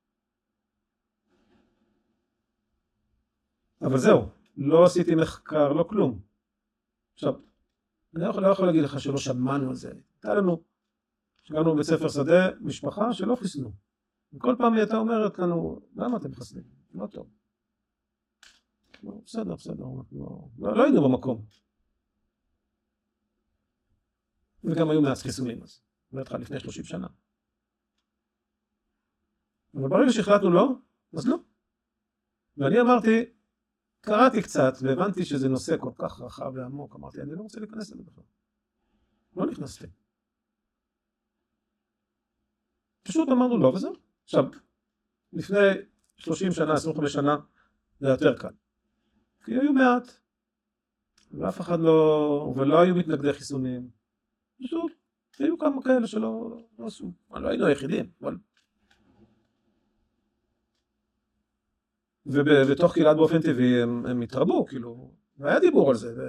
אבל זהו, לא עשיתי מחקר, לא כלום. עכשיו, אני לא יכול להגיד לך שלא שמענו על זה. הייתה לנו, שגרנו בבית ספר שדה, משפחה שלא חיסנו. וכל פעם היא הייתה אומרת לנו, למה אתם מחסנים? לא טוב. בסדר, לא היינו במקום. וגם היו מעט חיסונים אז. אומרת לך לפני 30 שנה. אבל ברגע שהחלטנו לא, אז לא. ואני אמרתי, קראתי קצת והבנתי שזה נושא כל כך רחב ועמוק. אמרתי, אני לא רוצה להיכנס לזה בכלל. לא נכנסתי. פשוט אמרנו לא וזהו. עכשיו, לפני 30 שנה, 25 שנה, זה יותר קל. כי היו מעט, ואף אחד לא, ולא היו מתנגדי חיסונים. פשוט היו כמה כאלה שלא עשו, לא היינו היחידים, אבל... ובתוך קהילת באופן טבעי הם התרבו, כאילו, והיה דיבור על זה,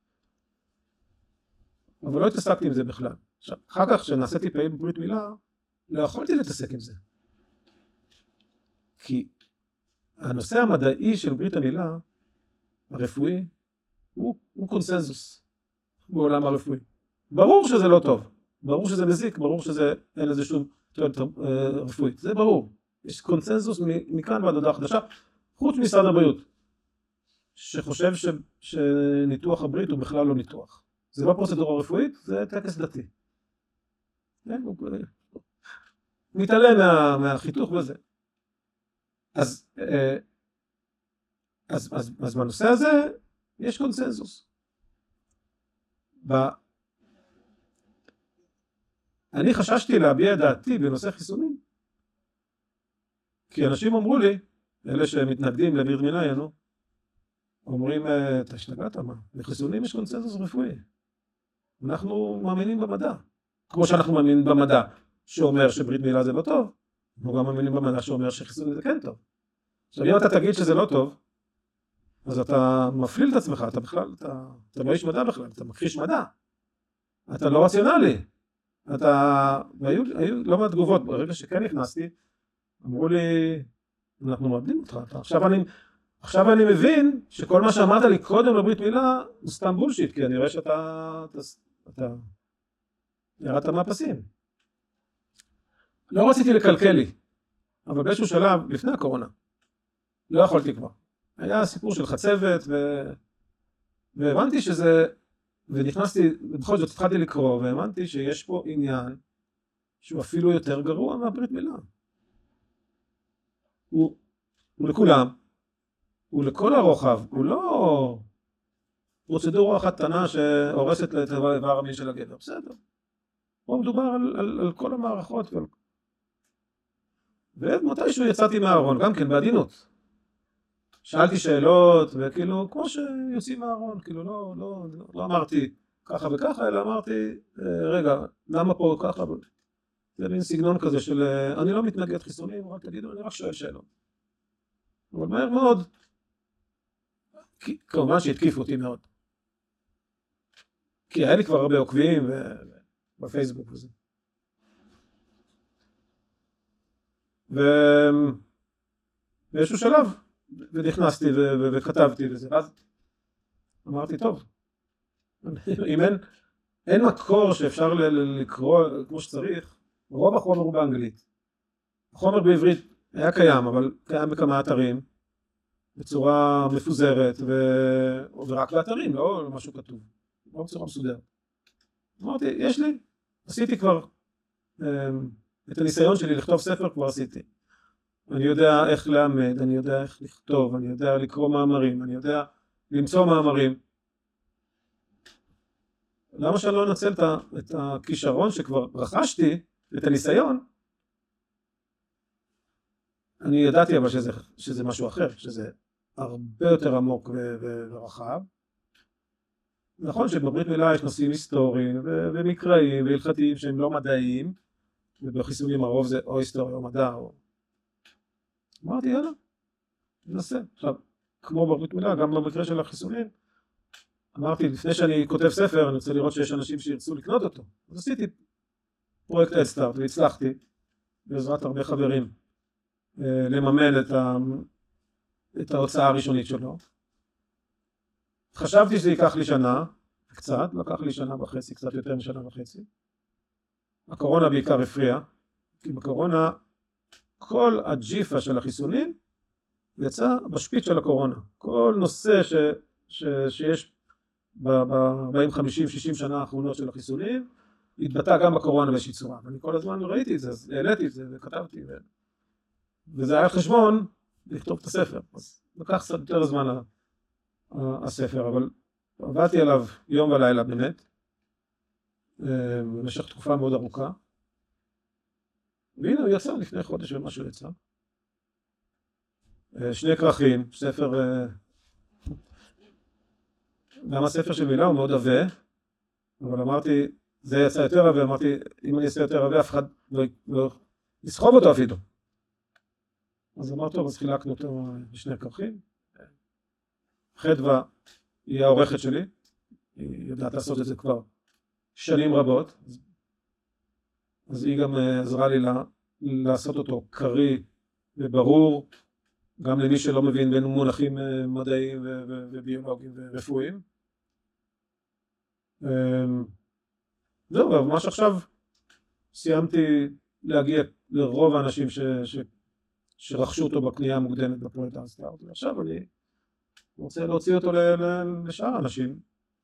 אבל לא התעסקתי עם זה בכלל. עכשיו, אחר כך שנעשיתי פעיל בברית מילה, לא יכולתי להתעסק עם זה. כי הנושא המדעי של ברית המילה, הרפואי, הוא קונסנזוס בעולם הרפואי. ברור שזה לא טוב, ברור שזה מזיק, ברור שזה אין לזה שום תועלת רפואית, זה ברור. יש קונסנזוס מכאן ועד הודעה חדשה, חוץ משרד הבריאות, שחושב שניתוח הברית הוא בכלל לא ניתוח. זה לא פרוצדורה רפואית, זה טקס דתי. הוא מתעלם מהחיתוך בזה. אז בנושא הזה יש קונסנזוס. אני חששתי להביע את דעתי בנושא חיסונים, כי אנשים אמרו לי, אלה שמתנגדים לברית מילה, אומרים, אתה השתגעת מה? לחיסונים יש קונסנזוס רפואי. אנחנו מאמינים במדע. כמו שאנחנו מאמינים במדע שאומר שברית מילה זה לא טוב, אנחנו גם מאמינים במדע שאומר שחיסונים זה כן טוב. עכשיו, אם אתה תגיד שזה לא טוב, אז אתה מפליל את עצמך, אתה בכלל, אתה לא איש מדע בכלל, אתה מכחיש מדע. אתה לא רציונלי. והיו לא מעט תגובות, ברגע שכן נכנסתי, אמרו לי, אנחנו מאבדים אותך. עכשיו אני מבין שכל מה שאמרת לי קודם לברית מילה הוא סתם בולשיט, כי אני רואה שאתה ירדת מהפסים. לא רציתי לקלקל לי, אבל באיזשהו שלב, לפני הקורונה, לא יכולתי כבר. היה סיפור של חצבת, והבנתי שזה, ונכנסתי, בכל זאת התחלתי לקרוא, והאמנתי שיש פה עניין שהוא אפילו יותר גרוע מהברית מילה. הוא לכולם, הוא לכל הרוחב, הוא לא פרוצדורה אחת קטנה שהורסת את האיבר המין של הגבר, בסדר. פה מדובר על כל המערכות, ומתישהו יצאתי מהארון, גם כן בעדינות. שאלתי שאלות, וכאילו, כמו שיוצאים מהארון, כאילו לא אמרתי ככה וככה, אלא אמרתי, רגע, למה פה ככה? זה מין סגנון כזה של, אני לא מתנגד חיסונים, רק תגידו, אני רק שואל שאלות. אבל מהר מאוד, כמובן שהתקיפו אותי מאוד. כי היה לי כבר הרבה עוקבים בפייסבוק וזה. ובאיזשהו שלב, ונכנסתי וכתבתי וזה, אז אמרתי, טוב, אם אין מקור שאפשר לקרוא כמו שצריך, רוב החומר הוא באנגלית. החומר בעברית היה קיים, אבל קיים בכמה אתרים, בצורה מפוזרת, ורק באתרים, לא משהו כתוב, לא בצורה מסודרת. אמרתי, יש לי, עשיתי כבר, את הניסיון שלי לכתוב ספר כבר עשיתי. אני יודע איך לאמד, אני יודע איך לכתוב, אני יודע לקרוא מאמרים, אני יודע למצוא מאמרים. למה שאני לא אנצל את הכישרון שכבר רכשתי, את הניסיון? אני ידעתי אבל שזה משהו אחר, שזה הרבה יותר עמוק ורחב. נכון שבברית מילה יש נושאים היסטוריים ומקראיים והלכתיים שהם לא מדעיים, ובחיסונים הרוב זה או היסטוריה או מדע או... אמרתי, יאללה, ננסה. עכשיו, כמו בברית מילה, גם במקרה של החיסונים, אמרתי, לפני שאני כותב ספר, אני רוצה לראות שיש אנשים שירצו לקנות אותו. אז עשיתי פרויקט הדסטארט, והצלחתי, בעזרת הרבה חברים, לממן את ההוצאה הראשונית שלו. חשבתי שזה ייקח לי שנה, קצת, לקח לי שנה וחצי, קצת יותר משנה וחצי. הקורונה בעיקר הפריעה, כי בקורונה, כל הג'יפה של החיסונים יצא בשפיץ של הקורונה. כל נושא שיש ב-40, 50, 60 שנה האחרונות של החיסונים, התבטא גם בקורונה באיזושהי צורה. ואני כל הזמן ראיתי את זה, אז העליתי את זה וכתבתי. וזה היה חשבון לכתוב את הספר. אז לקח קצת יותר זמן הספר, אבל עבדתי עליו יום ולילה באמת, במשך תקופה מאוד ארוכה. והנה הוא יצא לפני חודש ומשהו יצא. שני כרכים, ספר, גם הספר של מילה הוא מאוד עבה, אבל אמרתי, זה יצא יותר רבה, אמרתי, אם אני אעשה יותר רבה, אף אחד לא יסחוב אותו אפילו. אז אמרתי, טוב, אז חילקנו אותו לשני כרכים. חדווה היא העורכת שלי, היא יודעת לעשות את זה כבר שנים רבות, אז היא גם עזרה לי לעשות אותו קרי וברור, גם למי שלא מבין בין מונחים מדעיים וביולוגיים ורפואיים. זהו, אבל ממש עכשיו סיימתי להגיע לרוב האנשים שרכשו אותו בקנייה המוקדמת בפרויקט הסטארט, ועכשיו אני רוצה להוציא אותו לשאר האנשים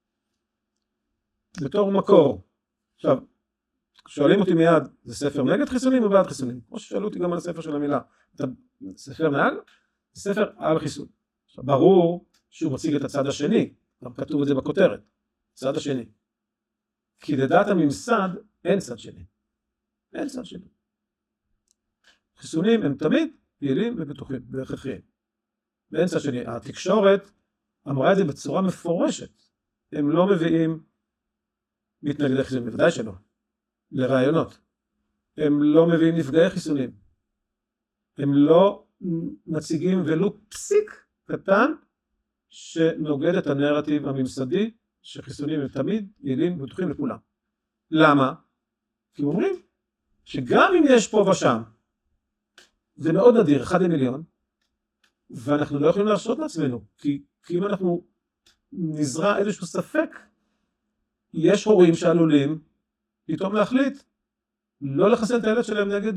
בתור מקור. עכשיו, שואלים אותי מיד, זה ספר נגד חיסונים או בעד חיסונים? כמו ששאלו אותי גם על הספר של המילה, אתה ספר נגד? זה ספר על חיסון. עכשיו, ברור שהוא מציג את הצד השני, גם כתוב את זה בכותרת, הצד השני. כי לדעת הממסד אין צד שני. אין צד שני. חיסונים הם תמיד יעילים ובטוחים, והכרחיים. ואין צד שני. התקשורת אמרה את זה בצורה מפורשת. הם לא מביאים מתנגדי חיסונים, בוודאי שלא. לרעיונות. הם לא מביאים נפגעי חיסונים. הם לא מציגים ולו פסיק קטן שנוגד את הנרטיב הממסדי שחיסונים הם תמיד יעילים ובטוחים לכולם. למה? כי הם אומרים שגם אם יש פה ושם, זה מאוד נדיר, 1 למיליון, ואנחנו לא יכולים להרשות לעצמנו, כי אם אנחנו נזרע איזשהו ספק, יש הורים שעלולים פתאום להחליט לא לחסן את הילד שלהם נגד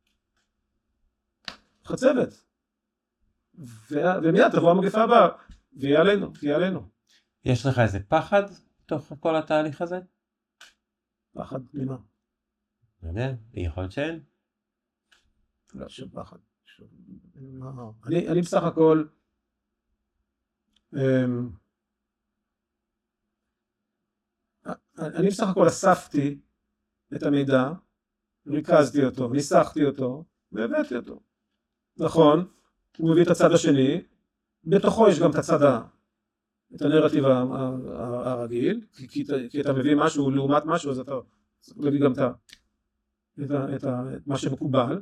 חצבת. ומיד תבוא המגפה הבאה, ויהיה עלינו. יש לך איזה פחד בתוך כל התהליך הזה? פחד ממה? לא יודע, יכול להיות שאין. לא, שום פחד. אני בסך הכל, אני בסך הכל אספתי את המידע, ריכזתי אותו, ניסחתי אותו, והבאתי אותו. נכון, הוא מביא את הצד השני, בתוכו יש גם את הצד את הנרטיב הרגיל, כי אתה מביא משהו לעומת משהו, אז אתה מביא גם את מה שמקובל.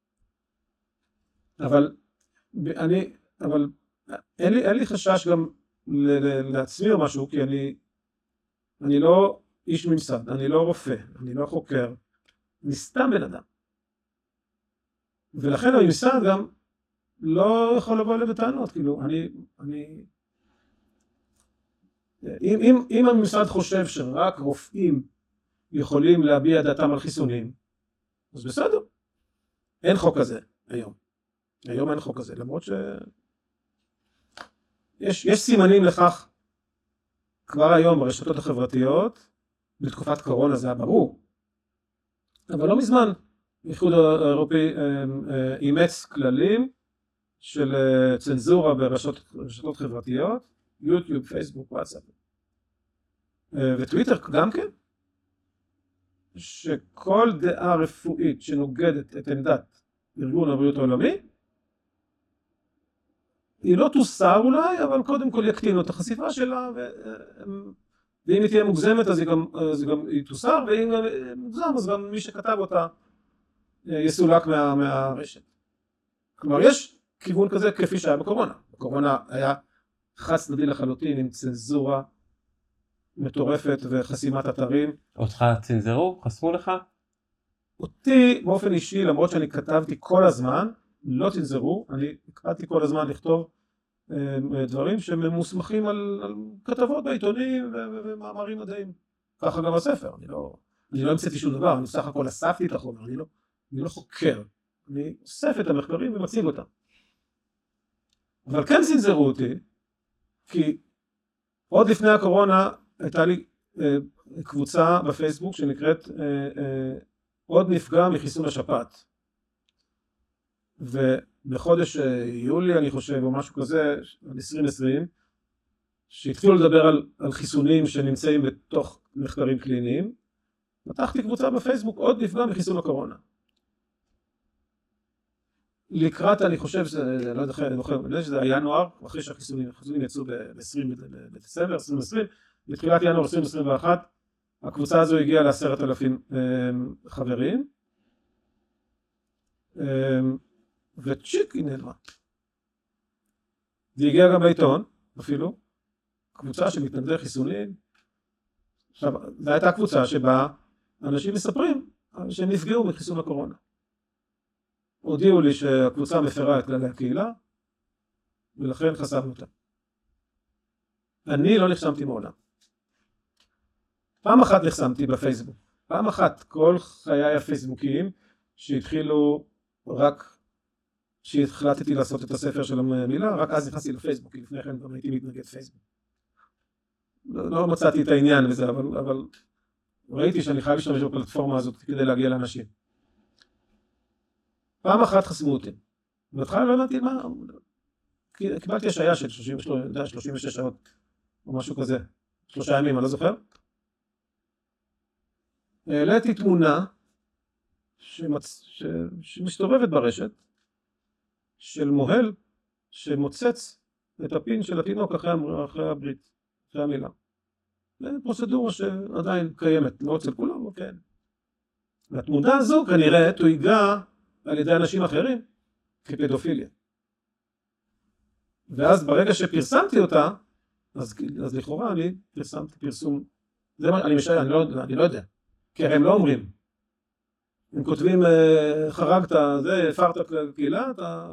אבל אין לי חשש גם לעצמי או משהו, כי אני לא איש ממסד, אני לא רופא, אני לא חוקר, אני סתם בן אדם. ולכן הממסד גם לא יכול לבוא אליי בטענות, כאילו, אם הממסד חושב שרק רופאים יכולים להביע דעתם על חיסונים, אז בסדר. אין חוק כזה היום. היום אין חוק כזה, למרות יש סימנים לכך כבר היום ברשתות החברתיות, בתקופת קורונה זה היה ברור. אבל לא מזמן, האיחוד האירופי אימץ כללים של צנזורה ברשתות חברתיות, יוטיוב, פייסבוק, וואטסאפ וטוויטר גם כן, שכל דעה רפואית שנוגדת את עמדת ארגון הבריאות העולמי, היא לא תוסר אולי, אבל קודם כל יקטינו את החשיפה שלה, ואם היא תהיה מוגזמת אז היא גם תוסר, ואם מוגזם אז גם מי שכתב אותה יסולק מהרשת. כלומר יש כיוון כזה כפי שהיה בקורונה. בקורונה היה חד צדדי לחלוטין עם צנזורה מטורפת וחסימת אתרים. אותך צנזרו? חסמו לך? אותי באופן אישי, למרות שאני כתבתי כל הזמן, לא צנזרו, אני הקפדתי כל הזמן לכתוב דברים שממוסמכים על כתבות בעיתונים ומאמרים מדעיים. ככה גם הספר, אני לא המצאתי שום דבר, אני סך הכל אספתי את החומר, אני לא חוקר, אני אוסף את המחקרים ומציג אותם. אבל כן צנזרו אותי, כי עוד לפני הקורונה הייתה לי קבוצה בפייסבוק שנקראת עוד נפגע מחיסון השפעת. ובחודש יולי אני חושב או משהו כזה, 2020, שהתחילו לדבר על חיסונים שנמצאים בתוך מחקרים קליניים, פתחתי קבוצה בפייסבוק עוד נפגע מחיסון הקורונה. לקראת, אני חושב, לא יודע שזה היה ינואר, אחרי שהחיסונים יצאו ב-20 בדצמבר 2020, בתחילת ינואר 2021, הקבוצה הזו הגיעה ל10,000 חברים, וצ'יק היא נעלמה. זה הגיע גם לעיתון, אפילו, קבוצה של מתנגדי חיסונים. עכשיו, זו הייתה קבוצה שבה אנשים מספרים שהם נפגעו מחיסון הקורונה. הודיעו לי שהקבוצה מפרה את כללי הקהילה, ולכן חסמנו אותה. אני לא נחסמתי מעולם. פעם אחת נחסמתי בפייסבוק. פעם אחת כל חיי הפייסבוקיים שהתחילו רק כשהחלטתי לעשות את הספר של המילה, רק אז נכנסתי לפייסבוק, כי לפני כן גם הייתי מתנגד פייסבוק. לא מצאתי את העניין בזה, אבל ראיתי שאני חייב להשתמש בפלטפורמה הזאת כדי להגיע לאנשים. פעם אחת חסמו אותי. בהתחלה לא הבנתי מה, קיבלתי השעיה של 36 שעות, או משהו כזה, 3 ימים, אני לא זוכר. העליתי תמונה שמסתובבת ברשת, של מוהל שמוצץ את הפין של התינוק אחרי הברית, אחרי המילה. זה פרוצדורה שעדיין קיימת, לא אצל כולם, אבל כן. והתמונה הזו כנראה תויגה על ידי אנשים אחרים כפדופיליה. ואז ברגע שפרסמתי אותה, אז לכאורה אני פרסמתי פרסום, זה מה, אני לא יודע, כי הם לא אומרים. הם כותבים, חרגת, זה, הפרת קהילה,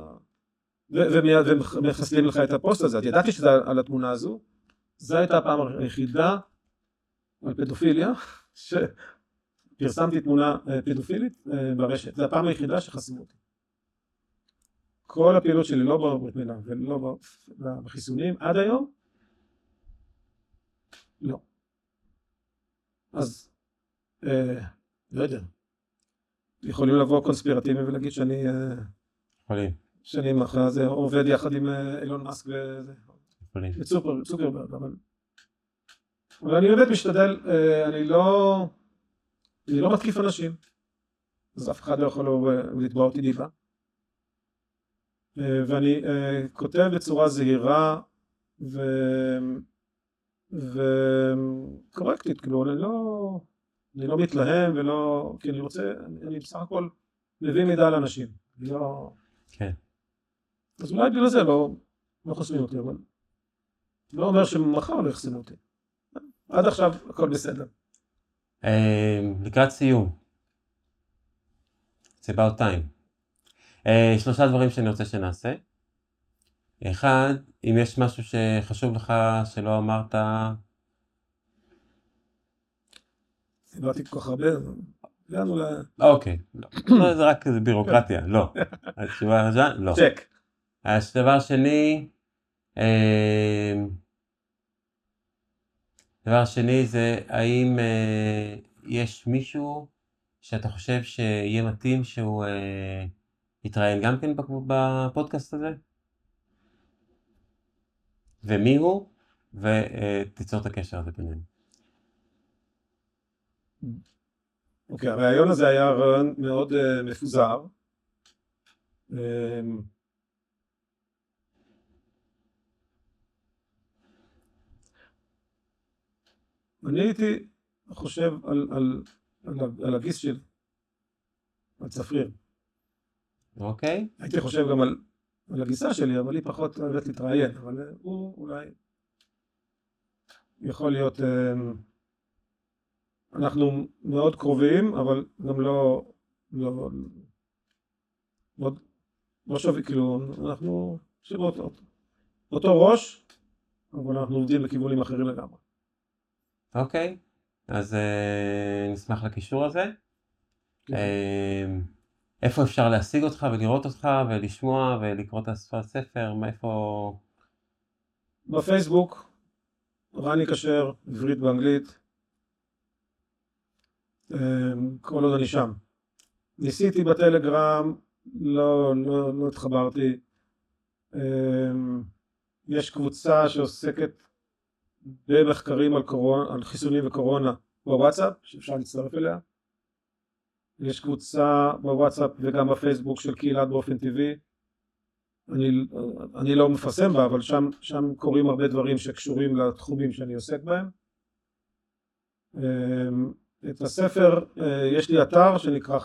ומחסלים לך את הפוסט הזה. ידעתי שזה על התמונה הזו, זו הייתה הפעם היחידה על פדופיליה, שפרסמתי תמונה פדופילית ברשת. זו הפעם היחידה שחסמו אותי. כל הפעילות שלי לא בברית מילה ולא בחיסונים עד היום, לא. אז, לא יודע. יכולים לבוא קונספירטיביים ולהגיד שאני אחרי זה עובד יחד עם אילון מאסק וצוקרברג, אבל אני באמת משתדל, אני לא מתקיף אנשים, אז אף אחד לא יכול לתבוע אותי דיבה, ואני כותב בצורה זהירה וקורקטית, כאילו אני לא מתלהם ולא, כי אני בסך הכל מביא מידע לאנשים, כן. אז אולי בגלל זה לא חוסמים אותי, אבל לא אומר שמחר לא יחסמו אותי. עד עכשיו הכל בסדר. לקראת סיום. It's about time. 3 דברים שאני רוצה שנעשה. 1, אם יש משהו שחשוב לך שלא אמרת, דיברתי כל כך הרבה, הגענו אוקיי, לא, זה רק בירוקרטיה, לא. התשובה הראשונה, לא. צ'ק. דבר שני זה האם יש מישהו שאתה חושב שיהיה מתאים שהוא יתראיין גם כן בפודקאסט הזה? ומי הוא? ותיצור את הקשר הזה בינינו. אוקיי, הרעיון הזה היה רעיון מאוד מפוזר. אני הייתי חושב על הגיס שלי, על צפריר. אוקיי. הייתי חושב גם על הגיסה שלי, אבל היא פחות אוהבת להתראיין, אבל הוא אולי יכול להיות, אנחנו מאוד קרובים, אבל גם לא שווה, כאילו, אנחנו שירות אותו ראש, אבל אנחנו עובדים בכיוונים אחרים לגמרי. אוקיי, אז נשמח לקישור הזה. איפה אפשר להשיג אותך ולראות אותך ולשמוע ולקרוא את הספר? מאיפה? בפייסבוק, רני כשר, עברית באנגלית. כל עוד אני שם. ניסיתי בטלגרם, לא התחברתי. יש קבוצה שעוסקת במחקרים על חיסונים וקורונה בוואטסאפ, שאפשר להצטרף אליה. יש קבוצה בוואטסאפ וגם בפייסבוק של קהילת באופן טבעי. אני לא מפרסם בה, אבל שם קורים הרבה דברים שקשורים לתחומים שאני עוסק בהם. את הספר, יש לי אתר שנקרא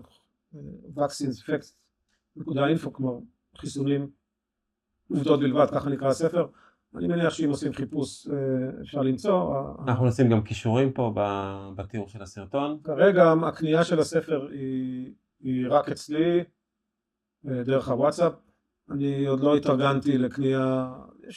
vaccines.facts.info, כמו חיסונים עובדות בלבד, ככה נקרא הספר. אני מניח שאם עושים חיפוש אפשר למצוא. אנחנו נשים גם קישורים פה בתיאור של הסרטון. כרגע הקנייה של הספר היא רק אצלי, דרך הוואטסאפ. אני עוד לא התארגנתי לקנייה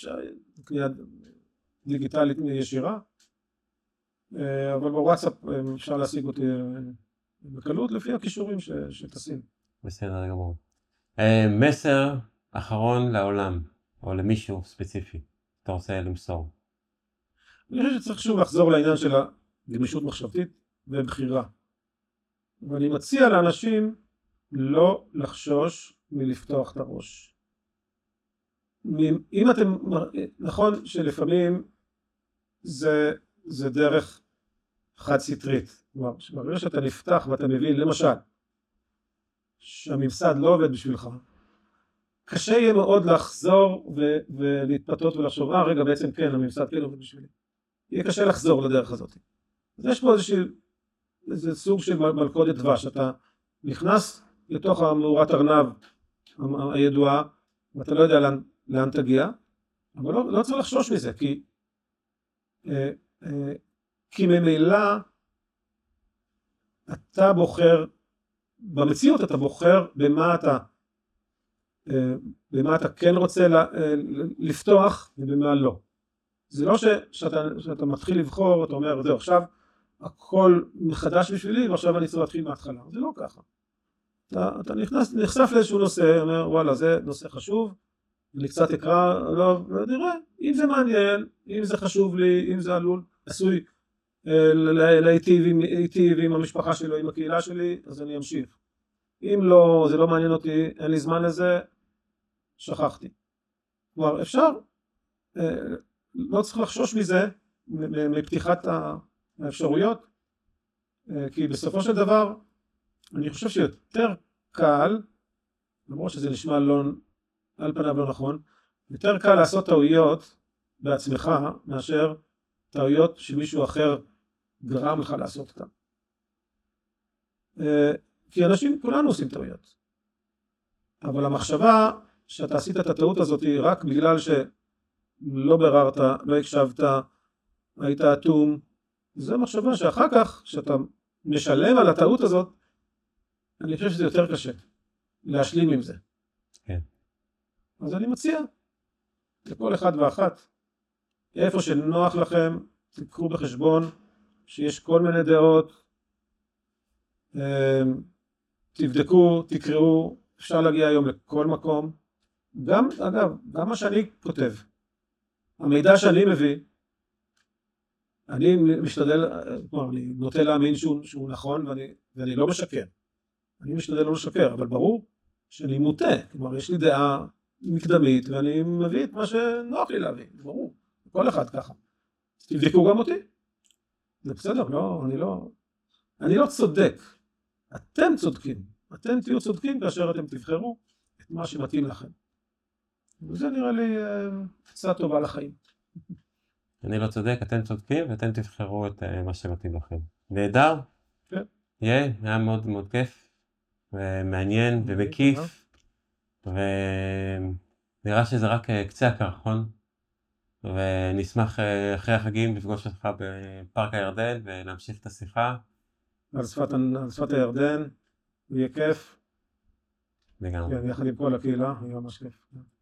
דיגיטלית ישירה, אבל בוואטסאפ אפשר להשיג אותי בקלות לפי הכישורים שתשים. בסדר גמור. מסר אחרון לעולם, או למישהו ספציפי, אתה רוצה למסור? אני חושב שצריך שוב לחזור לעניין של הגמישות מחשבתית ובחירה. ואני מציע לאנשים לא לחשוש מלפתוח את הראש. אם אתם, נכון שלפעמים זה דרך חד סטרית. כלומר, ברגע שאתה נפתח ואתה מבין, למשל, שהממסד לא עובד בשבילך, קשה יהיה מאוד לחזור ולהתפתות ולחשוב, רגע, בעצם כן, הממסד כן עובד בשבילי. יהיה קשה לחזור לדרך הזאת. אז יש פה איזה סוג של מלכודת דבש, אתה נכנס לתוך המאורת ארנב הידועה, ואתה לא יודע לאן תגיע, אבל לא צריך לחשוש מזה, כי ממילא אתה בוחר, במציאות אתה בוחר במה אתה כן רוצה לפתוח ובמה לא. זה לא שאתה מתחיל לבחור, אתה אומר, זהו, עכשיו הכל מחדש בשבילי, ועכשיו אני צריך להתחיל מההתחלה. זה לא ככה. אתה נחשף לאיזשהו נושא, אומר, וואלה, זה נושא חשוב, אני קצת אקרא, לא, נראה, אם זה מעניין, אם זה חשוב לי, אם זה עשוי להיטיב עם המשפחה שלו, עם הקהילה שלי, אז אני אמשיך. אם לא, זה לא מעניין אותי, אין לי זמן לזה, שכחתי. כלומר, אפשר, לא צריך לחשוש מזה, מפתיחת האפשרויות, כי בסופו של דבר, אני חושב שיותר קל, למרות שזה נשמע על פניו לא נכון, יותר קל לעשות טעויות בעצמך, מאשר טעויות שמישהו אחר גרם לך לעשות אותן. כי אנשים, כולנו עושים טעויות. אבל המחשבה שאתה עשית את הטעות הזאת רק בגלל שלא בררת, לא הקשבת, היית אטום, זו מחשבה שאחר כך, שאתה משלם על הטעות הזאת, אני חושב שזה יותר קשה להשלים עם זה. כן. אז אני מציע לכל אחד ואחת, איפה שנוח לכם, תיקחו בחשבון שיש כל מיני דעות, תבדקו, תקראו, אפשר להגיע היום לכל מקום. גם, אגב, גם מה שאני כותב, המידע שאני מביא, אני משתדל, אני נוטה להאמין שהוא נכון, ואני לא משקר. אני משתדל לא לשקר, אבל ברור שאני מוטה. כלומר, יש לי דעה מקדמית, ואני מביא את מה שנוח לי להביא, ברור. כל אחד ככה. תבדקו גם אותי. זה בסדר, לא, אני לא צודק. אתם צודקים. אתם תהיו צודקים כאשר אתם תבחרו את מה שמתאים לכם. וזה נראה לי קצת טובה לחיים. אני לא צודק, אתם צודקים, ואתם תבחרו את מה שמתאים לכם. נהדר? כן. היה מאוד מאוד כיף, ומעניין ומקיף, ונראה שזה רק קצה הקרחון, ונשמח אחרי החגים לפגוש אותך בפארק הירדן, ולהמשיך את השיחה. על שפת הירדן, יהיה כיף. לגמרי. יחד עם כל הקהילה, יהיה ממש כיף.